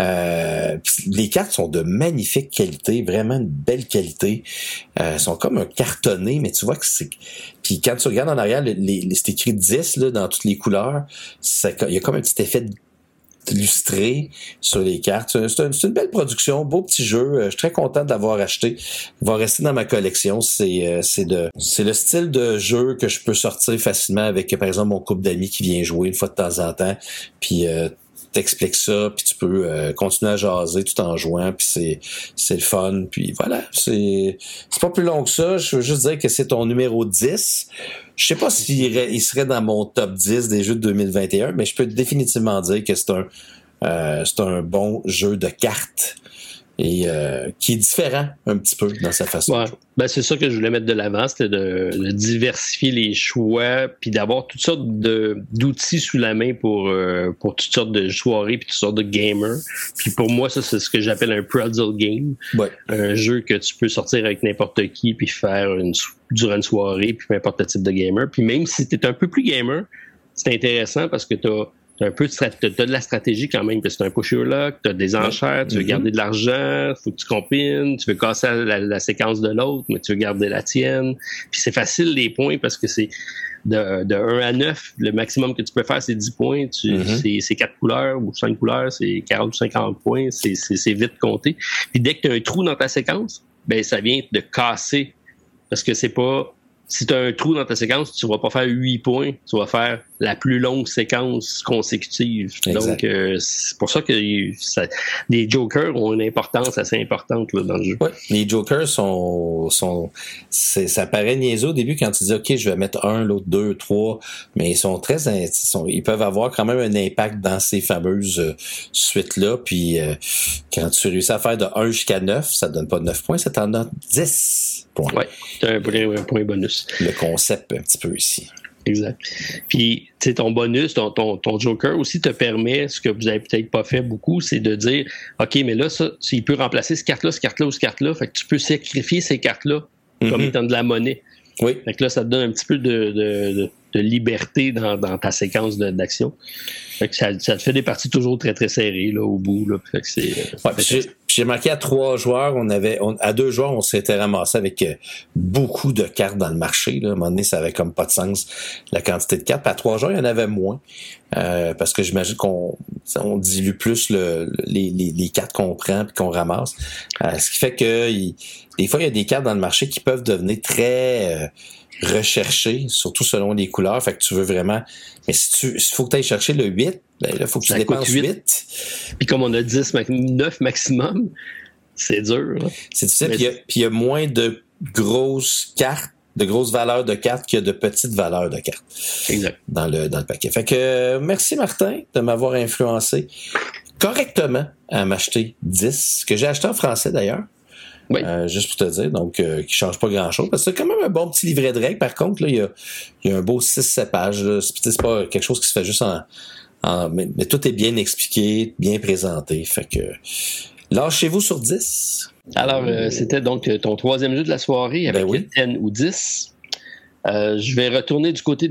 les cartes sont de magnifique qualité, vraiment une belle qualité. Sont comme un cartonné, mais tu vois que c'est... Puis quand tu regardes en arrière, c'est écrit 10 là, dans toutes les couleurs. Il y a comme un petit effet illustré sur les cartes. C'est une belle production, beau petit jeu. Je suis très content de l'avoir acheté. Il va rester dans ma collection. C'est le style de jeu que je peux sortir facilement avec, par exemple, mon couple d'amis qui vient jouer une fois de temps en temps. Puis t'expliques ça, puis tu peux continuer à jaser tout en jouant, puis c'est le fun, puis voilà, c'est pas plus long que ça. Je veux juste dire que c'est ton numéro 10. Je sais pas il serait dans mon top 10 des jeux de 2021, mais je peux définitivement dire que c'est un bon jeu de cartes. Et qui est différent un petit peu dans sa façon de jouer. Ben, c'est ça que je voulais mettre de l'avant, c'était de diversifier les choix, puis d'avoir toutes sortes d'outils sous la main pour toutes sortes de soirées, puis toutes sortes de gamers. Puis pour moi, ça, c'est ce que j'appelle un puzzle game. Ouais. Un jeu que tu peux sortir avec n'importe qui, puis faire durant une soirée, puis n'importe quel type de gamer. Puis même si t'es un peu plus gamer, c'est intéressant parce que t'as de la stratégie quand même, parce que c'est un push your luck, t'as des enchères, tu veux garder de l'argent, faut que tu combines, tu veux casser la séquence de l'autre, mais tu veux garder la tienne. Puis c'est facile les points parce que c'est de 1 à 9, le maximum que tu peux faire, c'est 10 points. C'est 4 couleurs ou 5 couleurs, c'est 40 ou 50 points, c'est vite compté. Puis dès que tu as un trou dans ta séquence, ben ça vient de casser. Parce que c'est pas... Si tu as un trou dans ta séquence, tu vas pas faire 8 points, tu vas faire la plus longue séquence consécutive. Exact. Donc, c'est pour ça que les jokers ont une importance assez importante là, dans le jeu. Ouais, les jokers ça paraît niaiseux au début quand tu dis OK, je vais mettre 1, l'autre 2, 3, mais ils peuvent avoir quand même un impact dans ces fameuses suites-là. Puis quand tu réussis à faire de 1 jusqu'à 9, ça te donne pas 9 points, ça t'en donne 10 points. Ouais, c'est un point bonus. Le concept un petit peu ici. Exact. Puis, tu sais, ton bonus, ton joker aussi te permet, ce que vous avez peut-être pas fait beaucoup, c'est de dire, OK, mais là, ça, il peut remplacer cette carte-là ou cette carte-là. Fait que tu peux sacrifier ces cartes-là comme étant de la monnaie. Oui. Fait que là, ça te donne un petit peu de liberté dans ta séquence d'action. Fait que ça te fait des parties toujours très, très serrées, là, au bout, là. Fait que c'est... J'ai marqué à 3 joueurs, à 2 joueurs, on s'était ramassé avec beaucoup de cartes dans le marché, là. À un moment donné, ça avait comme pas de sens, la quantité de cartes. Puis à 3 joueurs, il y en avait moins. Parce que j'imagine qu'on dilue plus les cartes qu'on prend puis qu'on ramasse. Ce qui fait que des fois, il y a des cartes dans le marché qui peuvent devenir très recherchées, surtout selon les couleurs. Fait que tu veux vraiment... Mais s'il faut que tu ailles chercher le 8, ben là, il faut que tu dépenses 8. Puis comme on a 9 maximum, c'est dur. Hein? C'est difficile. Puis il y a moins de grosses cartes, de grosses valeurs de cartes qu'il y a de petites valeurs de cartes. Exact. Dans le paquet. Fait que merci Martin de m'avoir influencé correctement à m'acheter 10, que j'ai acheté en français d'ailleurs. Oui. Juste pour te dire, donc qui change pas grand-chose. Parce que c'est quand même un bon petit livret de règles. Par contre, là, il y a un beau 6-7 pages. Là. C'est pas quelque chose qui se fait juste mais tout est bien expliqué, bien présenté. Fait que lâchez-vous sur 10. Alors, c'était donc ton 3e jeu de la soirée avec 10 ou 10. Je vais retourner du côté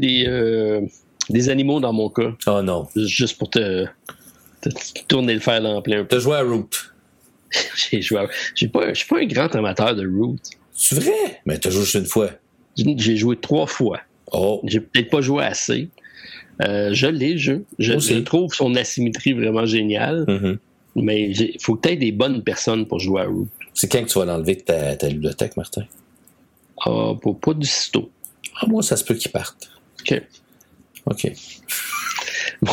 des animaux dans mon cas. Oh non. Juste pour te tourner le fer dans plein. T'as joué à Root. Je suis pas un grand amateur de Root. C'est vrai? Mais t'as joué juste une fois. J'ai joué 3 fois. Oh. J'ai peut-être pas joué assez. Je l'ai, le jeu. Je trouve son asymétrie vraiment géniale. Mm-hmm. Mais il faut que tu aies des bonnes personnes pour jouer à Root. C'est quand que tu vas l'enlever de ta bibliothèque, Martin? Pas du sitôt. Moi, ça se peut qu'il parte. OK. Bon,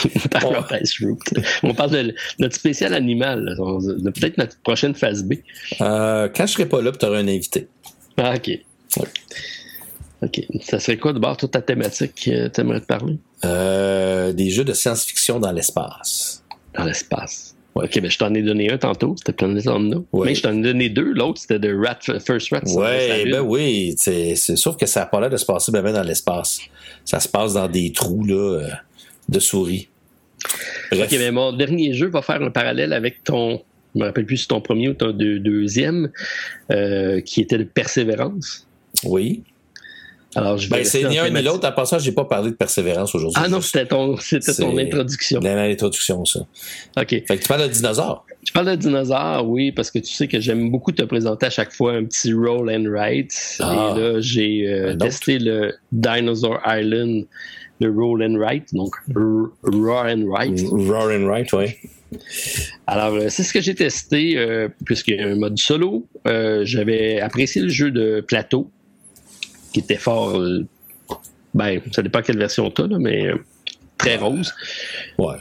on parle de notre spécial animal. De peut-être notre prochaine phase B. Quand je serai pas là, tu auras un invité. Ah, OK. Ouais. OK. Ça serait quoi, d'abord, toute ta thématique que tu aimerais te parler? Des jeux de science-fiction dans l'espace. Dans l'espace. Ouais. OK, ben je t'en ai donné un tantôt, c'était Planet Unknown. Ouais. Mais je t'en ai donné 2, l'autre c'était de First Rat. Oui, c'est sauf que ça n'a pas l'air de se passer bien dans l'espace. Ça se passe dans des trous là, de souris. Bref. OK, mais mon dernier jeu va faire un parallèle avec ton... Je me rappelle plus si ton premier ou ton deuxième, qui était de Persévérance. Oui. Alors, c'est ni un ni l'autre. En passant, j'ai pas parlé de Persévérance aujourd'hui. Ah non, c'était ton introduction. Dans l'introduction, ça. OK. Fait que tu parles de dinosaures. Je parle de dinosaures, oui, parce que tu sais que j'aime beaucoup te présenter à chaque fois un petit roll and write. Et là, j'ai testé le Dinosaur Island, le roll and write, donc Raw and Write. Raw and Write, oui. Alors, c'est ce que j'ai testé, puisqu'il y a un mode solo. J'avais apprécié le jeu de plateau, qui était fort... ça dépend quelle version t'as, là, mais très rose. Ouais.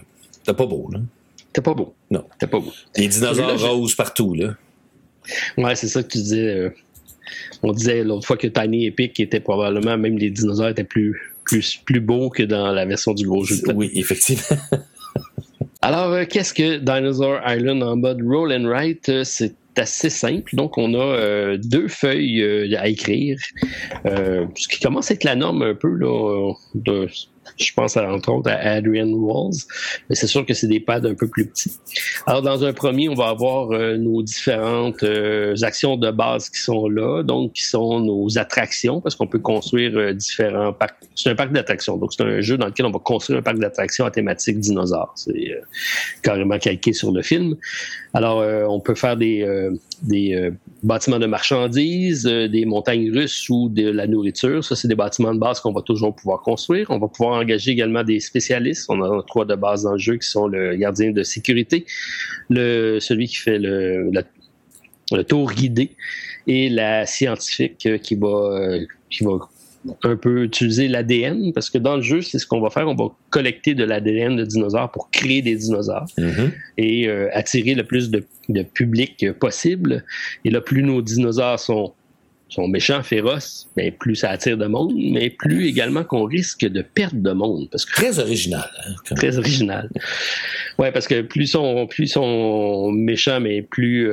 C'était pas beau, là. C'était pas beau. Non. C'était pas beau. Les dinosaures roses partout, là. Ouais, c'est ça que tu disais. On disait l'autre fois que Tiny Epic était probablement, même les dinosaures étaient plus beaux que dans la version du gros jeu de plateau. Oui, effectivement. Alors, qu'est-ce que Dinosaur Island en mode Roll and Write? C'est assez simple. Donc, on a 2 feuilles à écrire, ce qui commence à être la norme un peu, là, je pense entre autres à Adrian Walls, mais c'est sûr que c'est des pads un peu plus petits. Alors, dans un premier, on va avoir nos différentes actions de base qui sont là, donc qui sont nos attractions, parce qu'on peut construire différents parcs. C'est un parc d'attractions, donc c'est un jeu dans lequel on va construire un parc d'attractions à thématique dinosaures. C'est carrément calqué sur le film. Alors, on peut faire des bâtiments de marchandises, des montagnes russes ou de la nourriture. Ça, c'est des bâtiments de base qu'on va toujours pouvoir construire. On va pouvoir engager également des spécialistes. On en a 3 de base dans le jeu qui sont le gardien de sécurité, celui qui fait le tour guidé et la scientifique qui va un peu utiliser l'ADN, parce que dans le jeu, c'est ce qu'on va faire. On va collecter de l'ADN de dinosaures pour créer des dinosaures et attirer le plus de public possible. Et là, plus nos dinosaures sont méchants, féroces, bien, plus ça attire de monde, mais plus également qu'on risque de perdre de monde. Parce que, très original. Hein, très original. Ouais, parce que plus sont méchants, mais plus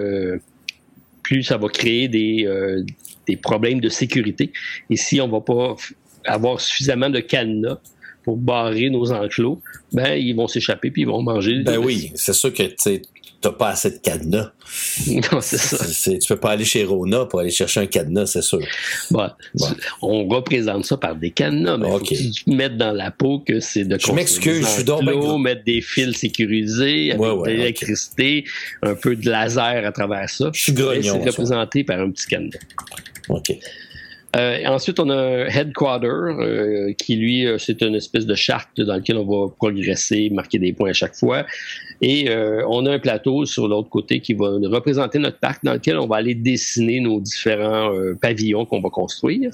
ça va créer des problèmes de sécurité. Et si on va pas avoir suffisamment de cadenas pour barrer nos enclos, ben ils vont s'échapper puis ils vont manger. Ben oui, c'est sûr que t'as pas assez de cadenas. Non, c'est ça. Tu peux pas aller chez Rona pour aller chercher un cadenas, c'est sûr. Bon. On représente ça par des cadenas, mais okay. Faut que tu mettes dans la peau que c'est de construire. Je m'excuse, je suis donc mettre des fils sécurisés avec de l'électricité, un peu de laser à travers ça. Je suis grognon. C'est représenté par un petit cadenas. OK. Ensuite, on a un headquarter qui, lui, c'est une espèce de charte dans laquelle on va progresser, marquer des points à chaque fois. Et on a un plateau sur l'autre côté qui va représenter notre parc dans lequel on va aller dessiner nos différents pavillons qu'on va construire.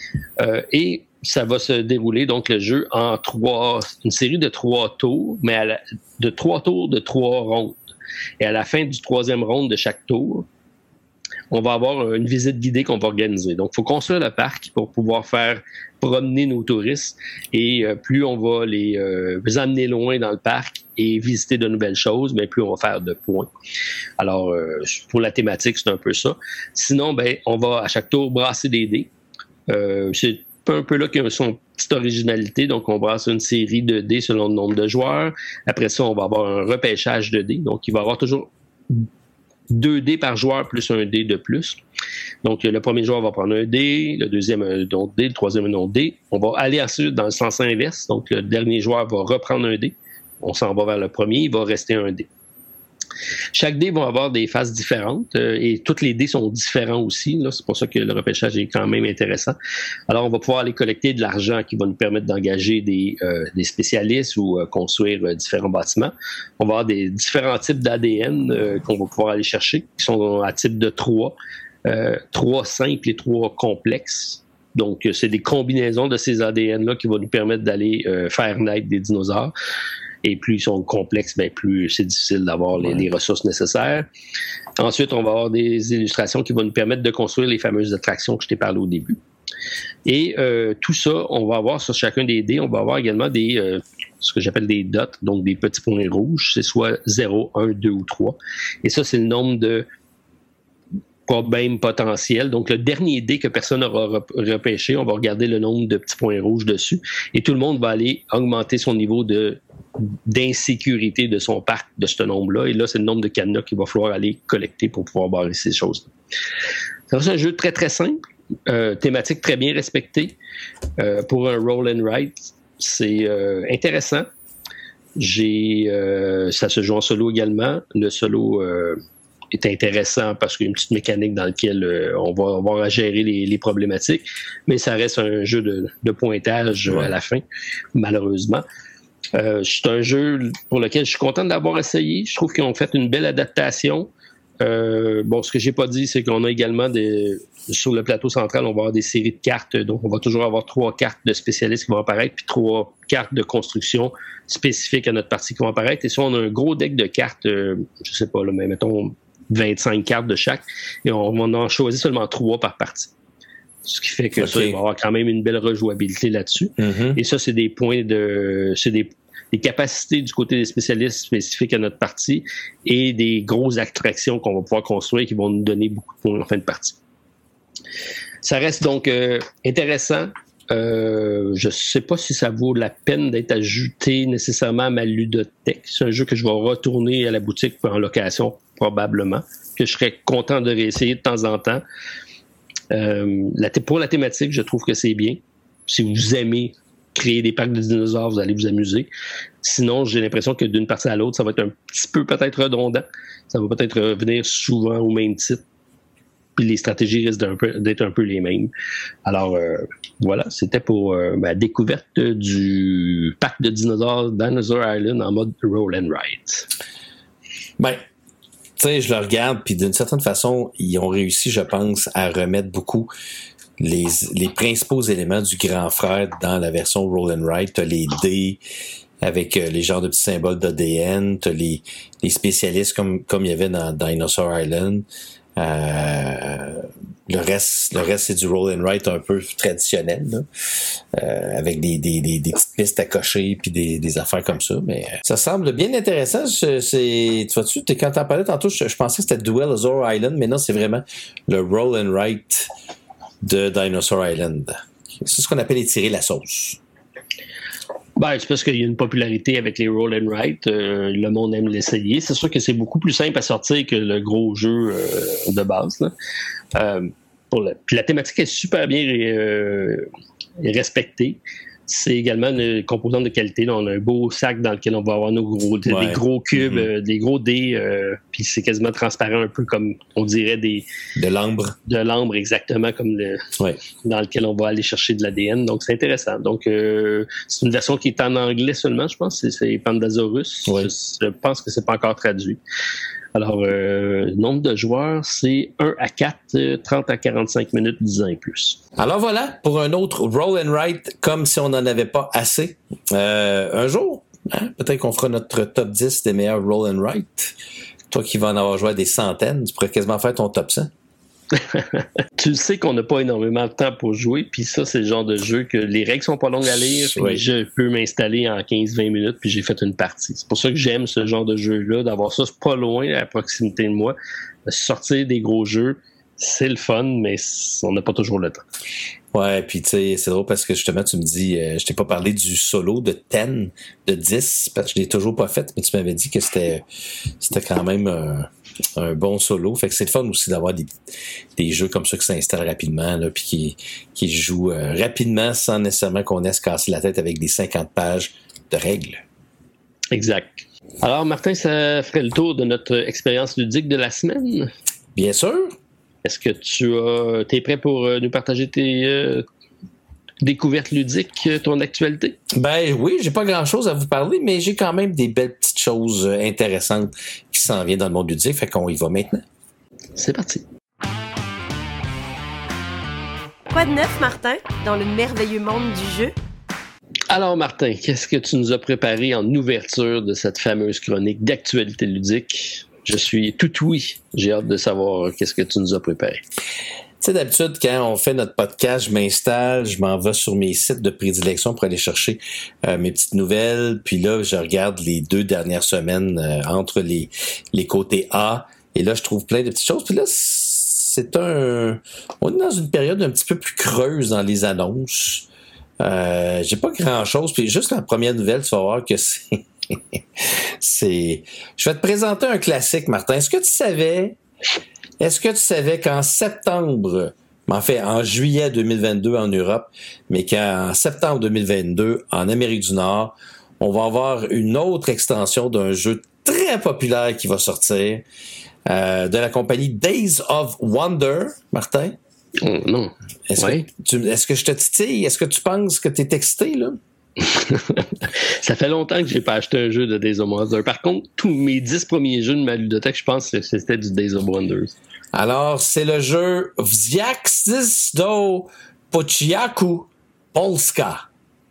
Et ça va se dérouler, donc, le jeu en une série de 3 tours, mais de 3 tours de 3 rondes. Et à la fin du 3e ronde de chaque tour, on va avoir une visite guidée qu'on va organiser. Donc, il faut construire le parc pour pouvoir faire promener nos touristes. Et plus on va les amener loin dans le parc et visiter de nouvelles choses, mais plus on va faire de points. Alors, pour la thématique, c'est un peu ça. Sinon, ben, on va à chaque tour brasser des dés. C'est un peu là qu'il y a son petite originalité. Donc, on brasse une série de dés selon le nombre de joueurs. Après ça, on va avoir un repêchage de dés. Donc, il va y avoir toujours 2 dés par joueur plus un dé de plus. Donc, le premier joueur va prendre un dé, le deuxième un autre dé, le troisième un autre dé. On va aller ensuite dans le sens inverse. Donc, le dernier joueur va reprendre un dé. On s'en va vers le premier, il va rester un dé. Chaque dé va avoir des faces différentes et tous les dés sont différents aussi. Là. C'est pour ça que le repêchage est quand même intéressant. Alors, on va pouvoir aller collecter de l'argent qui va nous permettre d'engager des spécialistes ou construire différents bâtiments. On va avoir des différents types d'ADN qu'on va pouvoir aller chercher, qui sont à type de 3. 3 simples et 3 complexes. Donc, c'est des combinaisons de ces ADN-là qui vont nous permettre d'aller faire naître des dinosaures. Et plus ils sont complexes, bien plus c'est difficile d'avoir les ressources nécessaires. Ensuite, on va avoir des illustrations qui vont nous permettre de construire les fameuses attractions que je t'ai parlé au début. Et tout ça, on va avoir sur chacun des dés, on va avoir également ce que j'appelle des dots, donc des petits points rouges. C'est soit 0, 1, 2 ou 3. Et ça, c'est le nombre de problèmes potentiels. Donc, le dernier dé que personne n'aura repêché, on va regarder le nombre de petits points rouges dessus. Et tout le monde va aller augmenter son niveau d'insécurité de son parc de ce nombre-là. Et là, c'est le nombre de cadenas qu'il va falloir aller collecter pour pouvoir barrer ces choses-là. C'est un jeu très, très simple, thématique très bien respectée. Pour un roll and write, c'est intéressant. Ça se joue en solo également. Le solo est intéressant parce qu'il y a une petite mécanique dans laquelle on va avoir à gérer les problématiques, mais ça reste un jeu de pointage à la fin, malheureusement. C'est un jeu pour lequel je suis content de l'avoir essayé. Je trouve qu'ils ont fait une belle adaptation. Ce que j'ai pas dit, c'est qu'on a également sur le plateau central, on va avoir des séries de cartes. Donc, on va toujours avoir 3 cartes de spécialistes qui vont apparaître, puis 3 cartes de construction spécifiques à notre partie qui vont apparaître. Et ça, on a un gros deck de cartes, je sais pas, là, mais mettons 25 cartes de chaque, et on en choisit seulement 3 par partie. Ce qui fait que ça, il va y avoir quand même une belle rejouabilité là-dessus. Mm-hmm. Et ça, c'est des points c'est des capacités du côté des spécialistes spécifiques à notre partie et des grosses attractions qu'on va pouvoir construire qui vont nous donner beaucoup de points en fin de partie. Ça reste donc intéressant. Je sais pas si ça vaut la peine d'être ajouté nécessairement à ma ludothèque. C'est un jeu que je vais retourner à la boutique en location probablement, que je serais content de réessayer de temps en temps. Pour la thématique, je trouve que c'est bien. Si vous aimez créer des parcs de dinosaures, vous allez vous amuser. Sinon, j'ai l'impression que d'une partie à l'autre, ça va être un petit peu peut-être redondant. Ça va peut-être revenir souvent au même titre. Puis les stratégies risquent d'être un peu les mêmes. Alors, voilà, c'était pour ma découverte du parc de dinosaures Dinosaur Island en mode Roll and Ride. Ben, tu sais, je le regarde, puis d'une certaine façon, ils ont réussi, je pense, à remettre beaucoup les principaux éléments du grand frère dans la version Roll and Ride. T'as les dés avec les genres de petits symboles d'ADN, t'as les spécialistes comme il y avait dans Dinosaur Island. Le reste c'est du Roll and Ride un peu traditionnel, là, avec des petites pistes à cocher puis des affaires comme ça. Mais ça semble bien intéressant. Tu vois-tu, quand t'en parlais tantôt, je pensais que c'était Dinosaur Island, mais non, c'est vraiment le Roll and Ride de Dinosaur Island. C'est ce qu'on appelle étirer la sauce. C'est parce qu'il y a une popularité avec les Roll and Ride. Le monde aime l'essayer. C'est sûr que c'est beaucoup plus simple à sortir que le gros jeu de base, là. Puis la thématique est super bien respectée. C'est également une composante de qualité. Là, on a un beau sac dans lequel on va avoir des gros cubes, des gros dés, puis c'est quasiment transparent, un peu comme on dirait de l'ambre. De l'ambre, exactement, comme dans lequel on va aller chercher de l'ADN. Donc c'est intéressant. Donc c'est une version qui est en anglais seulement, je pense. C'est Pandasaurus. Ouais. Je pense que c'est pas encore traduit. Alors, nombre de joueurs, c'est 1 à 4, 30 à 45 minutes, 10 ans et plus. Alors voilà, pour un autre Roll and Ride, comme si on n'en avait pas assez. Un jour, peut-être qu'on fera notre top 10 des meilleurs Roll and Ride. Toi qui vas en avoir joué à des centaines, tu pourrais quasiment faire ton top 100. Tu sais qu'on n'a pas énormément de temps pour jouer, puis ça, c'est le genre de jeu que les règles sont pas longues à lire, puis je peux m'installer en 15-20 minutes, puis j'ai fait une partie. C'est pour ça que j'aime ce genre de jeu-là, d'avoir ça pas loin, à proximité de moi. Sortir des gros jeux, c'est le fun, mais on n'a pas toujours le temps. Ouais, puis tu sais, c'est drôle parce que justement, tu me dis, je t'ai pas parlé du solo de 10, parce que je l'ai toujours pas fait, mais tu m'avais dit que c'était quand même un bon solo. Fait que c'est le fun aussi d'avoir des jeux comme ça qui s'installent rapidement, là, puis qui jouent rapidement sans nécessairement qu'on ait à se casser la tête avec des 50 pages de règles. Exact. Alors, Martin, ça ferait le tour de notre expérience ludique de la semaine? Bien sûr. Est-ce que t'es prêt pour nous partager tes découvertes ludiques, ton actualité? Ben oui, j'ai pas grand-chose à vous parler, mais j'ai quand même des belles petites choses intéressantes qui s'en viennent dans le monde ludique, fait qu'on y va maintenant. C'est parti. Quoi de neuf, Martin, dans le merveilleux monde du jeu? Alors, Martin, qu'est-ce que tu nous as préparé en ouverture de cette fameuse chronique d'actualité ludique? Je suis tout oui. J'ai hâte de savoir qu'est-ce que tu nous as préparé. Tu sais, d'habitude, quand on fait notre podcast, je m'installe, je m'en vais sur mes sites de prédilection pour aller chercher mes petites nouvelles. Puis là, je regarde les 2 dernières semaines entre les côtés A. Et là, je trouve plein de petites choses. Puis là, on est dans une période un petit peu plus creuse dans les annonces. J'ai pas grand-chose. Puis juste la première nouvelle, tu vas voir que je vais te présenter un classique, Martin. Est-ce que tu savais qu'en septembre, en juillet 2022 en Europe, mais qu'en septembre 2022 en Amérique du Nord, on va avoir une autre extension d'un jeu très populaire qui va sortir de la compagnie Days of Wonder, Martin? Non. Est-ce que je te titille? Est-ce que tu penses que tu es excité, là? Ça fait longtemps que j'ai pas acheté un jeu de Days of Wonder. Par contre, tous mes 10 premiers jeux de ma ludothèque, je pense que c'était du Days of Wonders. Alors, c'est le jeu Wziaczys do Pociaku Polska.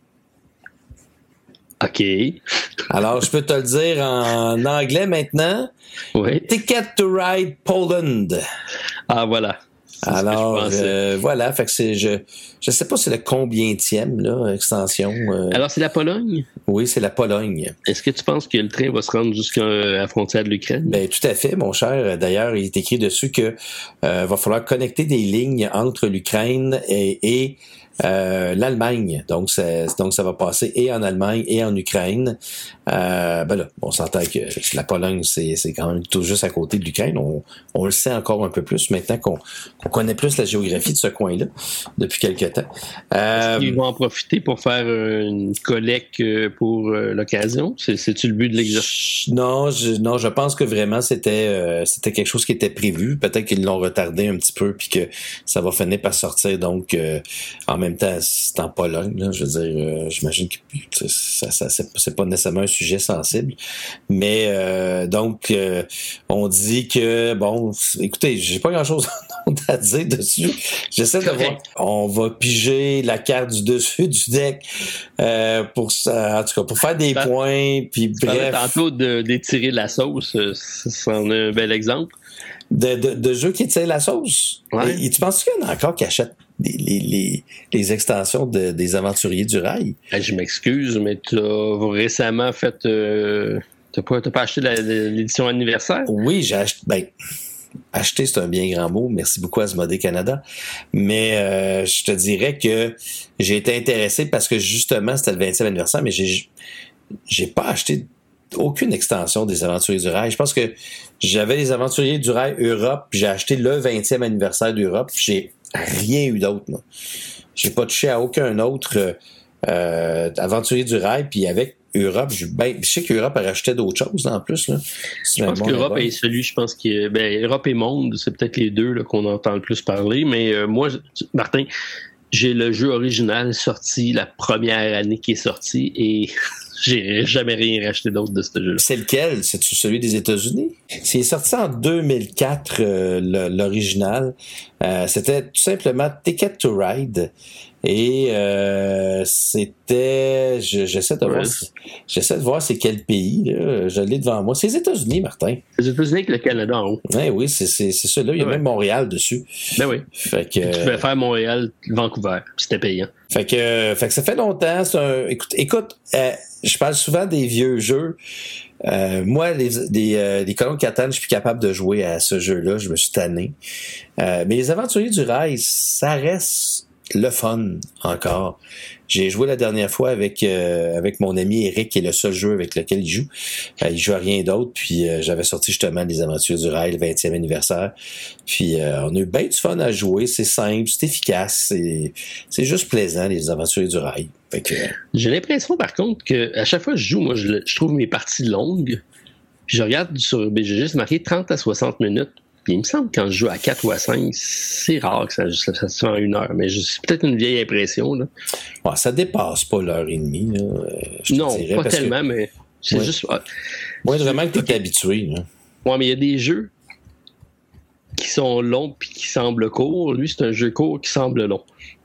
OK. Alors, je peux te le dire en anglais maintenant. Oui. Ticket to Ride Poland. Ah, voilà. Alors, voilà. Fait que je sais pas c'est le combientième, là, extension. Alors, c'est la Pologne? Oui, c'est la Pologne. Est-ce que tu penses que le train va se rendre jusqu'à la frontière de l'Ukraine? Ben, tout à fait, mon cher. D'ailleurs, il est écrit dessus que va falloir connecter des lignes entre l'Ukraine et l'Allemagne. Donc ça va passer et en Allemagne et en Ukraine. Ben là, on s'entend que la Pologne, c'est quand même tout juste à côté de l'Ukraine. On le sait encore un peu plus maintenant qu'on connaît plus la géographie de ce coin-là depuis quelque temps. Est-ce qu'ils vont en profiter pour faire une collecte pour l'occasion? C'est-tu le but de l'exercice? Non, je pense que vraiment c'était quelque chose qui était prévu. Peut-être qu'ils l'ont retardé un petit peu puis que ça va finir par sortir. Donc, en même temps, c'est en Pologne. Là, je veux dire, j'imagine que ça c'est pas nécessairement un sujet sensible. Mais donc, on dit que bon, écoutez, j'ai pas grand-chose à dire dessus. J'essaie de voir. On va piger la carte du dessus du deck pour ça, en tout cas, pour faire des points. Puis bref. Tantôt d'étirer la sauce, c'en est un bel exemple. De jeux qui tirent la sauce. Ouais. Et tu penses qu'il y en a encore qui achètent les extensions des Aventuriers du Rail? Je m'excuse, mais tu as récemment fait... T'as pas acheté l'édition anniversaire? Oui, j'ai acheté... Ben, acheter, c'est un bien grand mot. Merci beaucoup à Asmodée Canada. Mais je te dirais que j'ai été intéressé parce que justement, c'était le 20e anniversaire, mais j'ai pas acheté aucune extension des Aventuriers du Rail. Je pense que j'avais les Aventuriers du Rail Europe, puis j'ai acheté le 20e anniversaire d'Europe, puis j'ai rien eu d'autre. Moi. J'ai pas touché à aucun autre Aventurier du Rail, puis avec Europe, je sais qu'Europe a racheté d'autres choses en plus. Là. Je pense qu'Europe est celui, je pense que Europe et Monde, c'est peut-être les deux là, qu'on entend le plus parler, mais moi, Martin, j'ai le jeu original sorti la première année qui est sorti et j'ai jamais rien racheté d'autre de ce jeu-là. C'est lequel? C'est-tu celui des États-Unis? C'est sorti en 2004, l'original. C'était tout simplement Ticket to Ride. Et c'était... J'essaie de voir c'est quel pays. Là. Je l'ai devant moi. C'est les États-Unis, Martin. Les États-unis avec le Canada en haut. Oui, c'est ça. Là, il y a même Montréal dessus. Ben oui. Fait que, tu pouvais faire Montréal-Vancouver. C'était payant. Fait que ça fait longtemps. Écoute, je parle souvent des vieux jeux. Moi, les Colons de Catane, je suis plus capable de jouer à ce jeu-là. Je me suis tanné. Mais les Aventuriers du Rail, ça reste le fun encore. J'ai joué la dernière fois avec mon ami Eric, qui est le seul jeu avec lequel il joue. Il joue à rien d'autre. Puis j'avais sorti justement les Aventures du Rail, le 20e anniversaire. Puis on a eu bien du fun à jouer. C'est simple, c'est efficace. C'est juste plaisant, les Aventures du Rail. Fait que... J'ai l'impression, par contre, que à chaque fois que je joue, moi, je trouve mes parties longues. Puis je regarde sur BGG, c'est marqué 30 à 60 minutes. Puis il me semble que quand je joue à 4 ou à 5, c'est rare que ça se fait en 1 heure. Mais c'est peut-être une vieille impression. Là. Ouais, ça dépasse pas l'heure et demie. Là, non, pas tellement, mais c'est juste... Moi, vraiment que tu es habitué. Là. Ouais, mais il y a des jeux qui sont longs puis qui semblent courts. Lui, c'est un jeu court qui semble long.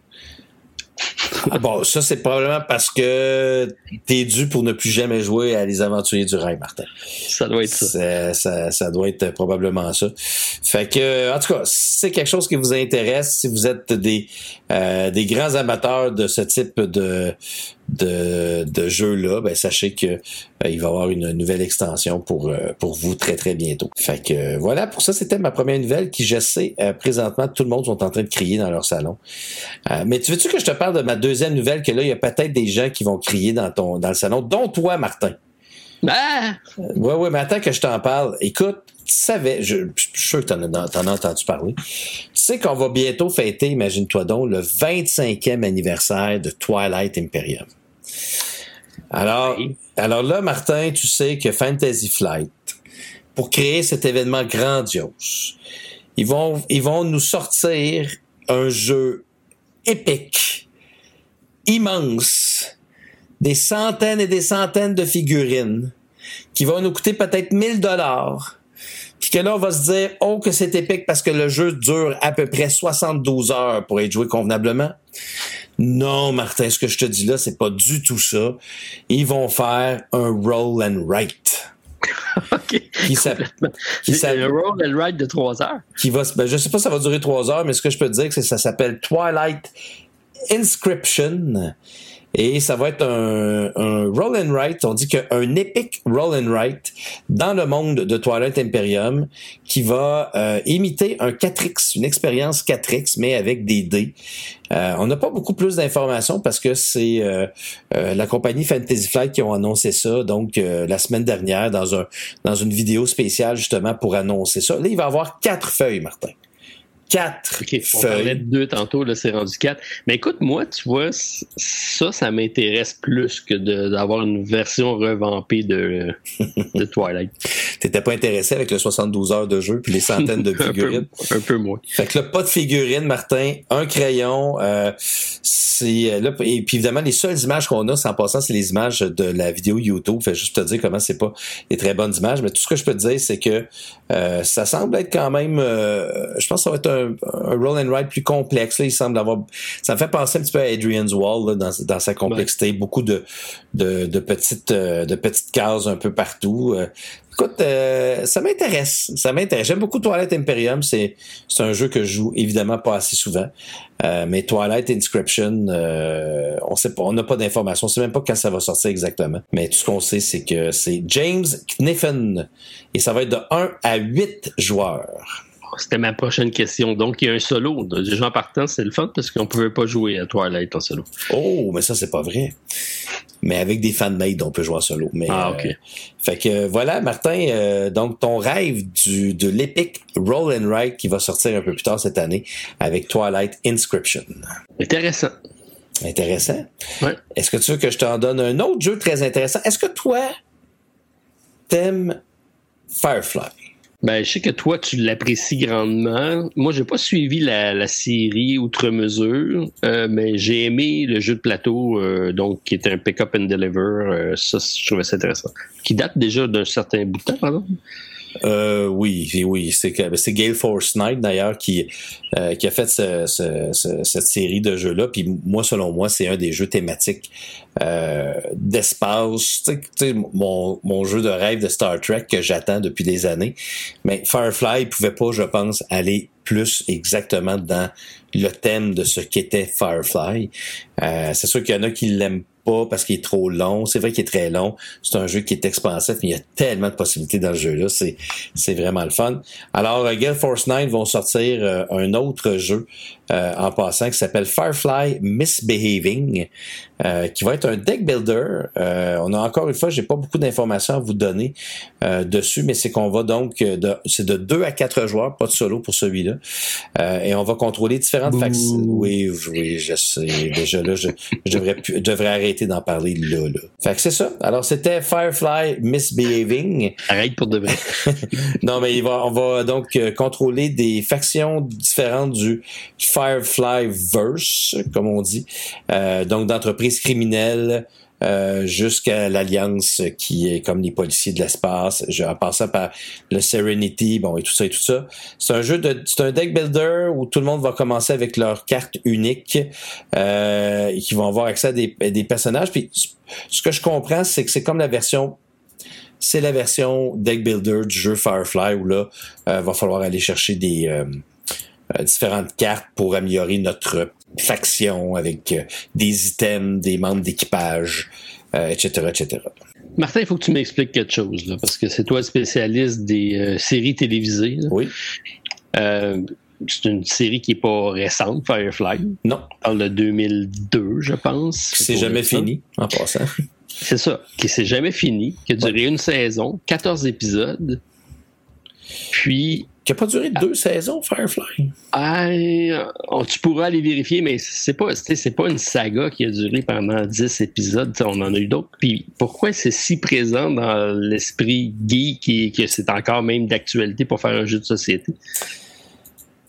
Ah bon, ça, c'est probablement parce que t'es dû pour ne plus jamais jouer à Les Aventuriers du Rail, Martin. Ça doit être ça. Ça doit être probablement ça. Fait que, en tout cas, si c'est quelque chose qui vous intéresse, si vous êtes des grands amateurs de ce type de jeu-là, ben sachez que il va y avoir une nouvelle extension pour vous très très bientôt. Fait que voilà, pour ça c'était ma première nouvelle qui, je sais, présentement tout le monde sont en train de crier dans leur salon. Mais tu veux-tu que je te parle de ma deuxième nouvelle, que là il y a peut-être des gens qui vont crier dans le salon, dont toi, Martin. Ah! Ouais, mais attends que je t'en parle. Écoute, tu savais, je suis sûr que t'en as entendu parler. Tu sais qu'on va bientôt fêter, imagine-toi donc, le 25e anniversaire de Twilight Imperium. Alors là, Martin, tu sais que Fantasy Flight, pour créer cet événement grandiose, ils vont nous sortir un jeu épique, immense, des centaines et des centaines de figurines qui vont nous coûter peut-être 1000$. Puis que là, on va se dire, oh, que c'est épique parce que le jeu dure à peu près 72 heures pour être joué convenablement. Non, Martin, ce que je te dis là, c'est pas du tout ça. Ils vont faire un roll and write. OK. Un roll and write de 3 heures. Je sais pas si ça va durer 3 heures, mais ce que je peux te dire, c'est que ça s'appelle Twilight Inscription. Et ça va être un roll and write, on dit qu'un epic roll and write dans le monde de Twilight Imperium qui va imiter un 4X, une expérience 4X, mais avec des dés. On n'a pas beaucoup plus d'informations parce que c'est la compagnie Fantasy Flight qui ont annoncé ça, donc la semaine dernière dans une vidéo spéciale justement pour annoncer ça. Là, il va y avoir 4 feuilles, Martin. 4 feuilles. On parlait de 2 tantôt, là, c'est rendu 4. Mais écoute, moi, tu vois, ça m'intéresse plus que d'avoir une version revampée de Twilight. T'étais pas intéressé avec le 72 heures de jeu puis les centaines de figurines? un peu moins. Fait que là, pas de figurines, Martin, un crayon, là, et puis évidemment, les seules images qu'on a, en passant, c'est les images de la vidéo YouTube. Fait juste te dire comment c'est pas des très bonnes images, mais tout ce que je peux te dire, c'est que ça semble être quand même, je pense que ça va être un roll and write plus complexe. Là, il semble avoir, ça me fait penser un petit peu à Adrian's Wall là, dans sa complexité, ouais. Beaucoup de petites cases un peu partout. Écoute, ça m'intéresse. J'aime beaucoup Twilight Imperium. C'est un jeu que je joue évidemment pas assez souvent. Mais Twilight Inscription, on sait pas, on n'a pas d'informations. On sait même pas quand ça va sortir exactement. Mais tout ce qu'on sait, c'est que c'est James Kniffen. Et ça va être de 1 à 8 joueurs. C'était ma prochaine question. Donc, il y a un solo. Déjà en partant, c'est le fun parce qu'on ne pouvait pas jouer à Twilight en solo. Oh, mais ça, c'est pas vrai. Mais avec des fan-made, on peut jouer en solo. Mais, OK. Fait que voilà, Martin, donc ton rêve de l'Epic Roll and Write qui va sortir un peu plus tard cette année avec Twilight Inscription. Intéressant. Ouais. Est-ce que tu veux que je t'en donne un autre jeu très intéressant? Est-ce que toi, t'aimes Firefly? Ben, je sais que toi, tu l'apprécies grandement. Moi, j'ai pas suivi la série outre mesure, mais j'ai aimé le jeu de plateau, donc qui est un pick-up and deliver. Ça, je trouvais ça intéressant. Qui date déjà d'un certain bout de temps, pardon? Oui, c'est Gale Force Knight d'ailleurs qui a fait cette série de jeux-là. Puis moi, selon moi, c'est un des jeux thématiques d'espace. Tu sais, mon jeu de rêve de Star Trek que j'attends depuis des années. Mais Firefly pouvait pas, je pense, aller plus exactement dans le thème de ce qu'était Firefly. C'est sûr qu'il y en a qui l'aiment pas parce qu'il est trop long. C'est vrai qu'il est très long. C'est un jeu qui est expansif, mais il y a tellement de possibilités dans le jeu-là. C'est vraiment le fun. Alors, Gale Force 9 vont sortir un autre jeu en passant qui s'appelle Firefly Misbehaving, qui va être un deck builder. On a encore une fois, j'ai pas beaucoup d'informations à vous donner dessus, mais c'est qu'on va donc c'est de 2 à 4 joueurs, pas de solo pour celui-là. Et on va contrôler différentes factions. Oui, je sais. Déjà là, je devrais arrêter d'en parler là. Fait que c'est ça. Alors c'était Firefly Misbehaving. Arrête pour de vrai. Non, mais on va donc contrôler des factions différentes du Firefly-verse, comme on dit. Donc d'entreprises criminelles jusqu'à l'Alliance qui est comme les policiers de l'espace, en passant par le Serenity, bon, et tout ça. C'est un deck builder où tout le monde va commencer avec leur carte unique et qui vont avoir accès à des personnages. Puis ce que je comprends, c'est que c'est comme la version deck builder du jeu Firefly où là, va falloir aller chercher des différentes cartes pour améliorer notre faction avec des items, des membres d'équipage, etc. Martin, il faut que tu m'expliques quelque chose, là, parce que c'est toi le spécialiste des séries télévisées. Là. Oui. C'est une série qui n'est pas récente, Firefly. Non. On parle de 2002, je pense. C'est jamais fini, en passant. C'est ça, qui s'est jamais fini, qui a duré une saison, 14 épisodes, puis... Qui n'a pas duré 2 saisons, Firefly? Tu pourras aller vérifier, mais c'est pas une saga qui a duré pendant 10 épisodes. On en a eu d'autres. Puis pourquoi c'est si présent dans l'esprit geek et que c'est encore même d'actualité pour faire un jeu de société?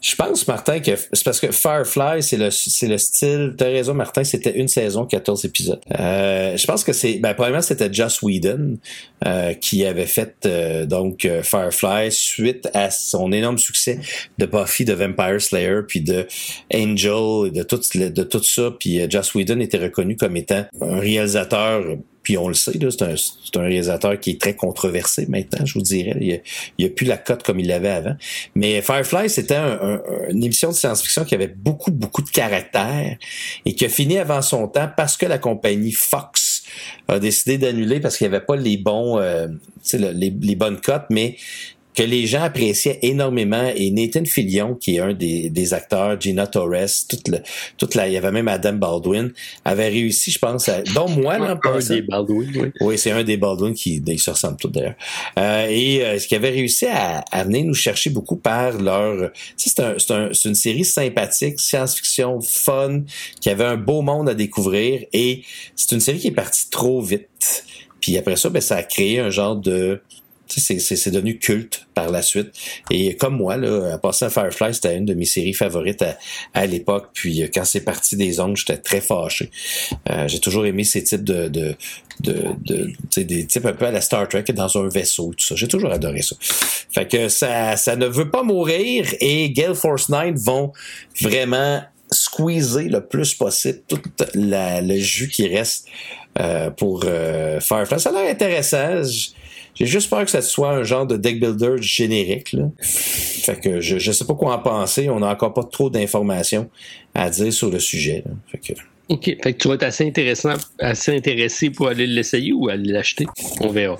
Je pense, Martin, que c'est parce que Firefly, c'est le style. T'as raison, Martin, c'était une saison, 14 épisodes. Je pense que probablement c'était Joss Whedon qui avait fait Firefly suite à son énorme succès de Buffy, de Vampire Slayer, puis de Angel, et de tout ça. Puis Joss Whedon était reconnu comme étant un réalisateur. Puis on le sait, là, c'est un réalisateur qui est très controversé maintenant, je vous dirais. Il a plus la cote comme il l'avait avant. Mais Firefly, c'était une émission de science-fiction qui avait beaucoup, beaucoup de caractère et qui a fini avant son temps parce que la compagnie Fox a décidé d'annuler parce qu'il n'y avait pas les bons, les bonnes cotes, mais que les gens appréciaient énormément, et Nathan Fillion, qui est un des acteurs, Gina Torres, il y avait même Adam Baldwin, avait réussi, je pense, dont moi, là, un des Baldwin, oui. Oui, c'est un des Baldwin ils se ressemblent tous d'ailleurs. Ce qui avait réussi à venir nous chercher beaucoup par leur, c'est une série sympathique, science-fiction, fun, qui avait un beau monde à découvrir, et c'est une série qui est partie trop vite. Puis après ça, ça a créé un genre de, c'est devenu culte par la suite. Et comme moi, là, en passant à Firefly, c'était une de mes séries favorites à l'époque. Puis quand c'est parti des ondes, j'étais très fâché. J'ai toujours aimé ces types des types un peu à la Star Trek, dans un vaisseau, tout ça. J'ai toujours adoré ça. Fait que ça ne veut pas mourir, et Gale Force 9 vont vraiment squeezer le plus possible tout le jus qui reste pour Firefly. Ça a l'air intéressant. J'ai juste peur que ça soit un genre de deck builder générique, là. Fait que je sais pas quoi en penser. On n'a encore pas trop d'informations à dire sur le sujet, là. Fait que... OK. Fait que tu vas être assez intéressé pour aller l'essayer ou aller l'acheter? On verra.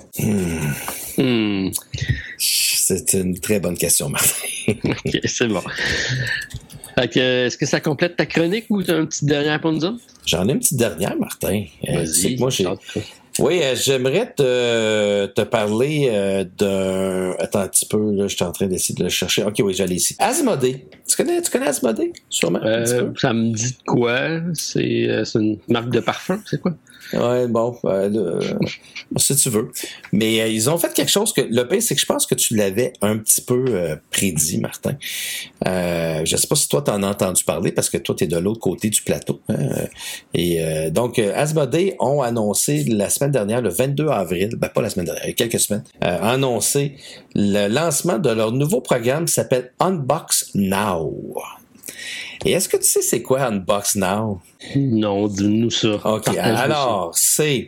C'est une très bonne question, Martin. OK, c'est bon. Fait que, est-ce que ça complète ta chronique ou tu as une petite dernière pour nous autres? J'en ai une petite dernière, Martin. Vas-y. Moi, oui, j'aimerais te parler d'un... Attends un petit peu, là, je suis en train d'essayer de le chercher. OK, oui, j'allais ici. Asmodée. Tu connais Asmodée, sûrement? Ça me dit de quoi? C'est une marque de parfum, c'est quoi? Ouais, bon, si tu veux. Mais ils ont fait quelque chose que... Le pire, c'est que je pense que tu l'avais un petit peu prédit, Martin. Je sais pas si toi, t'en as entendu parler, parce que toi, t'es de l'autre côté du plateau. Donc, Asmodée ont annoncé la semaine dernière, le 22 avril, pas la semaine dernière, il y a quelques semaines, annoncé le lancement de leur nouveau programme qui s'appelle Unbox Now. Et est-ce que tu sais c'est quoi Unbox Now? Non, dis-nous ça. OK, alors, c'est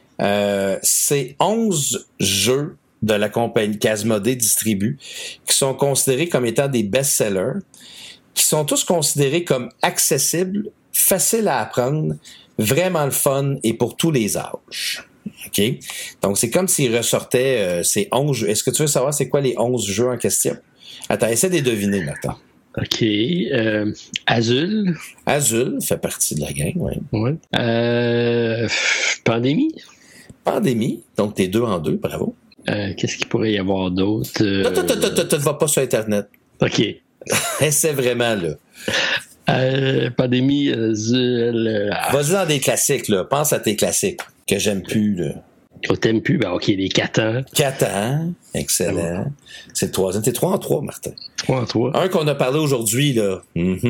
11 jeux de la compagnie qu'Asmodée distribue qui sont considérés comme étant des best-sellers, qui sont tous considérés comme accessibles, faciles à apprendre, vraiment le fun et pour tous les âges. OK? Donc, c'est comme s'ils ressortaient ces 11 jeux. Est-ce que tu veux savoir c'est quoi les 11 jeux en question? Attends, essaie de les deviner maintenant. OK. Azul. Azul fait partie de la gang, oui. Ouais. Pandémie. Pandémie. Donc, t'es 2 en 2, bravo. Qu'est-ce qu'il pourrait y avoir d'autre? Ne va pas sur Internet. OK. Essaie vraiment, là. Pandémie, Azul. Vas-y dans des classiques, là. Pense à tes classiques que j'aime plus, là. T'aimes plus? OK, les Catan. Catan, excellent. Bon. C'est le troisième. T'es 3 en 3, Martin. 3 en 3. Un qu'on a parlé aujourd'hui, là.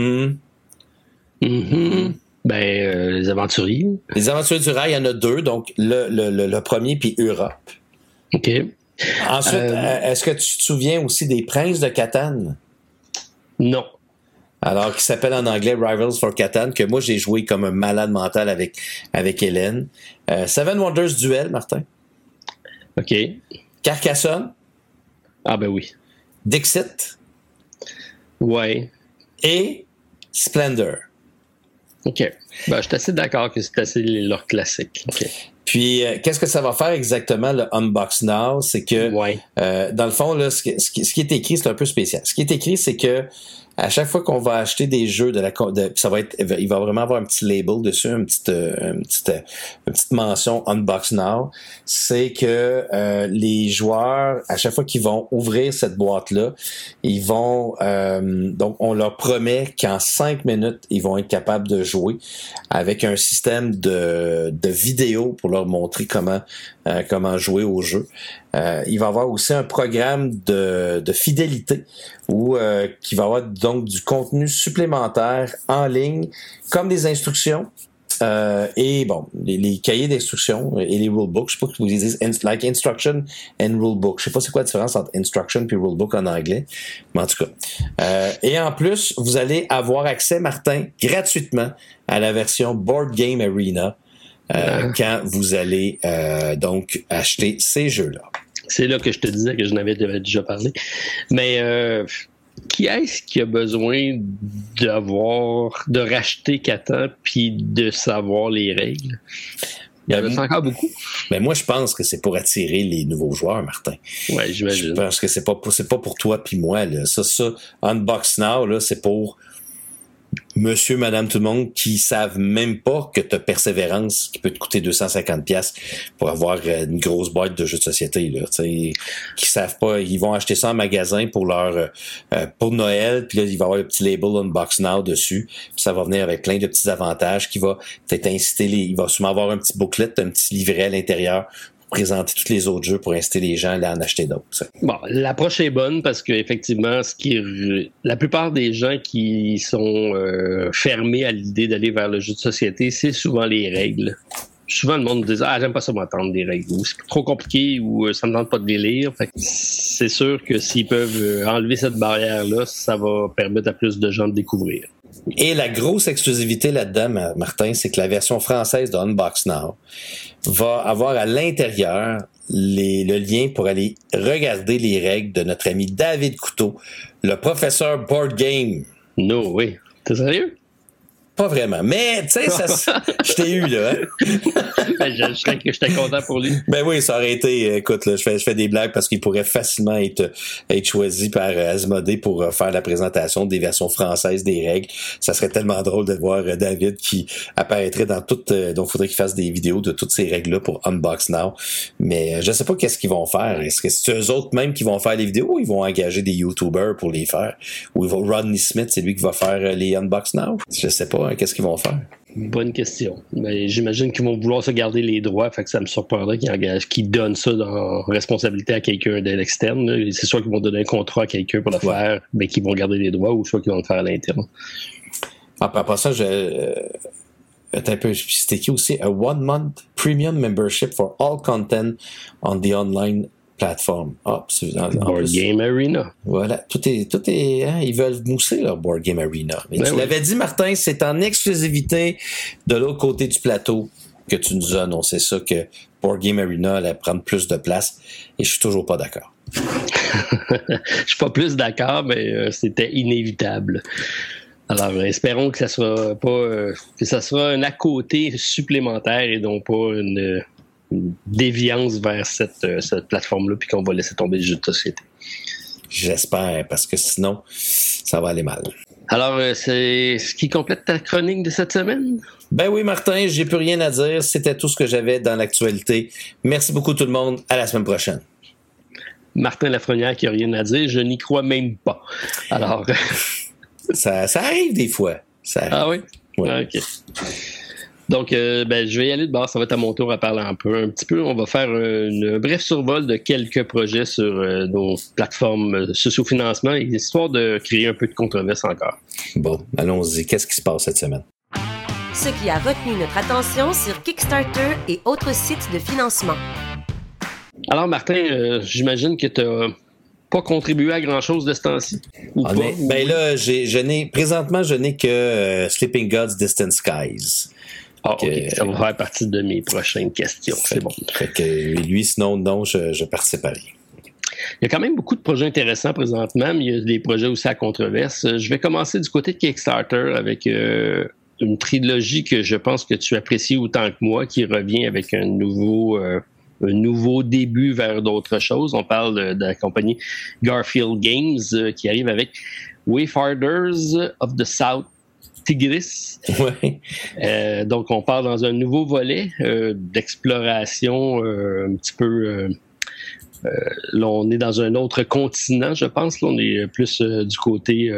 Les Aventuriers. Les Aventuriers du Rail, il y en a 2. Donc, le premier, puis Europe. OK. Ensuite, est-ce que tu te souviens aussi des Princes de Catan? Non. Alors, qui s'appelle en anglais Rivals for Catan, que moi, j'ai joué comme un malade mental avec Hélène. Seven Wonders Duel, Martin. OK. Carcassonne. Ah, ben oui. Dixit. Ouais. Et Splendor. OK. Ben, je suis assez d'accord que c'est assez leur classique. OK. Puis, qu'est-ce que ça va faire exactement, le Unbox Now? C'est que, dans le fond, là, ce qui est écrit, c'est un peu spécial. Ce qui est écrit, c'est que à chaque fois qu'on va acheter des jeux il va vraiment avoir un petit label dessus, une petite mention Unbox Now. C'est que les joueurs, à chaque fois qu'ils vont ouvrir cette boîte-là, ils vont donc on leur promet qu'en 5 minutes, ils vont être capables de jouer avec un système de vidéo pour leur montrer comment comment jouer au jeu. Il va y avoir aussi un programme de fidélité où qui va avoir donc du contenu supplémentaire en ligne, comme des instructions. Et bon, les cahiers d'instruction et les rulebooks, je sais pas que vous disent like instruction and rulebook. Je sais pas c'est quoi la différence entre instruction puis rulebook en anglais, mais en tout cas. Et en plus, vous allez avoir accès, Martin, gratuitement à la version Board Game Arena quand vous allez donc acheter ces jeux-là. C'est là que je te disais que je n'avais déjà parlé. Mais qui est-ce qui a besoin de racheter Catan puis de savoir les règles? Il y en a encore beaucoup. Mais moi, je pense que c'est pour attirer les nouveaux joueurs, Martin. Ouais, j'imagine. Je pense que c'est pas pour toi puis moi, là. Ça, Unbox Now, là, c'est pour monsieur, madame, tout le monde qui savent même pas que t'as Persévérance qui peut te coûter 250$ pour avoir une grosse boîte de jeux de société, là, t'sais, qui savent pas, ils vont acheter ça en magasin pour leur pour Noël, puis là il va y avoir le petit label Unbox Now dessus, puis ça va venir avec plein de petits avantages qui va peut-être inciter il va sûrement avoir un petit booklet, un petit livret à l'intérieur présenter tous les autres jeux pour inciter les gens à aller en acheter d'autres. Ça. Bon, l'approche est bonne parce que effectivement, la plupart des gens qui sont fermés à l'idée d'aller vers le jeu de société, c'est souvent les règles. Souvent, le monde dit « Ah, j'aime pas ça m'entendre des règles » ou « C'est trop compliqué » ou « Ça me tente pas de les lire ». Fait que c'est sûr que s'ils peuvent enlever cette barrière-là, ça va permettre à plus de gens de découvrir. Et la grosse exclusivité là-dedans, Martin, c'est que la version française de Unbox Now va avoir à l'intérieur le lien pour aller regarder les règles de notre ami David Couteau, le professeur Board Game. No, oui. T'es sérieux? Pas vraiment. Mais, tu sais, je t'ai eu, là. Hein? J'étais content pour lui. Ben oui, ça aurait été, écoute, là, je fais des blagues parce qu'il pourrait facilement être choisi par Asmodée pour faire la présentation des versions françaises des règles. Ça serait tellement drôle de voir David qui apparaîtrait dans toutes, donc il faudrait qu'il fasse des vidéos de toutes ces règles-là pour Unbox Now. Mais je sais pas qu'est-ce qu'ils vont faire. Est-ce que c'est eux autres même qui vont faire les vidéos ou ils vont engager des YouTubers pour les faire? Ou Rodney Smith, c'est lui qui va faire les Unbox Now? Je sais pas. Qu'est-ce qu'ils vont faire? Bonne question. Mais j'imagine qu'ils vont vouloir se garder les droits, fait que ça me surprendrait qu'ils donnent ça en responsabilité à quelqu'un de l'externe. Là. C'est soit qu'ils vont donner un contrat à quelqu'un pour le faire, mais qu'ils vont garder les droits, ou soit qu'ils vont le faire à l'interne. Après ça, un peu, c'était qui aussi? A 1-month premium membership for all content on the online platform. Board Game Arena. Voilà. Tout est, hein, ils veulent mousser leur Board Game Arena. Mais tu l'avais dit, Martin, c'est en exclusivité de l'autre côté du plateau que tu nous as annoncé ça, que Board Game Arena allait prendre plus de place. Et je suis toujours pas d'accord. Je suis pas plus d'accord, mais c'était inévitable. Alors, espérons que ça sera pas, que ça sera un à côté supplémentaire et non pas une déviance vers cette plateforme-là, puis qu'on va laisser tomber le jeu de société. J'espère, parce que sinon, ça va aller mal. Alors, c'est ce qui complète ta chronique de cette semaine? Ben oui, Martin, j'ai plus rien à dire. C'était tout ce que j'avais dans l'actualité. Merci beaucoup tout le monde. À la semaine prochaine. Martin Lafrenière qui a rien à dire, je n'y crois même pas. Alors... ça arrive des fois. Ça arrive. Ah oui? Ouais. Ah, OK. Donc, je vais y aller de base. Ça va être à mon tour à parler un petit peu. On va faire un bref survol de quelques projets sur nos plateformes socio-financement, histoire de créer un peu de controverse encore. Bon, allons-y. Qu'est-ce qui se passe cette semaine? Ce qui a retenu notre attention sur Kickstarter et autres sites de financement. Alors, Martin, j'imagine que tu n'as pas contribué à grand-chose de ce temps-ci. Ou pas? Ben là, présentement, je n'ai que Sleeping Gods Distant Skies. Ah, OK. Ça va faire partie de mes prochaines questions. C'est bon. Fait que lui, sinon, non, je participe à rien. Il y a quand même beaucoup de projets intéressants présentement, mais il y a des projets aussi à controverse. Je vais commencer du côté de Kickstarter avec une trilogie que je pense que tu apprécies autant que moi, qui revient avec un nouveau début vers d'autres choses. On parle de la compagnie Garfield Games qui arrive avec Wayfinders of the South Tigris. Ouais. Donc, on part dans un nouveau volet d'exploration un petit peu... là, on est dans un autre continent, je pense. Là, on est plus du côté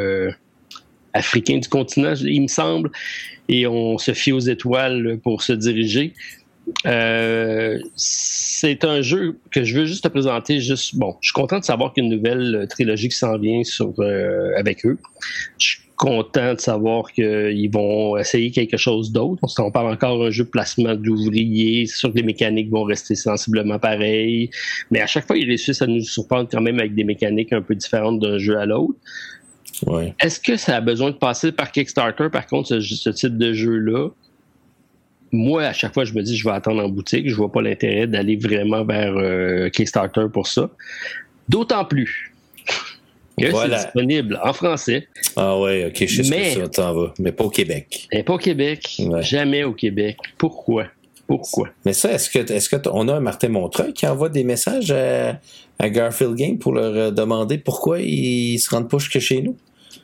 africain du continent, il me semble. Et on se fie aux étoiles pour se diriger. C'est un jeu que je veux juste te présenter. Je suis content de savoir qu'il y a une nouvelle trilogie qui s'en vient avec eux. Je suis content de savoir qu'ils vont essayer quelque chose d'autre. On parle encore d'un jeu de placement d'ouvriers. C'est sûr que les mécaniques vont rester sensiblement pareilles, mais à chaque fois, ils réussissent à nous surprendre quand même avec des mécaniques un peu différentes d'un jeu à l'autre. Ouais. Est-ce que ça a besoin de passer par Kickstarter, par contre, ce type de jeu-là? Moi, à chaque fois, je me dis je vais attendre en boutique. Je vois pas l'intérêt d'aller vraiment vers Kickstarter pour ça. D'autant plus que c'est disponible en français. Ah ouais, ok, je sais ce que ça t'en va. Mais pas au Québec. Mais pas au Québec. Ouais. Jamais au Québec. Pourquoi? Mais ça, est-ce que on a un Martin Montreuil qui envoie des messages à Garfield Game pour leur demander pourquoi ils se rendent pas jusque chez nous?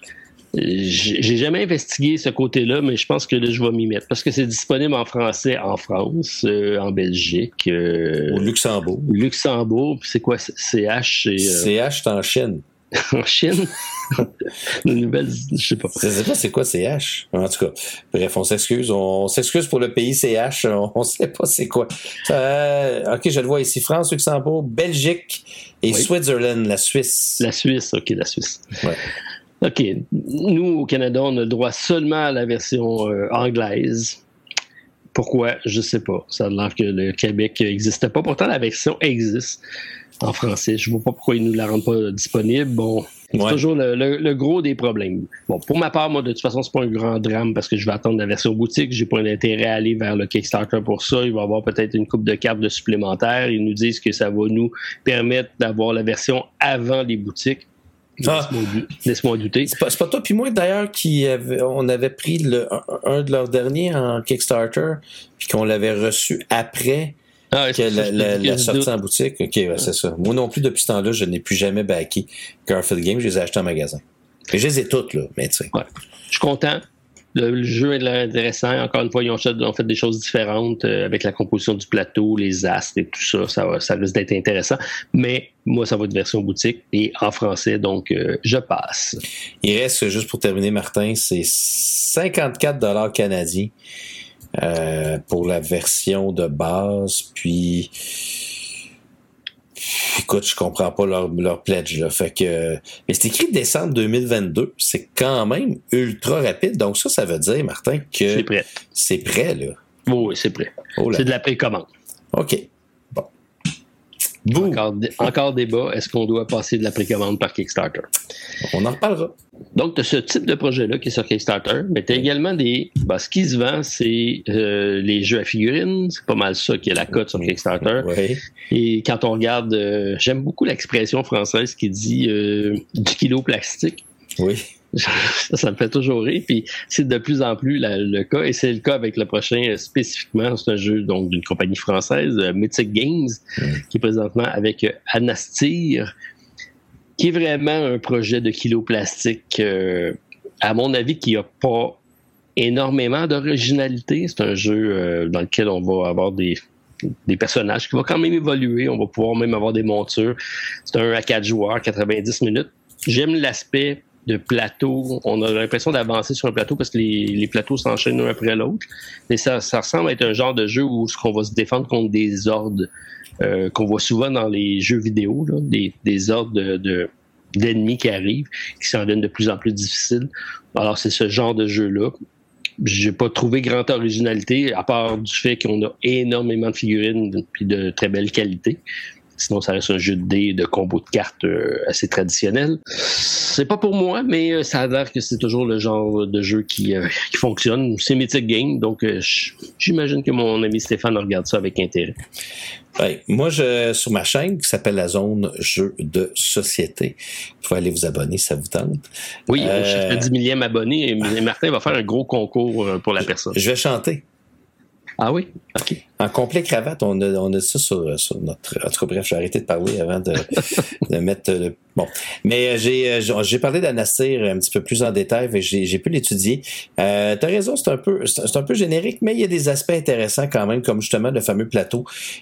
J'ai jamais investigué ce côté-là, mais je pense que là, je vais m'y mettre. Parce que c'est disponible en français en France, en Belgique. Au Luxembourg. Luxembourg, puis c'est quoi? CH? CH, c'est en Chine. En Chine? Une nouvelle, je sais pas. Je sais pas c'est quoi CH. En tout cas, bref, on s'excuse. On s'excuse pour le pays CH. On sait pas c'est quoi. Ok, je le vois ici. France, Luxembourg, Belgique et Switzerland, la Suisse. La Suisse, ok, la Suisse. Ouais. OK. Nous, au Canada, on a le droit seulement à la version anglaise. Pourquoi? Je sais pas. Ça a l'air que le Québec n'existait pas. Pourtant, la version existe en français. Je vois pas pourquoi ils nous la rendent pas disponible. Bon, c'est toujours le gros des problèmes. Bon, pour ma part, moi, de toute façon, c'est pas un grand drame parce que je vais attendre la version boutique. J'ai pas d'intérêt à aller vers le Kickstarter pour ça. Il va y avoir peut-être une couple de cartes de supplémentaires. Ils nous disent que ça va nous permettre d'avoir la version avant les boutiques. Laisse-moi douter. C'est pas toi puis moi d'ailleurs on avait pris un de leurs derniers en Kickstarter puis qu'on l'avait reçu après que la sortie en boutique. Ok, c'est ça. Moi non plus depuis ce temps-là, je n'ai plus jamais backé Garfield Games. Je les ai achetés en magasin. Et je les ai toutes là, mais tu sais. Ouais. Je suis content. Le jeu est intéressant. Encore une fois, ils ont fait des choses différentes avec la composition du plateau, les astres et tout ça. Ça risque d'être intéressant. Mais moi, ça va être version boutique et en français, donc je passe. Il reste, juste pour terminer, Martin, c'est 54$ canadiens pour la version de base. Puis... Écoute, je comprends pas leur pledge, là. Fait que, mais c'est écrit décembre 2022. C'est quand même ultra rapide. Donc ça veut dire, Martin, que c'est prêt. C'est prêt, là. Oui, c'est prêt. C'est de la précommande. OK. Bon. Encore débat. Est-ce qu'on doit passer de la précommande par Kickstarter? On en reparlera. Donc, tu as ce type de projet-là qui est sur Kickstarter, mais tu as également ce qui se vend, c'est les jeux à figurines. C'est pas mal ça qui est la cote sur Kickstarter. Oui. Et quand on regarde, j'aime beaucoup l'expression française qui dit du kilo plastique. Oui. Ça me fait toujours rire, puis c'est de plus en plus le cas, et c'est le cas avec le prochain spécifiquement. C'est un jeu donc d'une compagnie française, Mythic Games, qui est présentement avec Anastir, qui est vraiment un projet de kilo plastique, à mon avis, qui n'a pas énormément d'originalité. C'est un jeu dans lequel on va avoir des personnages qui vont quand même évoluer. On va pouvoir même avoir des montures. C'est un à 4 joueurs, 90 minutes. J'aime l'aspect de plateau. On a l'impression d'avancer sur un plateau parce que les plateaux s'enchaînent l'un après l'autre. Mais ça ressemble à être un genre de jeu où on va se défendre contre des hordes qu'on voit souvent dans les jeux vidéo, là, des hordes d'ennemis qui arrivent, qui s'en deviennent de plus en plus difficiles. Alors, c'est ce genre de jeu-là. J'ai pas trouvé grande originalité, à part du fait qu'on a énormément de figurines et de très belle qualité. Sinon, ça reste un jeu de dés, de combos de cartes assez traditionnel. C'est pas pour moi, mais ça a l'air que c'est toujours le genre de jeu qui fonctionne. C'est Mythic Game, donc j'imagine que mon ami Stéphane regarde ça avec intérêt. Ouais, moi, sur ma chaîne qui s'appelle La Zone Jeux de Société, vous pouvez aller vous abonner, ça vous tente. Oui, je suis le 10 millième abonné et Martin va faire un gros concours pour la personne. Je vais chanter. Ah oui? OK. En complet cravate, on a ça sur notre... En tout cas, bref, j'ai arrêté de parler avant de mettre... Bon. Mais j'ai parlé d'Anastir un petit peu plus en détail, et j'ai pu l'étudier. T'as raison, c'est un peu générique, mais il y a des aspects intéressants quand même, comme justement le fameux plateau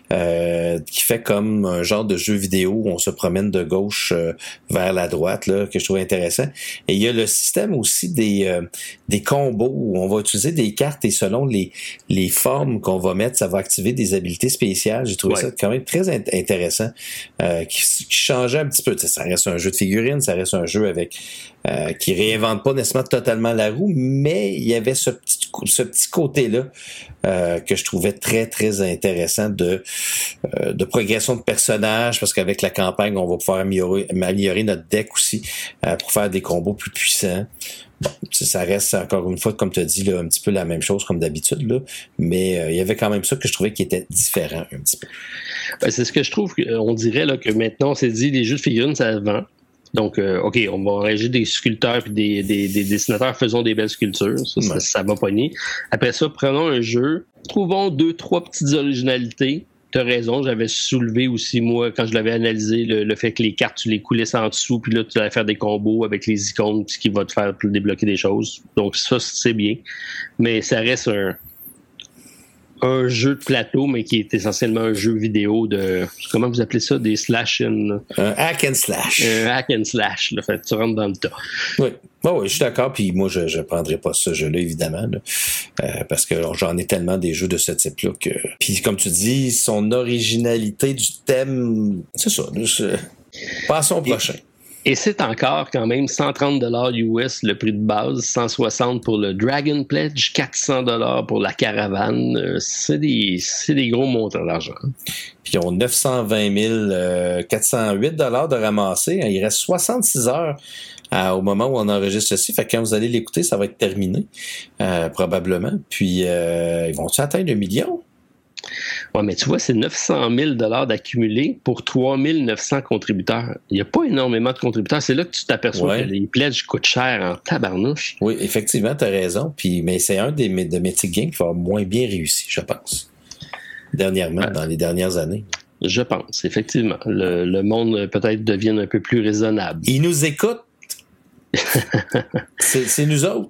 qui fait comme un genre de jeu vidéo où on se promène de gauche vers la droite, là, que je trouve intéressant. Et il y a le système aussi des combos où on va utiliser des cartes et selon les formes arme qu'on va mettre, ça va activer des habilités spéciales. J'ai trouvé ça quand même très intéressant, qui changeait un petit peu. Ça reste un jeu de figurines, ça reste un jeu avec qui réinvente pas nécessairement totalement la roue, mais il y avait ce petit côté-là que je trouvais très, très intéressant de progression de personnages, parce qu'avec la campagne, on va pouvoir améliorer notre deck aussi pour faire des combos plus puissants. Bon, ça reste encore une fois, comme tu as dit, là, un petit peu la même chose comme d'habitude, là, mais il y avait quand même ça que je trouvais qui était différent un petit peu. Ben, c'est ce que je trouve, on dirait là, que maintenant on s'est dit les jeux de figurines, ça vend. Donc, OK, on va engager des sculpteurs et des dessinateurs, faisons des belles sculptures. Ça va pogner. Après ça, prenons un jeu, trouvons 2-3 petites originalités. Tu as raison, j'avais soulevé aussi, moi, quand je l'avais analysé, le fait que les cartes, tu les coulais en dessous, puis là, tu allais faire des combos avec les icônes, ce qui va te faire débloquer des choses. Donc, ça, c'est bien. Mais ça reste un jeu de plateau, mais qui est essentiellement un jeu vidéo de... Comment vous appelez ça? Des slash and... Un hack and slash. Un hack and slash. Là, fait, tu rentres dans le tas. Oui. Oh, oui, je suis d'accord. Puis moi, je prendrais pas ce jeu-là, évidemment. Là, parce que j'en ai tellement des jeux de ce type-là que... Puis comme tu dis, son originalité du thème... C'est ça. Passons au prochain. Et c'est encore quand même $130 US le prix de base, 160 pour le Dragon Pledge, 400 pour la caravane. C'est des gros montants d'argent. Puis ils ont 920 408 $ de ramasser. Il reste 66 heures au moment où on enregistre ceci. Fait que quand vous allez l'écouter, ça va être terminé, probablement. Puis ils vont-tu atteindre 1 million? Ouais, mais tu vois, c'est 900 000 $ d'accumulé pour 3 900 contributeurs. Il n'y a pas énormément de contributeurs. C'est là que tu t'aperçois que les pledges coûtent cher en tabarnouche. Oui, effectivement, tu as raison. Puis, mais c'est un de Mythic Games qui va moins bien réussi, je pense. Dernièrement, dans les dernières années. Je pense, effectivement. Le monde peut-être devienne un peu plus raisonnable. Ils nous écoutent. c'est nous autres.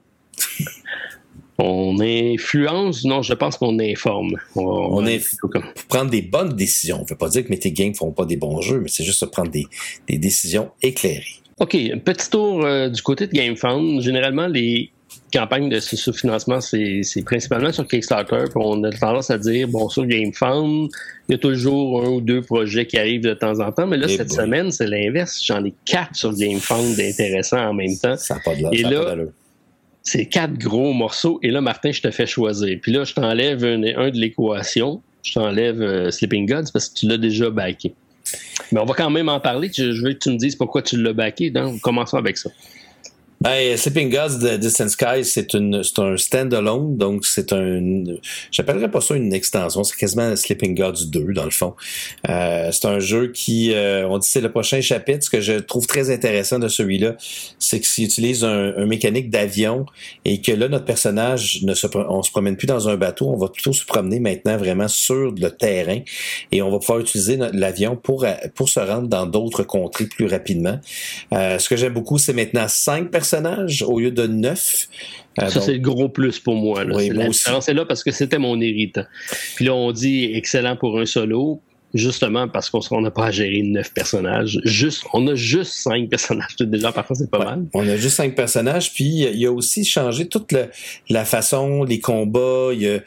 On influence? Non, je pense qu'on informe. On est pour prendre des bonnes décisions. On ne veut pas dire que Mythic Games ne font pas des bons jeux, mais c'est juste de prendre des décisions éclairées. OK, un petit tour du côté de GameFound. Généralement, les campagnes de sous-financement, c'est principalement sur Kickstarter. Puis on a tendance à dire, bon, sur GameFound, il y a toujours 1 ou 2 projets qui arrivent de temps en temps. Mais là, cette semaine, c'est l'inverse. J'en ai 4 sur GameFound d'intéressants en même temps. Ça n'a pas de l'allure. C'est 4 gros morceaux. Et là, Martin, je te fais choisir. Puis là, je t'enlève un de l'équation. Je t'enlève Sleeping Gods parce que tu l'as déjà backé. Mais on va quand même en parler. Je veux que tu me dises pourquoi tu l'as backé. Donc, commençons avec ça. Ben, Sleeping Gods de Distant Skies, c'est un stand-alone, donc j'appellerais pas ça une extension, c'est quasiment Sleeping Gods 2, dans le fond. C'est un jeu qui, on dit c'est le prochain chapitre. Ce que je trouve très intéressant de celui-là, c'est que s'il utilise un mécanique d'avion et que là, notre personnage on se promène plus dans un bateau, on va plutôt se promener maintenant vraiment sur le terrain et on va pouvoir utiliser l'avion pour se rendre dans d'autres contrées plus rapidement. Ce que j'aime beaucoup, c'est maintenant 5 personnages au lieu de 9. Ça, c'est le gros plus pour moi. Là. Oui, la différence est là parce que c'était mon héritant. Puis là, on dit excellent pour un solo, justement parce qu'on n'a pas à gérer 9 personnages. On a juste 5 personnages. Déjà, par contre, c'est pas mal. On a juste 5 personnages. Puis, il a aussi changé toute la façon, les combats. Il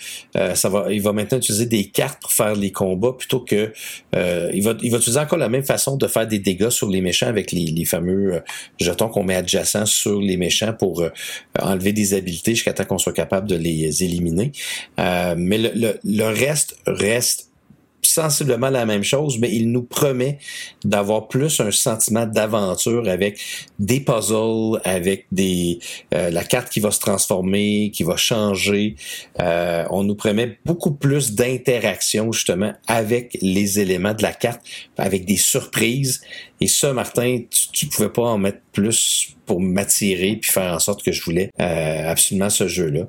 va maintenant utiliser des cartes pour faire les combats plutôt que... il va utiliser encore la même façon de faire des dégâts sur les méchants avec les fameux jetons qu'on met adjacents sur les méchants pour enlever des habiletés jusqu'à temps qu'on soit capable de les éliminer. Mais le reste sensiblement la même chose, mais il nous promet d'avoir plus un sentiment d'aventure avec des puzzles, avec la carte qui va se transformer, qui va changer. On nous promet beaucoup plus d'interaction justement avec les éléments de la carte, avec des surprises. Et ça, Martin, tu pouvais pas en mettre plus pour m'attirer puis faire en sorte que je voulais absolument ce jeu-là.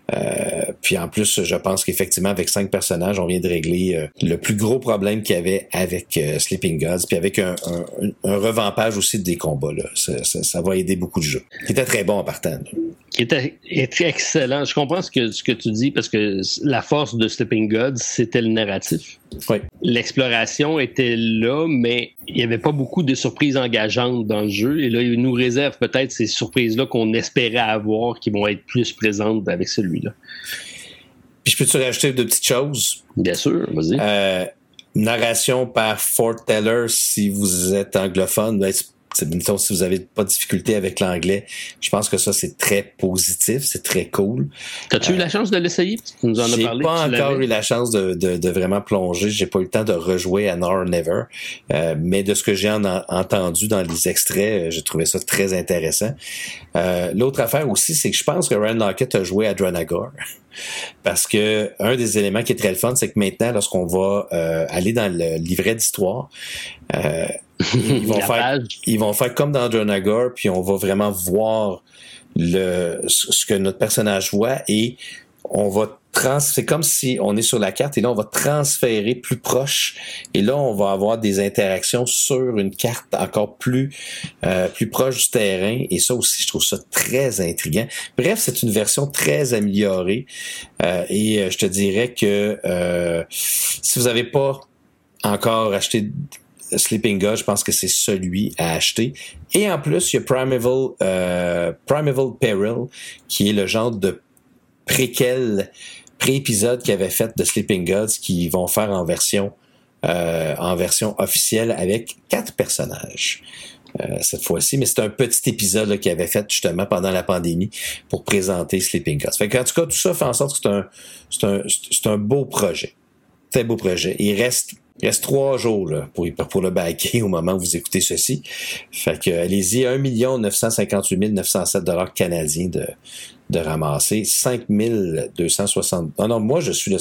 Puis en plus, je pense qu'effectivement, avec 5 personnages, on vient de régler le plus gros problème qu'il y avait avec Sleeping Gods, puis avec un revampage aussi des combats. Là. Ça va aider beaucoup de jeux. Qui était très bon en partant. Qui était excellent. Je comprends ce que tu dis parce que la force de Sleeping Gods, c'était le narratif. Oui. L'exploration était là, mais il n'y avait pas beaucoup de surprises engageantes dans le jeu. Et là, il nous réserve peut-être ces surprises-là qu'on espérait avoir qui vont être plus présentes avec celui-là. Puis je peux-tu rajouter deux petites choses? Bien sûr, vas-y. Narration par Fort Teller, si vous êtes anglophone, ben, mettons, si vous n'avez pas de difficulté avec l'anglais, je pense que ça, c'est très positif, c'est très cool. T'as-tu eu la chance de l'essayer? Tu nous en as parlé. J'ai pas encore eu la chance de vraiment plonger. J'ai pas eu le temps de rejouer à Now or Never. Mais de ce que j'ai entendu dans les extraits, j'ai trouvé ça très intéressant. L'autre affaire aussi, c'est que je pense que Ryan Lockett a joué à Dranagore. Parce que un des éléments qui est très le fun, c'est que maintenant, lorsqu'on va aller dans le livret d'histoire, ils vont faire comme dans Dranagore, puis on va vraiment voir ce que notre personnage voit et on va c'est comme si on est sur la carte et là on va transférer plus proche et là on va avoir des interactions sur une carte encore plus proche du terrain et ça aussi je trouve ça très intriguant. Bref, c'est une version très améliorée et je te dirais que si vous n'avez pas encore acheté Sleeping God, je pense que c'est celui à acheter. Et en plus, il y a Primeval Peril, qui est le genre de pré-épisode qu'ils avaient fait de Sleeping Gods, qu'ils vont faire en version officielle avec 4 personnages. Cette fois-ci, mais c'est un petit épisode là, qu'ils avaient fait justement pendant la pandémie pour présenter Sleeping Gods. Fait qu'en tout cas, tout ça fait en sorte que c'est un beau projet. Très beau projet. Il reste 3 jours là, pour le backer au moment où vous écoutez ceci. Fait que allez-y, 1 958 907 $ canadiens de ramasser. 5260. Non, moi je suis le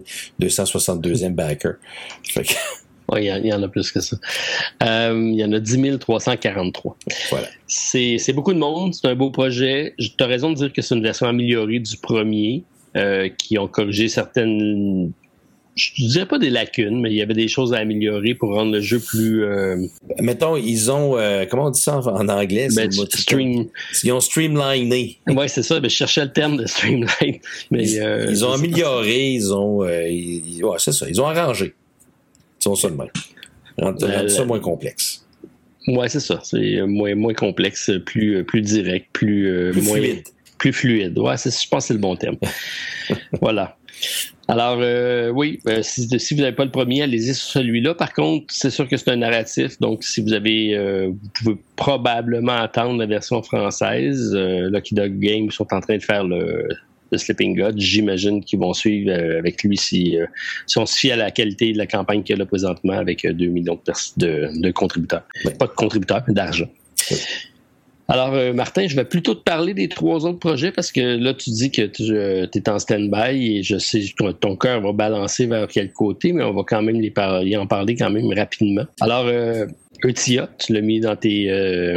5262e backer. Fait que... Oui, il y en a plus que ça. Il y en a 10 343. Voilà. C'est beaucoup de monde, c'est un beau projet. Tu as raison de dire que c'est une version améliorée du premier, qui ont corrigé certaines... Je dirais pas des lacunes, mais il y avait des choses à améliorer pour rendre le jeu plus... Mettons, ils ont... comment on dit ça en anglais? Ils ont streamliné. Oui, c'est ça. Je cherchais le terme de streamline. Mais, ils ont amélioré, c'est ça. Ils ont arrangé. Ils sont ça de même. Rendre ça moins complexe. Oui, c'est ça. C'est moins complexe, plus direct, plus fluide. Plus fluide. Ouais, je pense que c'est le bon terme. Voilà. Alors, oui, si vous n'avez pas le premier, allez-y sur celui-là. Par contre, c'est sûr que c'est un narratif. Donc, si vous avez, vous pouvez probablement attendre la version française. Lucky Dog Games sont en train de faire le Sleeping God. J'imagine qu'ils vont suivre avec lui si on se fie à la qualité de la campagne qu'il y a là présentement avec 2 millions de contributeurs. Oui. Pas de contributeurs, mais d'argent. Oui. Alors, Martin, je vais plutôt te parler des 3 autres projets parce que là, tu dis que tu es en stand-by et je sais que ton cœur va balancer vers quel côté, mais on va quand même en parler quand même rapidement. Alors, Eutia, tu l'as mis dans tes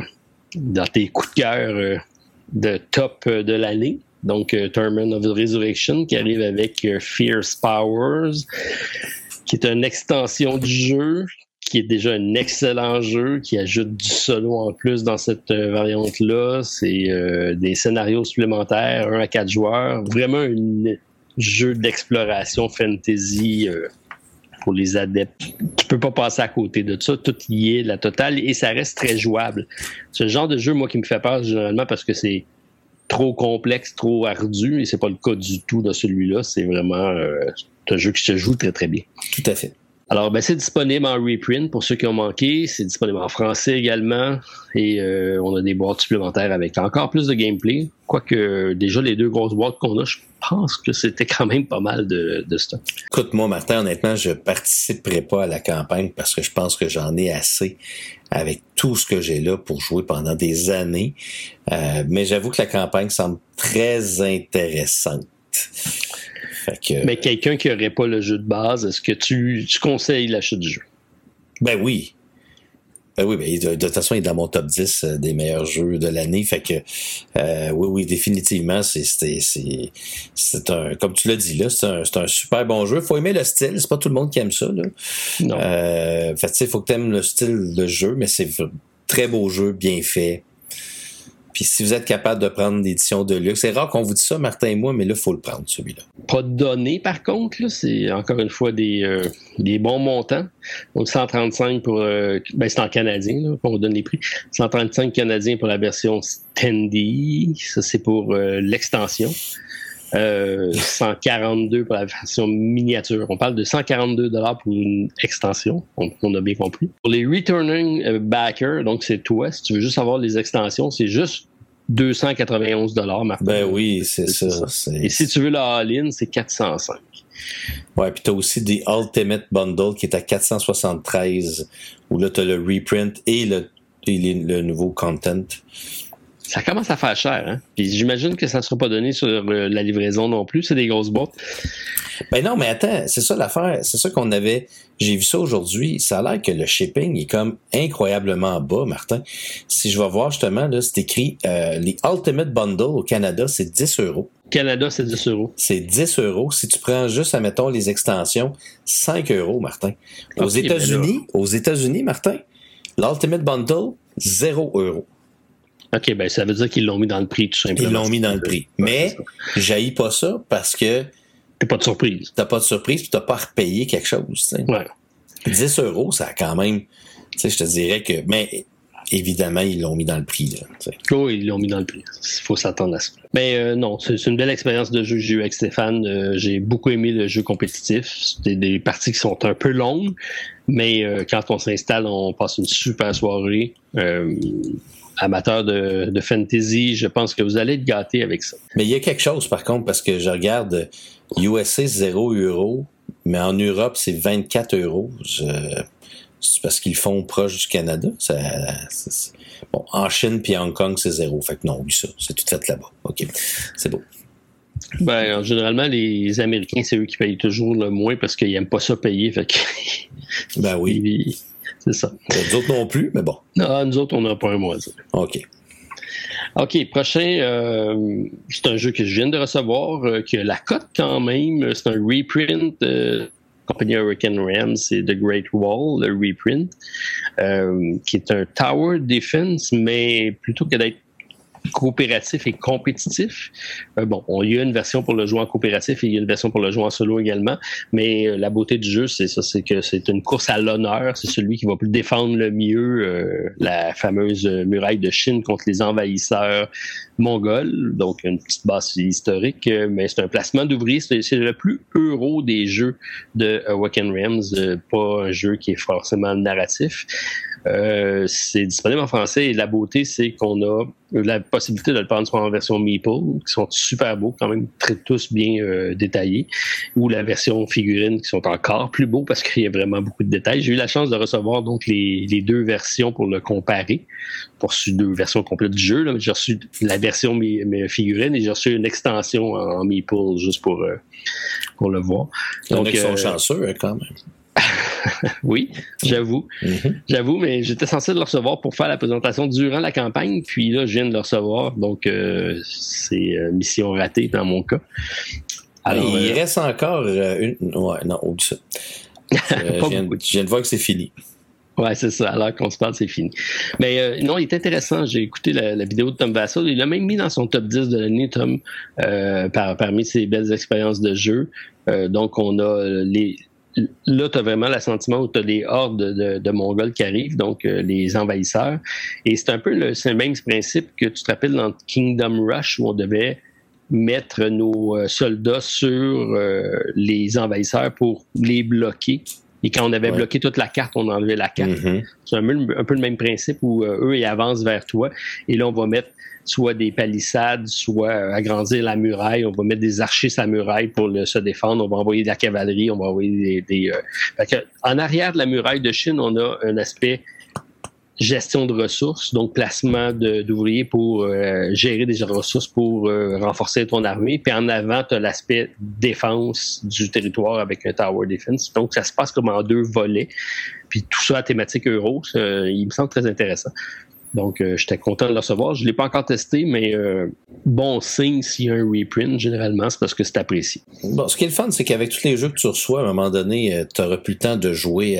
coups de cœur de top de l'année. Donc, Tournament of the Resurrection qui arrive avec Fierce Powers, qui est une extension du jeu, qui est déjà un excellent jeu, qui ajoute du solo en plus dans cette variante-là. C'est des scénarios supplémentaires, 1 à 4 joueurs. Vraiment un jeu d'exploration fantasy pour les adeptes. Tu peux pas passer à côté de ça. Tout y est, la totale, et ça reste très jouable. C'est le genre de jeu, moi, qui me fait peur généralement parce que c'est trop complexe, trop ardu, et c'est pas le cas du tout de celui-là. C'est vraiment un jeu qui se joue très, très bien. Tout à fait. Alors, c'est disponible en reprint pour ceux qui ont manqué. C'est disponible en français également. Et on a des boîtes supplémentaires avec encore plus de gameplay. Quoique, déjà, les 2 grosses boîtes qu'on a, je pense que c'était quand même pas mal de stock. Écoute, moi, Martin, honnêtement, je participerai pas à la campagne parce que je pense que j'en ai assez avec tout ce que j'ai là pour jouer pendant des années. Mais j'avoue que la campagne semble très intéressante. Mais quelqu'un qui n'aurait pas le jeu de base, est-ce que tu conseilles l'achat du jeu? Ben oui. De toute façon, il est dans mon top 10 des meilleurs jeux de l'année. Fait que oui, définitivement, c'est un, comme tu l'as dit là, c'est un super bon jeu. Faut aimer le style, c'est pas tout le monde qui aime ça, là. Non. Fait faut que t'aimes le style de jeu, mais c'est un très beau jeu, bien fait. Puis si vous êtes capable de prendre l'édition de luxe, c'est rare qu'on vous dise ça, Martin et moi, mais là, il faut le prendre, celui-là. Pas de données, par contre, là, c'est encore une fois des bons montants. Donc 135 pour... c'est en canadien, là, on vous donne les prix. 135 canadiens pour la version Standy. Ça, c'est pour l'extension. $142 pour la version miniature. On parle de $142 pour une extension, on a bien compris. Pour les returning backers, donc c'est toi, si tu veux juste avoir les extensions, c'est juste $291, Martin. Ben oui, c'est ça. Et si tu veux le all-in, c'est $405. Ouais, puis t'as aussi des Ultimate Bundle qui est à $473, où là t'as le reprint et le nouveau content. Ça commence à faire cher, hein? Puis j'imagine que ça ne sera pas donné sur la livraison non plus, c'est des grosses boîtes. Ben non, mais attends, c'est ça l'affaire. C'est ça qu'on avait. J'ai vu ça aujourd'hui. Ça a l'air que le shipping est comme incroyablement bas, Martin. Si je vais voir justement, là, c'est écrit les Ultimate Bundle au Canada, c'est 10 €. Canada, c'est 10 €. C'est 10 €. Si tu prends juste, admettons, les extensions, 5 €, Martin. Aux États-Unis, Martin, l'Ultimate Bundle, 0 €. OK, ben ça veut dire qu'ils l'ont mis dans le prix, tout simplement. Ils l'ont mis dans le prix. Mais, j'haïs pas ça parce que t'as pas de surprise. T'as pas de surprise puis t'as pas à repayer quelque chose. T'sais. Ouais. 10 €, ça a quand même... Tu sais, je te dirais que... Mais évidemment, ils l'ont mis dans le prix. Là, oui, ils l'ont mis dans le prix. Il faut s'attendre à ça. Mais non, c'est une belle expérience de jeu que j'ai eu avec Stéphane. J'ai beaucoup aimé le jeu compétitif. C'était des parties qui sont un peu longues, mais quand on s'installe, on passe une super soirée. Amateur de fantasy, je pense que vous allez être gâtés avec ça. Mais il y a quelque chose, par contre, parce que je regarde USA 0 €, mais en Europe, c'est 24 €. C'est parce qu'ils font proche du Canada. Bon, en Chine puis Hong Kong, c'est 0. Fait que non, oui, ça, c'est tout fait là-bas. OK, c'est beau. Ben, généralement, les Américains, c'est eux qui payent toujours le moins parce qu'ils n'aiment pas ça payer. Fait que... Ben oui. C'est ça. Nous autres non plus, mais bon. Non, nous autres, on n'a pas un mois. Ça. OK. OK, prochain, c'est un jeu que je viens de recevoir, qui a la cote quand même. C'est un reprint compagnie Hurricane Rams, c'est The Great Wall, le reprint, qui est un Tower Defense, mais plutôt que d'être coopératif et compétitif. Il y a une version pour le jouer en coopératif et il y a une version pour le jouer en solo également, mais la beauté du jeu, c'est ça, c'est que c'est une course à l'honneur, c'est celui qui va plus défendre le mieux la fameuse muraille de Chine contre les envahisseurs mongols, donc une petite base historique, mais c'est un placement d'ouvriers, c'est le plus euro des jeux de Hurricane Rams, pas un jeu qui est forcément narratif. C'est disponible en français et la beauté, c'est qu'on a la possibilité de le prendre soit en version Meeple, qui sont super beaux, quand même tous bien détaillés, ou la version figurine, qui sont encore plus beaux parce qu'il y a vraiment beaucoup de détails. J'ai eu la chance de recevoir donc les deux versions pour le comparer. J'ai reçu 2 versions complètes du jeu. Là. J'ai reçu la version mes figurines et j'ai reçu une extension en Meeple juste pour le voir. Donc, ils sont chanceux quand même. Oui, j'avoue. Mm-hmm. J'avoue, mais j'étais censé le recevoir pour faire la présentation durant la campagne, puis là, je viens de le recevoir, donc c'est mission ratée dans mon cas. Alors, il reste encore une... Ouais, non, oublie ça. Je viens de voir que c'est fini. Ouais, c'est ça. Alors qu'on se parle, c'est fini. Mais non, il est intéressant. J'ai écouté la vidéo de Tom Vassell. Il l'a même mis dans son top 10 de l'année, Tom, parmi ses belles expériences de jeu. Donc, on a Là, tu as vraiment l'assentiment où tu as des hordes de Mongols qui arrivent, donc les envahisseurs. Et c'est un peu le même principe que tu te rappelles dans Kingdom Rush, où on devait mettre nos soldats sur les envahisseurs pour les bloquer. Et quand on avait bloqué toute la carte, on enlevait la carte. Mm-hmm. C'est un peu le même principe où eux, ils avancent vers toi. Et là, on va mettre soit des palissades, soit agrandir la muraille. On va mettre des archers sur la muraille pour se défendre. On va envoyer de la cavalerie. On va envoyer en arrière de la muraille de Chine, on a un aspect gestion de ressources, donc placement d'ouvriers pour gérer des ressources pour renforcer ton armée. Puis en avant, tu as l'aspect défense du territoire avec un Tower Defense. Donc, ça se passe comme en 2 volets. Puis tout ça à thématique euro, il me semble très intéressant. Donc, j'étais content de le recevoir. Je ne l'ai pas encore testé, mais bon signe s'il y a un reprint, généralement, c'est parce que c'est apprécié. Bon, ce qui est le fun, c'est qu'avec tous les jeux que tu reçois, à un moment donné, tu n'auras plus le temps de jouer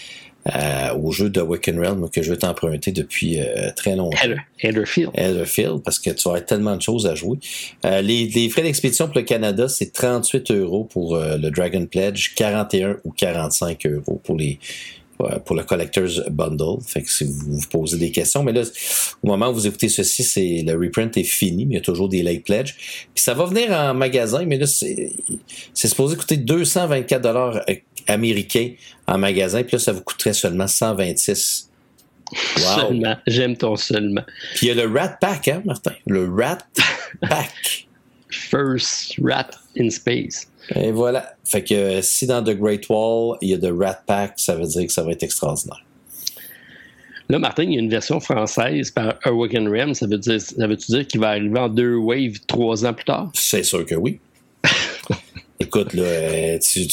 au jeu de Hurricane Realms que je vais t'emprunter depuis très longtemps. Elderfield, parce que tu vas avoir tellement de choses à jouer. Les frais d'expédition pour le Canada, c'est 38 € pour le Dragon Pledge, 41 ou 45 € pour les pour le Collector's Bundle. Fait que si vous vous posez des questions, mais là, au moment où vous écoutez ceci, le reprint est fini, mais il y a toujours des late pledges. Puis ça va venir en magasin, mais là, c'est supposé coûter 224$ américains en magasin, puis là, ça vous coûterait seulement 126$. Wow. Seulement. J'aime ton seulement. Puis il y a le Rat Pack, hein, Martin? Le Rat Pack. First Rat in Space. Et voilà. Fait que si dans The Great Wall, il y a The Rat Pack, ça veut dire que ça va être extraordinaire. Là, Martin, il y a une version française par Awaken Realms. Ça veut-tu dire qu'il va arriver en 2 waves 3 ans plus tard? C'est sûr que oui. Écoute, là,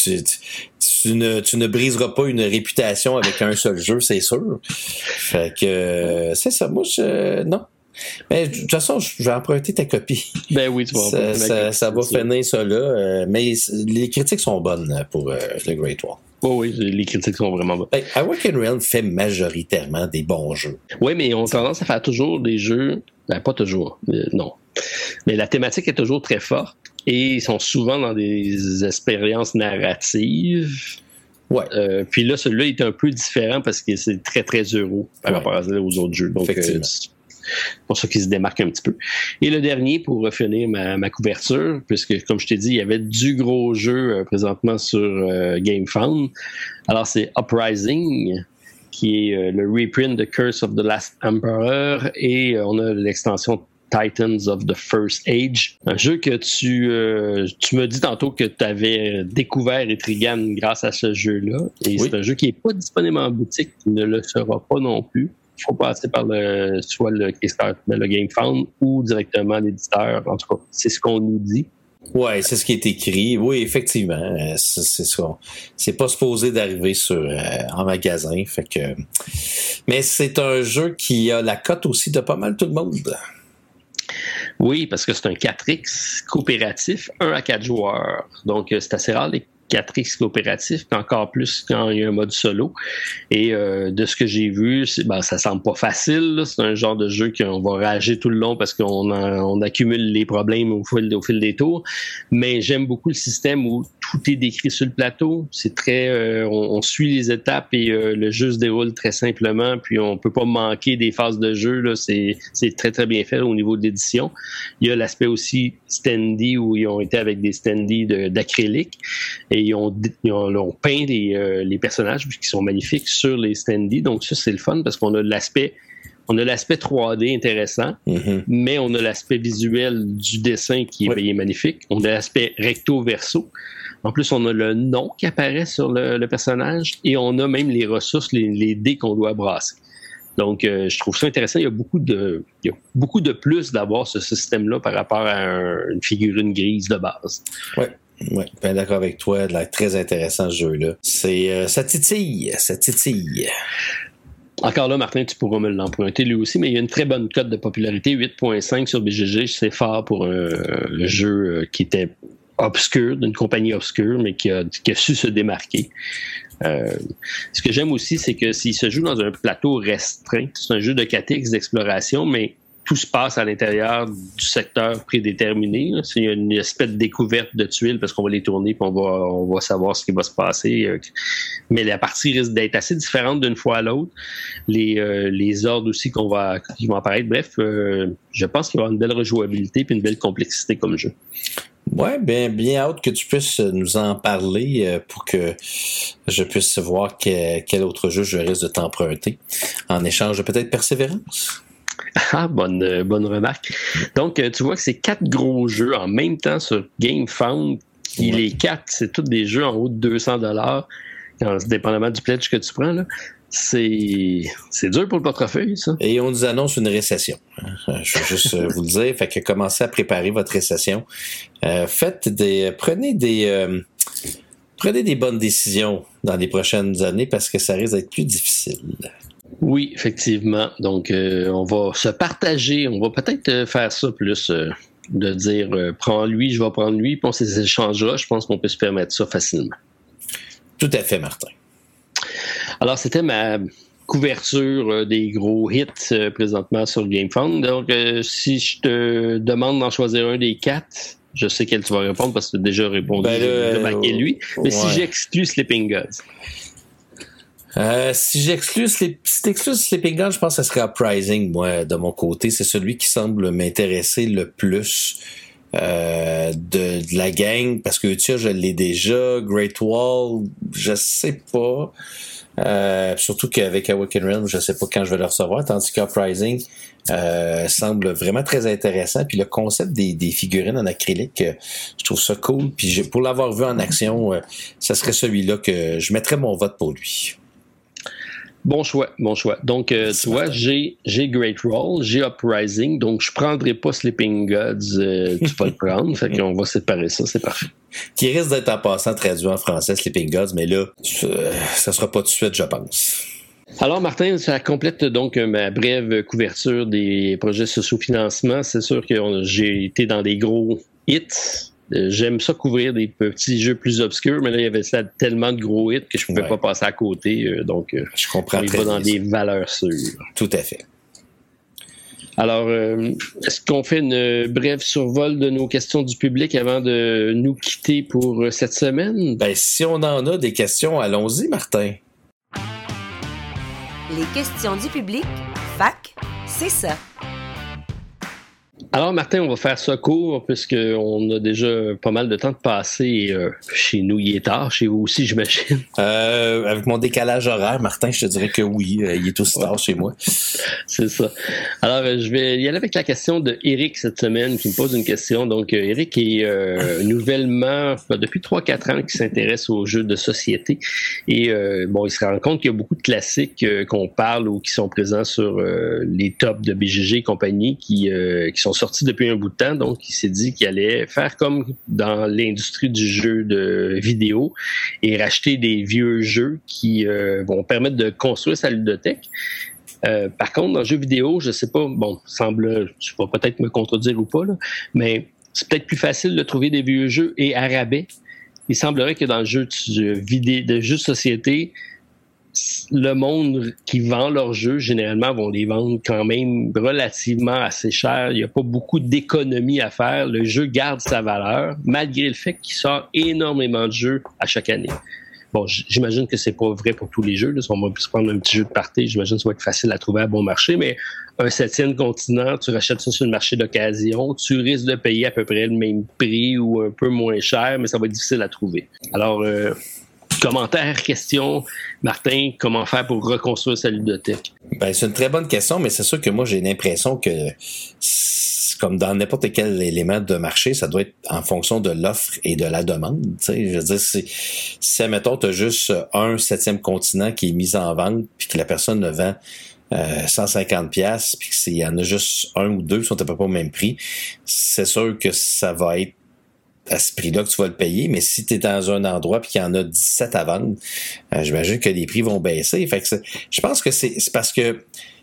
tu ne briseras pas une réputation avec un seul jeu, c'est sûr. Fait que c'est ça. Moi, non. Mais de toute façon, je vais emprunter ta copie. Ben oui, tu vas emprunter ma copie. Ça va finir ça là. Mais les critiques sont bonnes pour The Great Wall. Oh oui, les critiques sont vraiment bonnes. Awaken Realms fait majoritairement des bons jeux. Oui, mais ils ont tendance à faire toujours des jeux... Ben, pas toujours, non. Mais la thématique est toujours très forte et ils sont souvent dans des expériences narratives. Ouais. Puis là, celui-là est un peu différent parce que c'est très, très euro par rapport aux autres jeux. Donc, c'est pour ça qu'il se démarque un petit peu. Et le dernier, pour finir ma couverture, puisque, comme je t'ai dit, il y avait du gros jeu présentement sur GameFound. Alors, c'est Uprising, qui est le reprint de Curse of the Last Emperor, et on a l'extension Titans of the First Age. Un jeu que tu m'as dit tantôt que tu avais découvert Etrigan grâce à ce jeu-là. Et oui. C'est un jeu qui n'est pas disponible en boutique, qui ne le sera pas non plus. Il faut passer par soit le Kickstarter, le GameFound ou directement l'éditeur. En tout cas, c'est ce qu'on nous dit. Oui, c'est ce qui est écrit. Oui, effectivement. C'est pas supposé d'arriver en magasin. Fait que... Mais c'est un jeu qui a la cote aussi de pas mal tout le monde. Oui, parce que c'est un 4X coopératif, 1 à 4 joueurs. Donc, c'est assez rare les 4X coopératifs, encore plus quand il y a un mode solo. Et de ce que j'ai vu, ça semble pas facile. Là. C'est un genre de jeu qu'on va rager tout le long parce qu'on accumule les problèmes au fil des tours. Mais j'aime beaucoup le système où tout est décrit sur le plateau. C'est très, on suit les étapes et le jeu se déroule très simplement. Puis on peut pas manquer des phases de jeu. Là. C'est très très bien fait au niveau de l'édition. Il y a l'aspect aussi standee où ils ont été avec des standees d'acrylique. Et ils ont peint les personnages qui sont magnifiques sur les standees. Donc ça, c'est le fun parce qu'on a l'aspect 3D intéressant, mais on a l'aspect visuel du dessin qui est magnifique. On a l'aspect recto-verso. En plus, on a le nom qui apparaît sur le personnage et on a même les ressources, les dés qu'on doit brasser. Donc, je trouve ça intéressant. Il y a beaucoup de plus d'avoir ce système-là par rapport à une figurine grise de base. Ouais. Oui, bien d'accord avec toi. Il a l'air très intéressant ce jeu-là. Ça titille. Encore là, Martin, tu pourras me l'emprunter lui aussi, mais il y a une très bonne cote de popularité, 8.5 sur BGG. C'est fort pour un jeu qui était obscur, d'une compagnie obscure, mais qui a su se démarquer. Ce que j'aime aussi, c'est que s'il se joue dans un plateau restreint, c'est un jeu de 4X d'exploration, mais tout se passe à l'intérieur du secteur prédéterminé. Là. Il y a une espèce de découverte de tuiles parce qu'on va les tourner et on va savoir ce qui va se passer. Mais la partie risque d'être assez différente d'une fois à l'autre. Les ordres aussi qui vont apparaître. Bref, je pense qu'il va y avoir une belle rejouabilité et une belle complexité comme jeu. Ouais, bien hâte que tu puisses nous en parler pour que je puisse voir quel autre jeu je risque de t'emprunter en échange de peut-être Persévérance. Ah, bonne remarque. Donc, tu vois que c'est 4 gros jeux en même temps sur GameFound. Les 4, c'est tous des jeux en haut de $200, dépendamment du pledge que tu prends. Là. C'est dur pour le portefeuille, ça. Et on nous annonce une récession. Je veux juste vous le dire. Fait que commencez à préparer votre récession. Prenez des bonnes décisions dans les prochaines années parce que ça risque d'être plus difficile. Oui, effectivement. Donc, on va se partager. On va peut-être faire ça plus, de dire prends lui, je vais prendre lui, puis on s'échangera. Je pense qu'on peut se permettre ça facilement. Tout à fait, Martin. Alors, c'était ma couverture des gros hits présentement sur GameFound. Donc, si je te demande d'en choisir un des 4, je sais quel tu vas répondre parce que tu as déjà répondu. Lui. Mais si j'exclus Sleeping Gods. Si t'exclus Sleeping Gods, je pense que ce serait Uprising, moi, de mon côté. C'est celui qui semble m'intéresser le plus de la gang, parce que Utia, je l'ai déjà. Great Wall, je sais pas. Surtout qu'avec Awaken Realm, je sais pas quand je vais le recevoir, tandis qu'Uprising semble vraiment très intéressant. Puis le concept des figurines en acrylique, je trouve ça cool. Puis pour l'avoir vu en action, ça serait celui-là que je mettrais mon vote pour lui. Bon choix. Donc, tu vois, j'ai Great Roll, j'ai Uprising, donc je prendrai pas Sleeping Gods, tu vas le prendre, fait qu'on va séparer ça, c'est parfait. Qui risque d'être en passant traduit en français, Sleeping Gods, mais là, ça sera pas tout de suite, je pense. Alors, Martin, ça complète donc ma brève couverture des projets socio-financement. C'est sûr que j'ai été dans des gros hits. J'aime ça couvrir des petits jeux plus obscurs, mais là, il y avait tellement de gros hits que je pouvais pas passer à côté. Donc, je comprends on y va dans des valeurs sûres. Tout à fait. Alors, est-ce qu'on fait une brève survol de nos questions du public avant de nous quitter pour cette semaine? Ben, si on en a des questions, allons-y, Martin. Les questions du public, fac, c'est ça. Alors, Martin, on va faire ça court puisqu'on a déjà pas mal de temps de passer. Chez nous, il est tard. Chez vous aussi, j'imagine. Avec mon décalage horaire, Martin, je te dirais que oui, il est aussi tard chez moi. C'est ça. Alors, je vais y aller avec la question de Eric cette semaine qui me pose une question. Donc, Eric est nouvellement, depuis 3-4 ans, qui s'intéresse aux jeux de société. Et il se rend compte qu'il y a beaucoup de classiques qu'on parle ou qui sont présents sur les tops de BGG et compagnie qui sont sortis depuis un bout de temps, donc il s'est dit qu'il allait faire comme dans l'industrie du jeu de vidéo et racheter des vieux jeux qui vont permettre de construire sa ludothèque. Par contre, dans le jeu vidéo, je sais pas, tu vas peut-être me contredire ou pas, là, mais c'est peut-être plus facile de trouver des vieux jeux et à rabais. Il semblerait que dans le jeu de jeux de société, le monde qui vend leurs jeux, généralement, vont les vendre quand même relativement assez cher. Il n'y a pas beaucoup d'économies à faire. Le jeu garde sa valeur, malgré le fait qu'il sort énormément de jeux à chaque année. Bon, j'imagine que c'est pas vrai pour tous les jeux. Là. Si on va se prendre un petit jeu de party, j'imagine que ça va être facile à trouver à bon marché, mais un 7e continent, tu rachètes ça sur le marché d'occasion, tu risques de payer à peu près le même prix ou un peu moins cher, mais ça va être difficile à trouver. Alors, commentaires, questions, Martin, comment faire pour reconstruire sa ludothèque? Ben, c'est une très bonne question, mais c'est sûr que moi, j'ai l'impression que, comme dans n'importe quel élément de marché, ça doit être en fonction de l'offre et de la demande. Tu sais, je veux dire, si admettons, tu as juste un 7e continent qui est mis en vente, puis que la personne le vend 150$, puis qu'il y en a juste un ou deux qui sont à peu près au même prix, c'est sûr que ça va être à ce prix-là que tu vas le payer, mais si tu es dans un endroit puis qu'il y en a 17 à vendre, j'imagine que les prix vont baisser. Fait que je pense que c'est parce que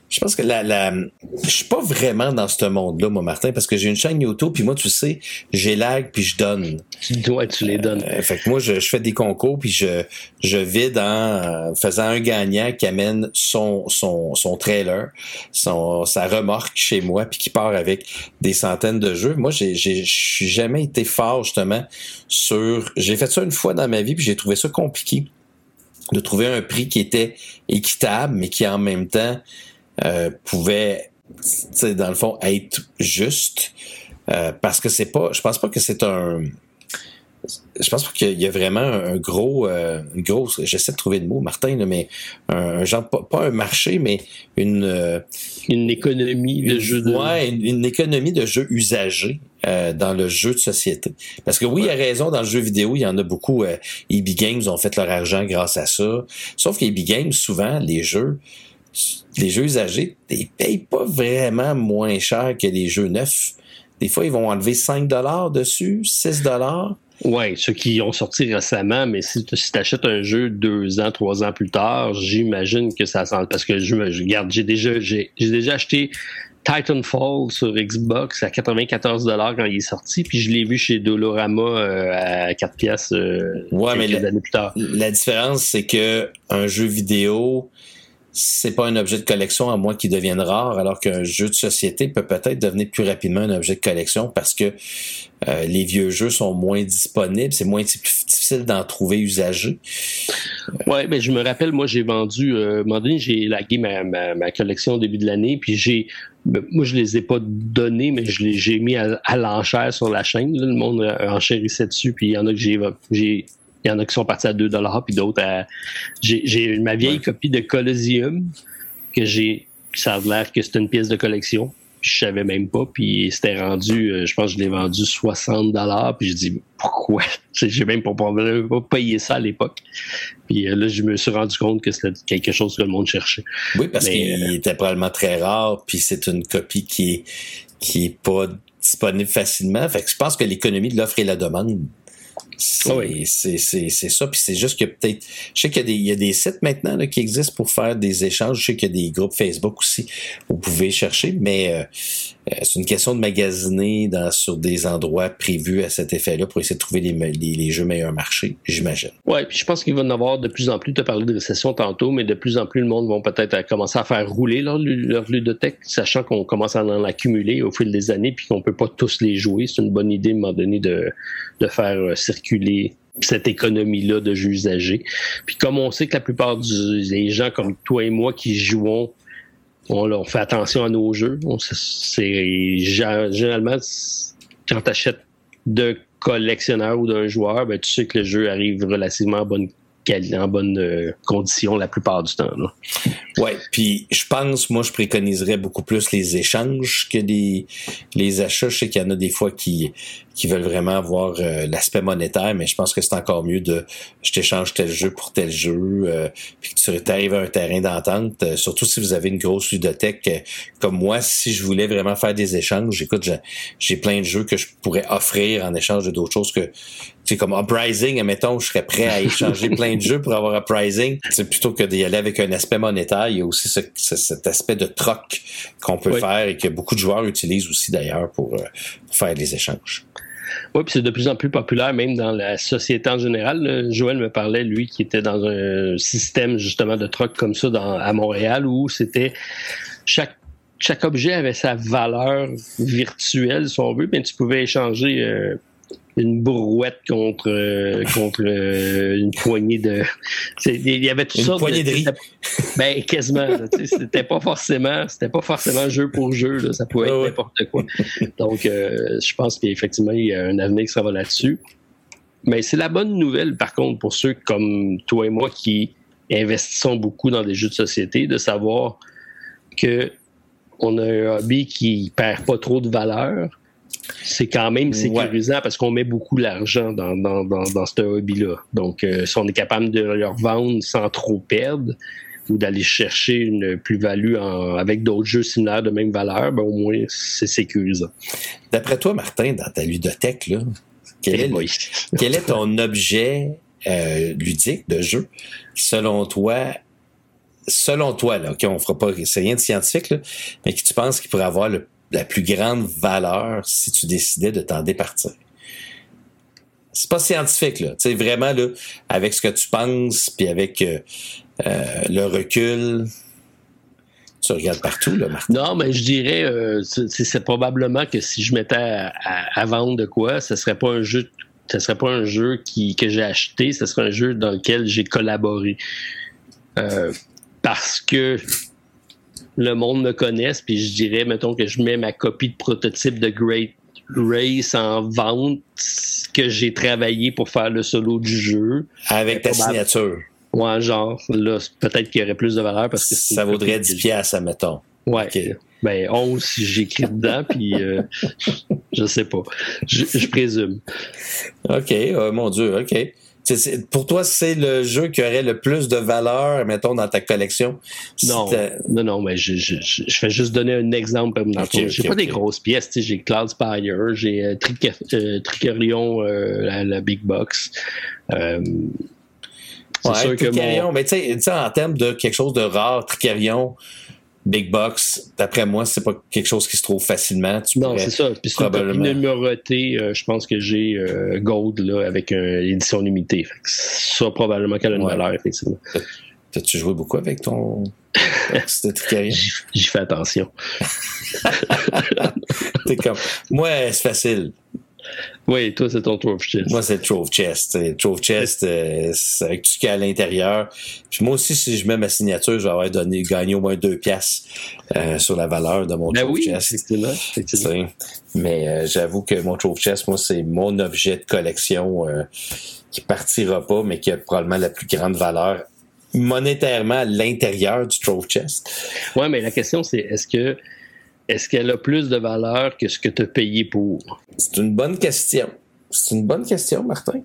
je suis pas vraiment dans ce monde-là, moi, Martin, parce que j'ai une chaîne YouTube, puis moi, tu sais, j'ai lag, puis je donne. Ouais, tu les donnes. Fait que moi, je fais des concours, puis je vide en faisant un gagnant qui amène son trailer, sa remorque chez moi, puis qui part avec des centaines de jeux. Moi, je suis jamais été fort, justement, j'ai fait ça une fois dans ma vie, puis j'ai trouvé ça compliqué de trouver un prix qui était équitable, mais qui en même temps pouvait, dans le fond, être juste, parce que je pense pas qu'il y a vraiment un gros, j'essaie de trouver le mot, Martin, là, mais un genre, pas un marché, mais une économie de jeux une économie de jeux usagés dans le jeu de société. Parce que oui, il y a raison, dans le jeu vidéo, il y en a beaucoup. EB Games ont fait leur argent grâce à ça. Sauf qu'EB Games, souvent, les jeux usagés, ils payent pas vraiment moins cher que les jeux neufs. Des fois, ils vont enlever 5$ dessus, 6$. Ouais, ceux qui ont sorti récemment, mais si tu achètes un jeu 2 ans, 3 ans plus tard, j'imagine que ça sent. Parce que j'ai déjà acheté Titanfall sur Xbox à 94$ quand il est sorti, puis je l'ai vu chez Dolorama à 4$ quelques années plus tard. La différence, c'est que un jeu vidéo, c'est pas un objet de collection à moins qu'il devienne rare, alors qu'un jeu de société peut peut-être devenir plus rapidement un objet de collection parce que les vieux jeux sont moins disponibles, c'est plus difficile difficile d'en trouver usagés. Ouais, ben je me rappelle, moi j'ai vendu, à un moment donné, j'ai lagué ma collection au début de l'année, puis moi je les ai pas donnés, mais j'ai mis à l'enchère sur la chaîne. Là, le monde enchérissait dessus, puis il y en a que il y en a qui sont partis à 2$, puis d'autres à... J'ai ma vieille copie de Colosseum, ça a l'air que c'était une pièce de collection. Je savais même pas, puis c'était rendu, je pense que je l'ai vendu 60$, puis j'ai dit pourquoi? J'ai même pas payé ça à l'époque. Puis là, je me suis rendu compte que c'était quelque chose que le monde cherchait. Oui, parce qu'il était probablement très rare, puis c'est une copie qui est pas disponible facilement. Fait que je pense que l'économie de l'offre et la demande, c'est ça. Puis c'est juste que peut-être... Je sais qu'il y a des sites maintenant là, qui existent pour faire des échanges. Je sais qu'il y a des groupes Facebook aussi où vous pouvez chercher, mais c'est une question de magasiner sur des endroits prévus à cet effet-là pour essayer de trouver les jeux meilleurs marchés, j'imagine. Oui, puis je pense qu'il va en avoir de plus en plus. Tu as parlé de récession tantôt, mais de plus en plus, le monde va peut-être commencer à faire rouler leur ludothèque, sachant qu'on commence à en accumuler au fil des années puis qu'on peut pas tous les jouer. C'est une bonne idée, à un moment donné, de faire circuler cette économie-là de jeux usagés. Puis comme on sait que la plupart des gens comme toi et moi qui jouons, on fait attention à nos jeux. Généralement, quand tu achètes de collectionneur ou d'un joueur, ben, tu sais que le jeu arrive relativement en bonne condition la plupart du temps. Là. Ouais, puis je pense, moi, je préconiserais beaucoup plus les échanges que les achats. Je sais qu'il y en a des fois qui veulent vraiment avoir l'aspect monétaire, mais je pense que c'est encore mieux je t'échange tel jeu pour tel jeu, puis que tu arrives à un terrain d'entente, surtout si vous avez une grosse ludothèque comme moi. Si je voulais vraiment faire des échanges, écoute, j'ai plein de jeux que je pourrais offrir en échange de d'autres choses que, c'est comme Uprising, admettons, je serais prêt à échanger plein de jeux pour avoir Uprising. C'est plutôt que d'y aller avec un aspect monétaire, il y a aussi cet aspect de troc qu'on peut faire et que beaucoup de joueurs utilisent aussi d'ailleurs pour faire des échanges. Oui, puis c'est de plus en plus populaire, même dans la société en général. Joël me parlait, lui, qui était dans un système justement de troc comme ça à Montréal, où c'était chaque objet avait sa valeur virtuelle, si on veut, mais tu pouvais échanger une brouette contre une poignée de... Il y avait toutes sortes poignée de riz. Ben, quasiment. C'était pas forcément jeu pour jeu. Là, ça pouvait être n'importe quoi. Donc, je pense qu'effectivement, il y a un avenir qui sera là-dessus. Mais c'est la bonne nouvelle, par contre, pour ceux comme toi et moi qui investissons beaucoup dans des jeux de société, de savoir que on a un hobby qui perd pas trop de valeur. C'est quand même sécurisant parce qu'on met beaucoup d'argent dans ce hobby-là. Donc, si on est capable de le revendre sans trop perdre ou d'aller chercher une plus-value avec d'autres jeux similaires de même valeur, ben au moins, c'est sécurisant. D'après toi, Martin, dans ta ludothèque, là, quel est ton objet ludique de jeu qui, selon toi, là, OK, on fera pas, c'est rien de scientifique, là, mais qui tu penses qu'il pourrait avoir la plus grande valeur si tu décidais de t'en départir? C'est pas scientifique, là. Tu sais, vraiment, là, avec ce que tu penses, puis avec le recul, tu regardes partout, là, Martin. Non, mais je dirais, c'est probablement que si je mettais à vendre de quoi, ce serait pas un jeu que j'ai acheté, ce serait un jeu dans lequel j'ai collaboré. Parce que le monde me connaisse, puis je dirais, mettons que je mets ma copie de prototype de Great Race en vente, que j'ai travaillé pour faire le solo du jeu. Avec ta signature. Ouais, genre, là, peut-être qu'il y aurait plus de valeur parce que ça vaudrait 10$, admettons. Ouais. Okay. Ben, 11 si j'écris dedans, puis je sais pas. Je présume. OK, mon Dieu, OK. Pour toi, c'est le jeu qui aurait le plus de valeur, mettons, dans ta collection? Non, mais je vais juste donner un exemple. J'ai pas des grosses pièces, tu sais, j'ai Cloud Spire, j'ai Tricerion, la Big Box. C'est sûr que mais tu sais, en termes de quelque chose de rare, Tricerion, Big Box, d'après moi, c'est pas quelque chose qui se trouve facilement. Non, c'est ça. Puis c'est une numérotée, je pense que j'ai Gold là, avec une édition limitée. Fait que ça, probablement qu'elle a une valeur, effectivement. T'as-tu joué beaucoup avec ton Tricerion? J'y fais attention. T'es comme... Moi, c'est facile. Oui, toi, c'est ton Trove Chest. Moi, c'est le Trove Chest. Trove Chest, c'est avec tout ce qu'il y a à l'intérieur. Puis moi aussi, si je mets ma signature, je vais avoir gagné au moins 2 piastres sur la valeur de mon Trove Chest. Effectivement. Mais j'avoue que mon Trove Chest, moi, c'est mon objet de collection qui partira pas, mais qui a probablement la plus grande valeur monétairement à l'intérieur du Trove Chest. Oui, mais la question, c'est est-ce qu'elle a plus de valeur que ce que tu as payé pour? C'est une bonne question. C'est une bonne question, Martin.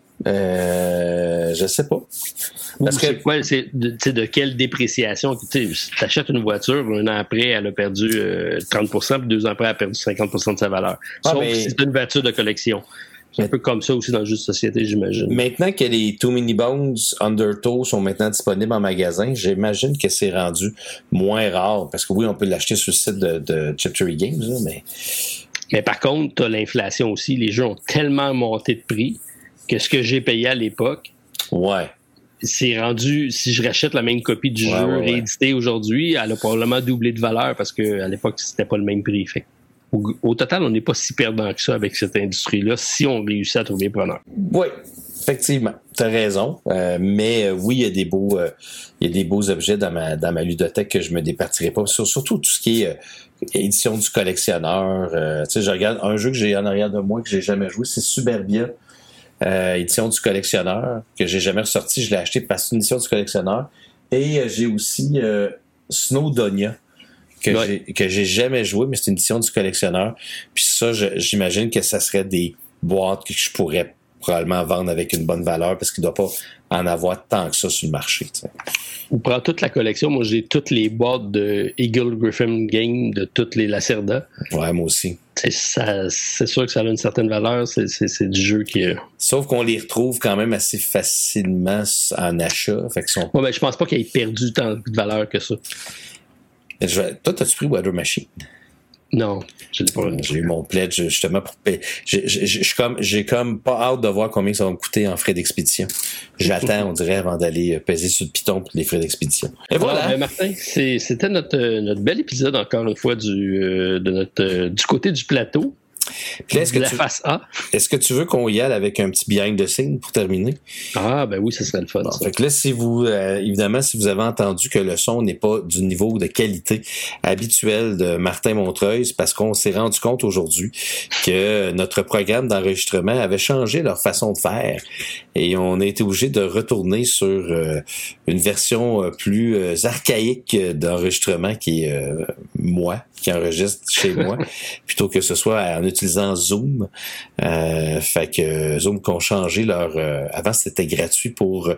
Je sais pas. Parce que c'est quoi, c'est de quelle dépréciation? Tu achètes une voiture, un an après, elle a perdu 30%, puis 2 ans après, elle a perdu 50% de sa valeur. Sauf si c'est une voiture de collection. C'est un peu comme ça aussi dans le jeu de société, j'imagine. Maintenant que les Too Many Bones Undertow sont maintenant disponibles en magasin, j'imagine que c'est rendu moins rare. Parce que oui, on peut l'acheter sur le site de Chaptery Games, là, mais par contre, tu as l'inflation aussi. Les jeux ont tellement monté de prix que ce que j'ai payé à l'époque, c'est rendu, si je rachète la même copie du jeu réédité aujourd'hui, elle a probablement doublé de valeur parce qu'à l'époque, c'était pas le même prix. Fait au total, on n'est pas si perdant que ça avec cette industrie-là si on réussit à trouver preneur. Oui, effectivement, tu as raison. Mais oui, il y a des beaux objets dans ma ludothèque que je me départirai pas. Surtout tout ce qui est édition du collectionneur. Tu sais, je regarde un jeu que j'ai en arrière de moi que j'ai jamais joué, c'est Suburbia, édition du collectionneur, que j'ai jamais ressorti. Je l'ai acheté parce que c'est une édition du collectionneur. Et j'ai aussi Snowdonia, que j'ai jamais joué, mais c'est une édition du collectionneur. Puis ça, j'imagine que ça serait des boîtes que je pourrais probablement vendre avec une bonne valeur parce qu'il ne doit pas en avoir tant que ça sur le marché. T'sais. On prend toute la collection. Moi, j'ai toutes les boîtes de Eagle Griffin Game, de toutes les Lacerda. Ouais, moi aussi. C'est sûr que ça a une certaine valeur. C'est du jeu qui est... Sauf qu'on les retrouve quand même assez facilement en achat. Fait que mais je pense pas qu'ils aient perdu tant de valeur que ça. Toi, t'as-tu pris Weather Machine? Non, je l'ai pas. J'ai eu mon pledge justement pour payer. J'ai comme pas hâte de voir combien ça va me coûter en frais d'expédition. J'attends, on dirait, avant d'aller peser sur le piton pour les frais d'expédition. Et voilà. Martin, c'était notre bel épisode encore une fois du côté du plateau. Puis là, face A. Est-ce que tu veux qu'on y aille avec un petit behind the scene pour terminer? Ah, ben oui, ce serait le fun. Bon, fait que là, si vous, évidemment, si vous avez entendu que le son n'est pas du niveau de qualité habituel de Martin Montreuil, c'est parce qu'on s'est rendu compte aujourd'hui que notre programme d'enregistrement avait changé leur façon de faire et on a été obligé de retourner sur une version plus archaïque d'enregistrement qui est moi, qui enregistre chez moi, plutôt que ce soit en utilisant Zoom. Fait que Zoom qui ont changé leur... avant, c'était gratuit pour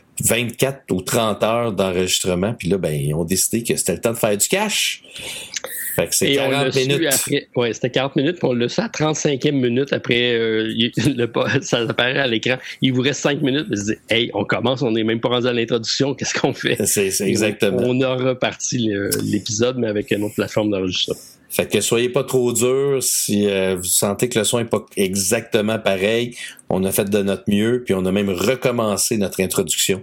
24 ou 30 heures d'enregistrement. Puis là, ben, ils ont décidé que c'était le temps de faire du cash. Fait que c'est 40 minutes. Oui, c'était 40 minutes, puis on l'a su à 35e minute après, ça apparaît à l'écran. Il vous reste 5 minutes, puis on se dit, hey, on commence, on n'est même pas rendu à l'introduction, qu'est-ce qu'on fait? C'est exactement. On a reparti l'épisode, mais avec une autre plateforme d'enregistrement. Fait que soyez pas trop dur si vous sentez que le son est pas exactement pareil. On a fait de notre mieux, puis on a même recommencé notre introduction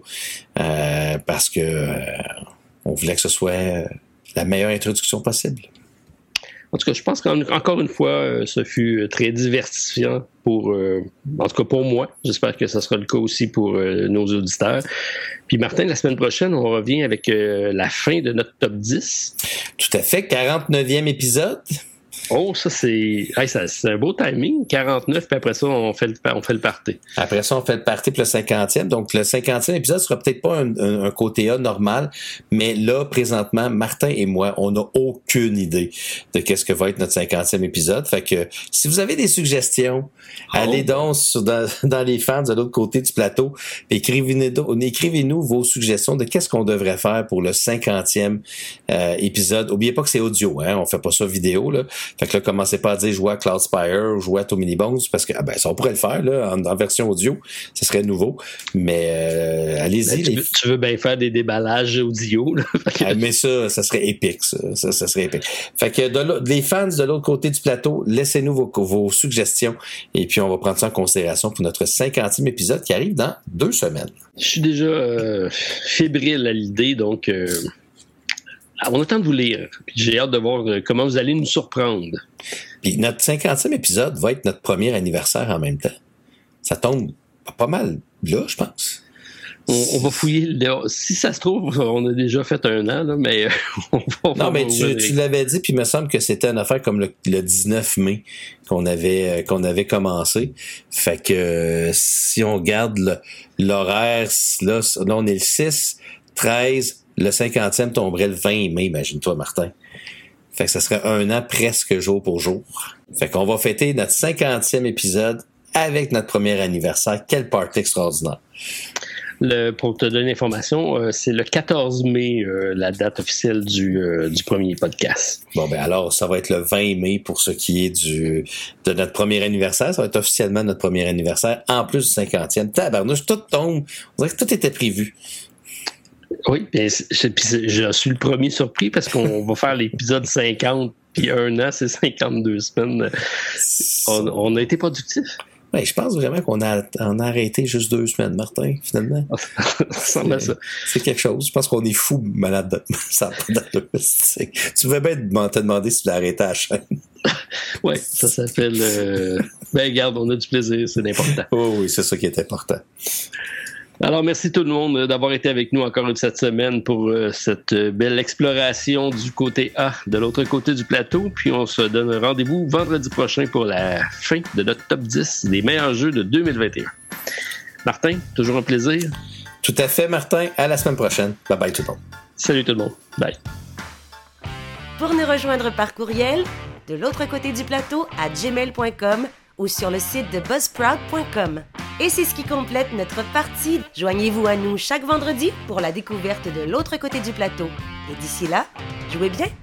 parce que on voulait que ce soit la meilleure introduction possible. En tout cas, je pense qu'encore une fois, ce fut très diversifiant en tout cas pour moi. J'espère que ça sera le cas aussi pour nos auditeurs. Puis Martin, la semaine prochaine, on revient avec la fin de notre top 10. Tout à fait, 49e épisode. Oh, ça, c'est un beau timing. 49, puis après ça, on fait le party. Après ça, on fait le party pour le 50e. Donc, le 50e épisode sera peut-être pas un côté A normal, mais là, présentement, Martin et moi, on n'a aucune idée de qu'est-ce que va être notre 50e épisode. Fait que, si vous avez des suggestions, allez donc dans les fans de l'autre côté du plateau, écrivez-nous vos suggestions de qu'est-ce qu'on devrait faire pour le 50e épisode. Oubliez pas que c'est audio, hein. On fait pas ça vidéo, là. Fait que là, commencez pas à dire jouer à Cloudspire ou jouer à Too Many Bones parce que ça on pourrait le faire là en version audio, ce serait nouveau. Mais allez-y. Tu veux bien faire des déballages audio là. Mais ça serait épique, ça serait épique. Fait que les fans de l'autre côté du plateau, laissez-nous vos suggestions et puis on va prendre ça en considération pour notre 50e épisode qui arrive dans 2 semaines. Je suis déjà fébrile à l'idée, donc on a le temps de vous lire. Puis j'ai hâte de voir comment vous allez nous surprendre. Puis notre 50e épisode va être notre premier anniversaire en même temps. Ça tombe pas mal là, je pense. On va fouiller. Si ça se trouve, on a déjà fait 1 an, là, mais non, mais tu l'avais dit, puis il me semble que c'était une affaire comme le 19 mai qu'on avait commencé. Fait que si on regarde l'horaire, là, on est le 6, 13, le 50e tomberait le 20 mai, imagine-toi, Martin. Fait que ça serait 1 an presque jour pour jour. Fait qu'on va fêter notre 50e épisode avec notre premier anniversaire. Quel party extraordinaire! Pour te donner l'information, c'est le 14 mai, la date officielle du premier podcast. Bon, ben alors, ça va être le 20 mai pour ce qui est de notre premier anniversaire. Ça va être officiellement notre premier anniversaire, en plus du 50e. Tabarnouche, tout tombe. On dirait que tout était prévu. Oui, puis je suis le premier surpris parce qu'on va faire l'épisode 50, puis 1 an, c'est 52 semaines. On a été productifs. Ben, je pense vraiment qu'on a arrêté juste 2 semaines, Martin, finalement. Ça ressemble à ça. C'est quelque chose. Je pense qu'on est fou malade de ça. Tu pouvais bien te demander si tu l'as arrêté à la chaîne. Oui, ça s'appelle... Ben, regarde, on a du plaisir, c'est important. Oh, oui, c'est ça qui est important. Alors, merci tout le monde d'avoir été avec nous encore cette semaine pour cette belle exploration du côté A, de l'autre côté du plateau. Puis on se donne rendez-vous vendredi prochain pour la fin de notre top 10 des meilleurs jeux de 2021. Martin, toujours un plaisir. Tout à fait, Martin. À la semaine prochaine. Bye bye tout le monde. Salut tout le monde. Bye. Pour nous rejoindre par courriel, de l'autre côté du plateau à gmail.com ou sur le site de buzzsprout.com. Et c'est ce qui complète notre partie. Joignez-vous à nous chaque vendredi pour la découverte de l'autre côté du plateau. Et d'ici là, jouez bien!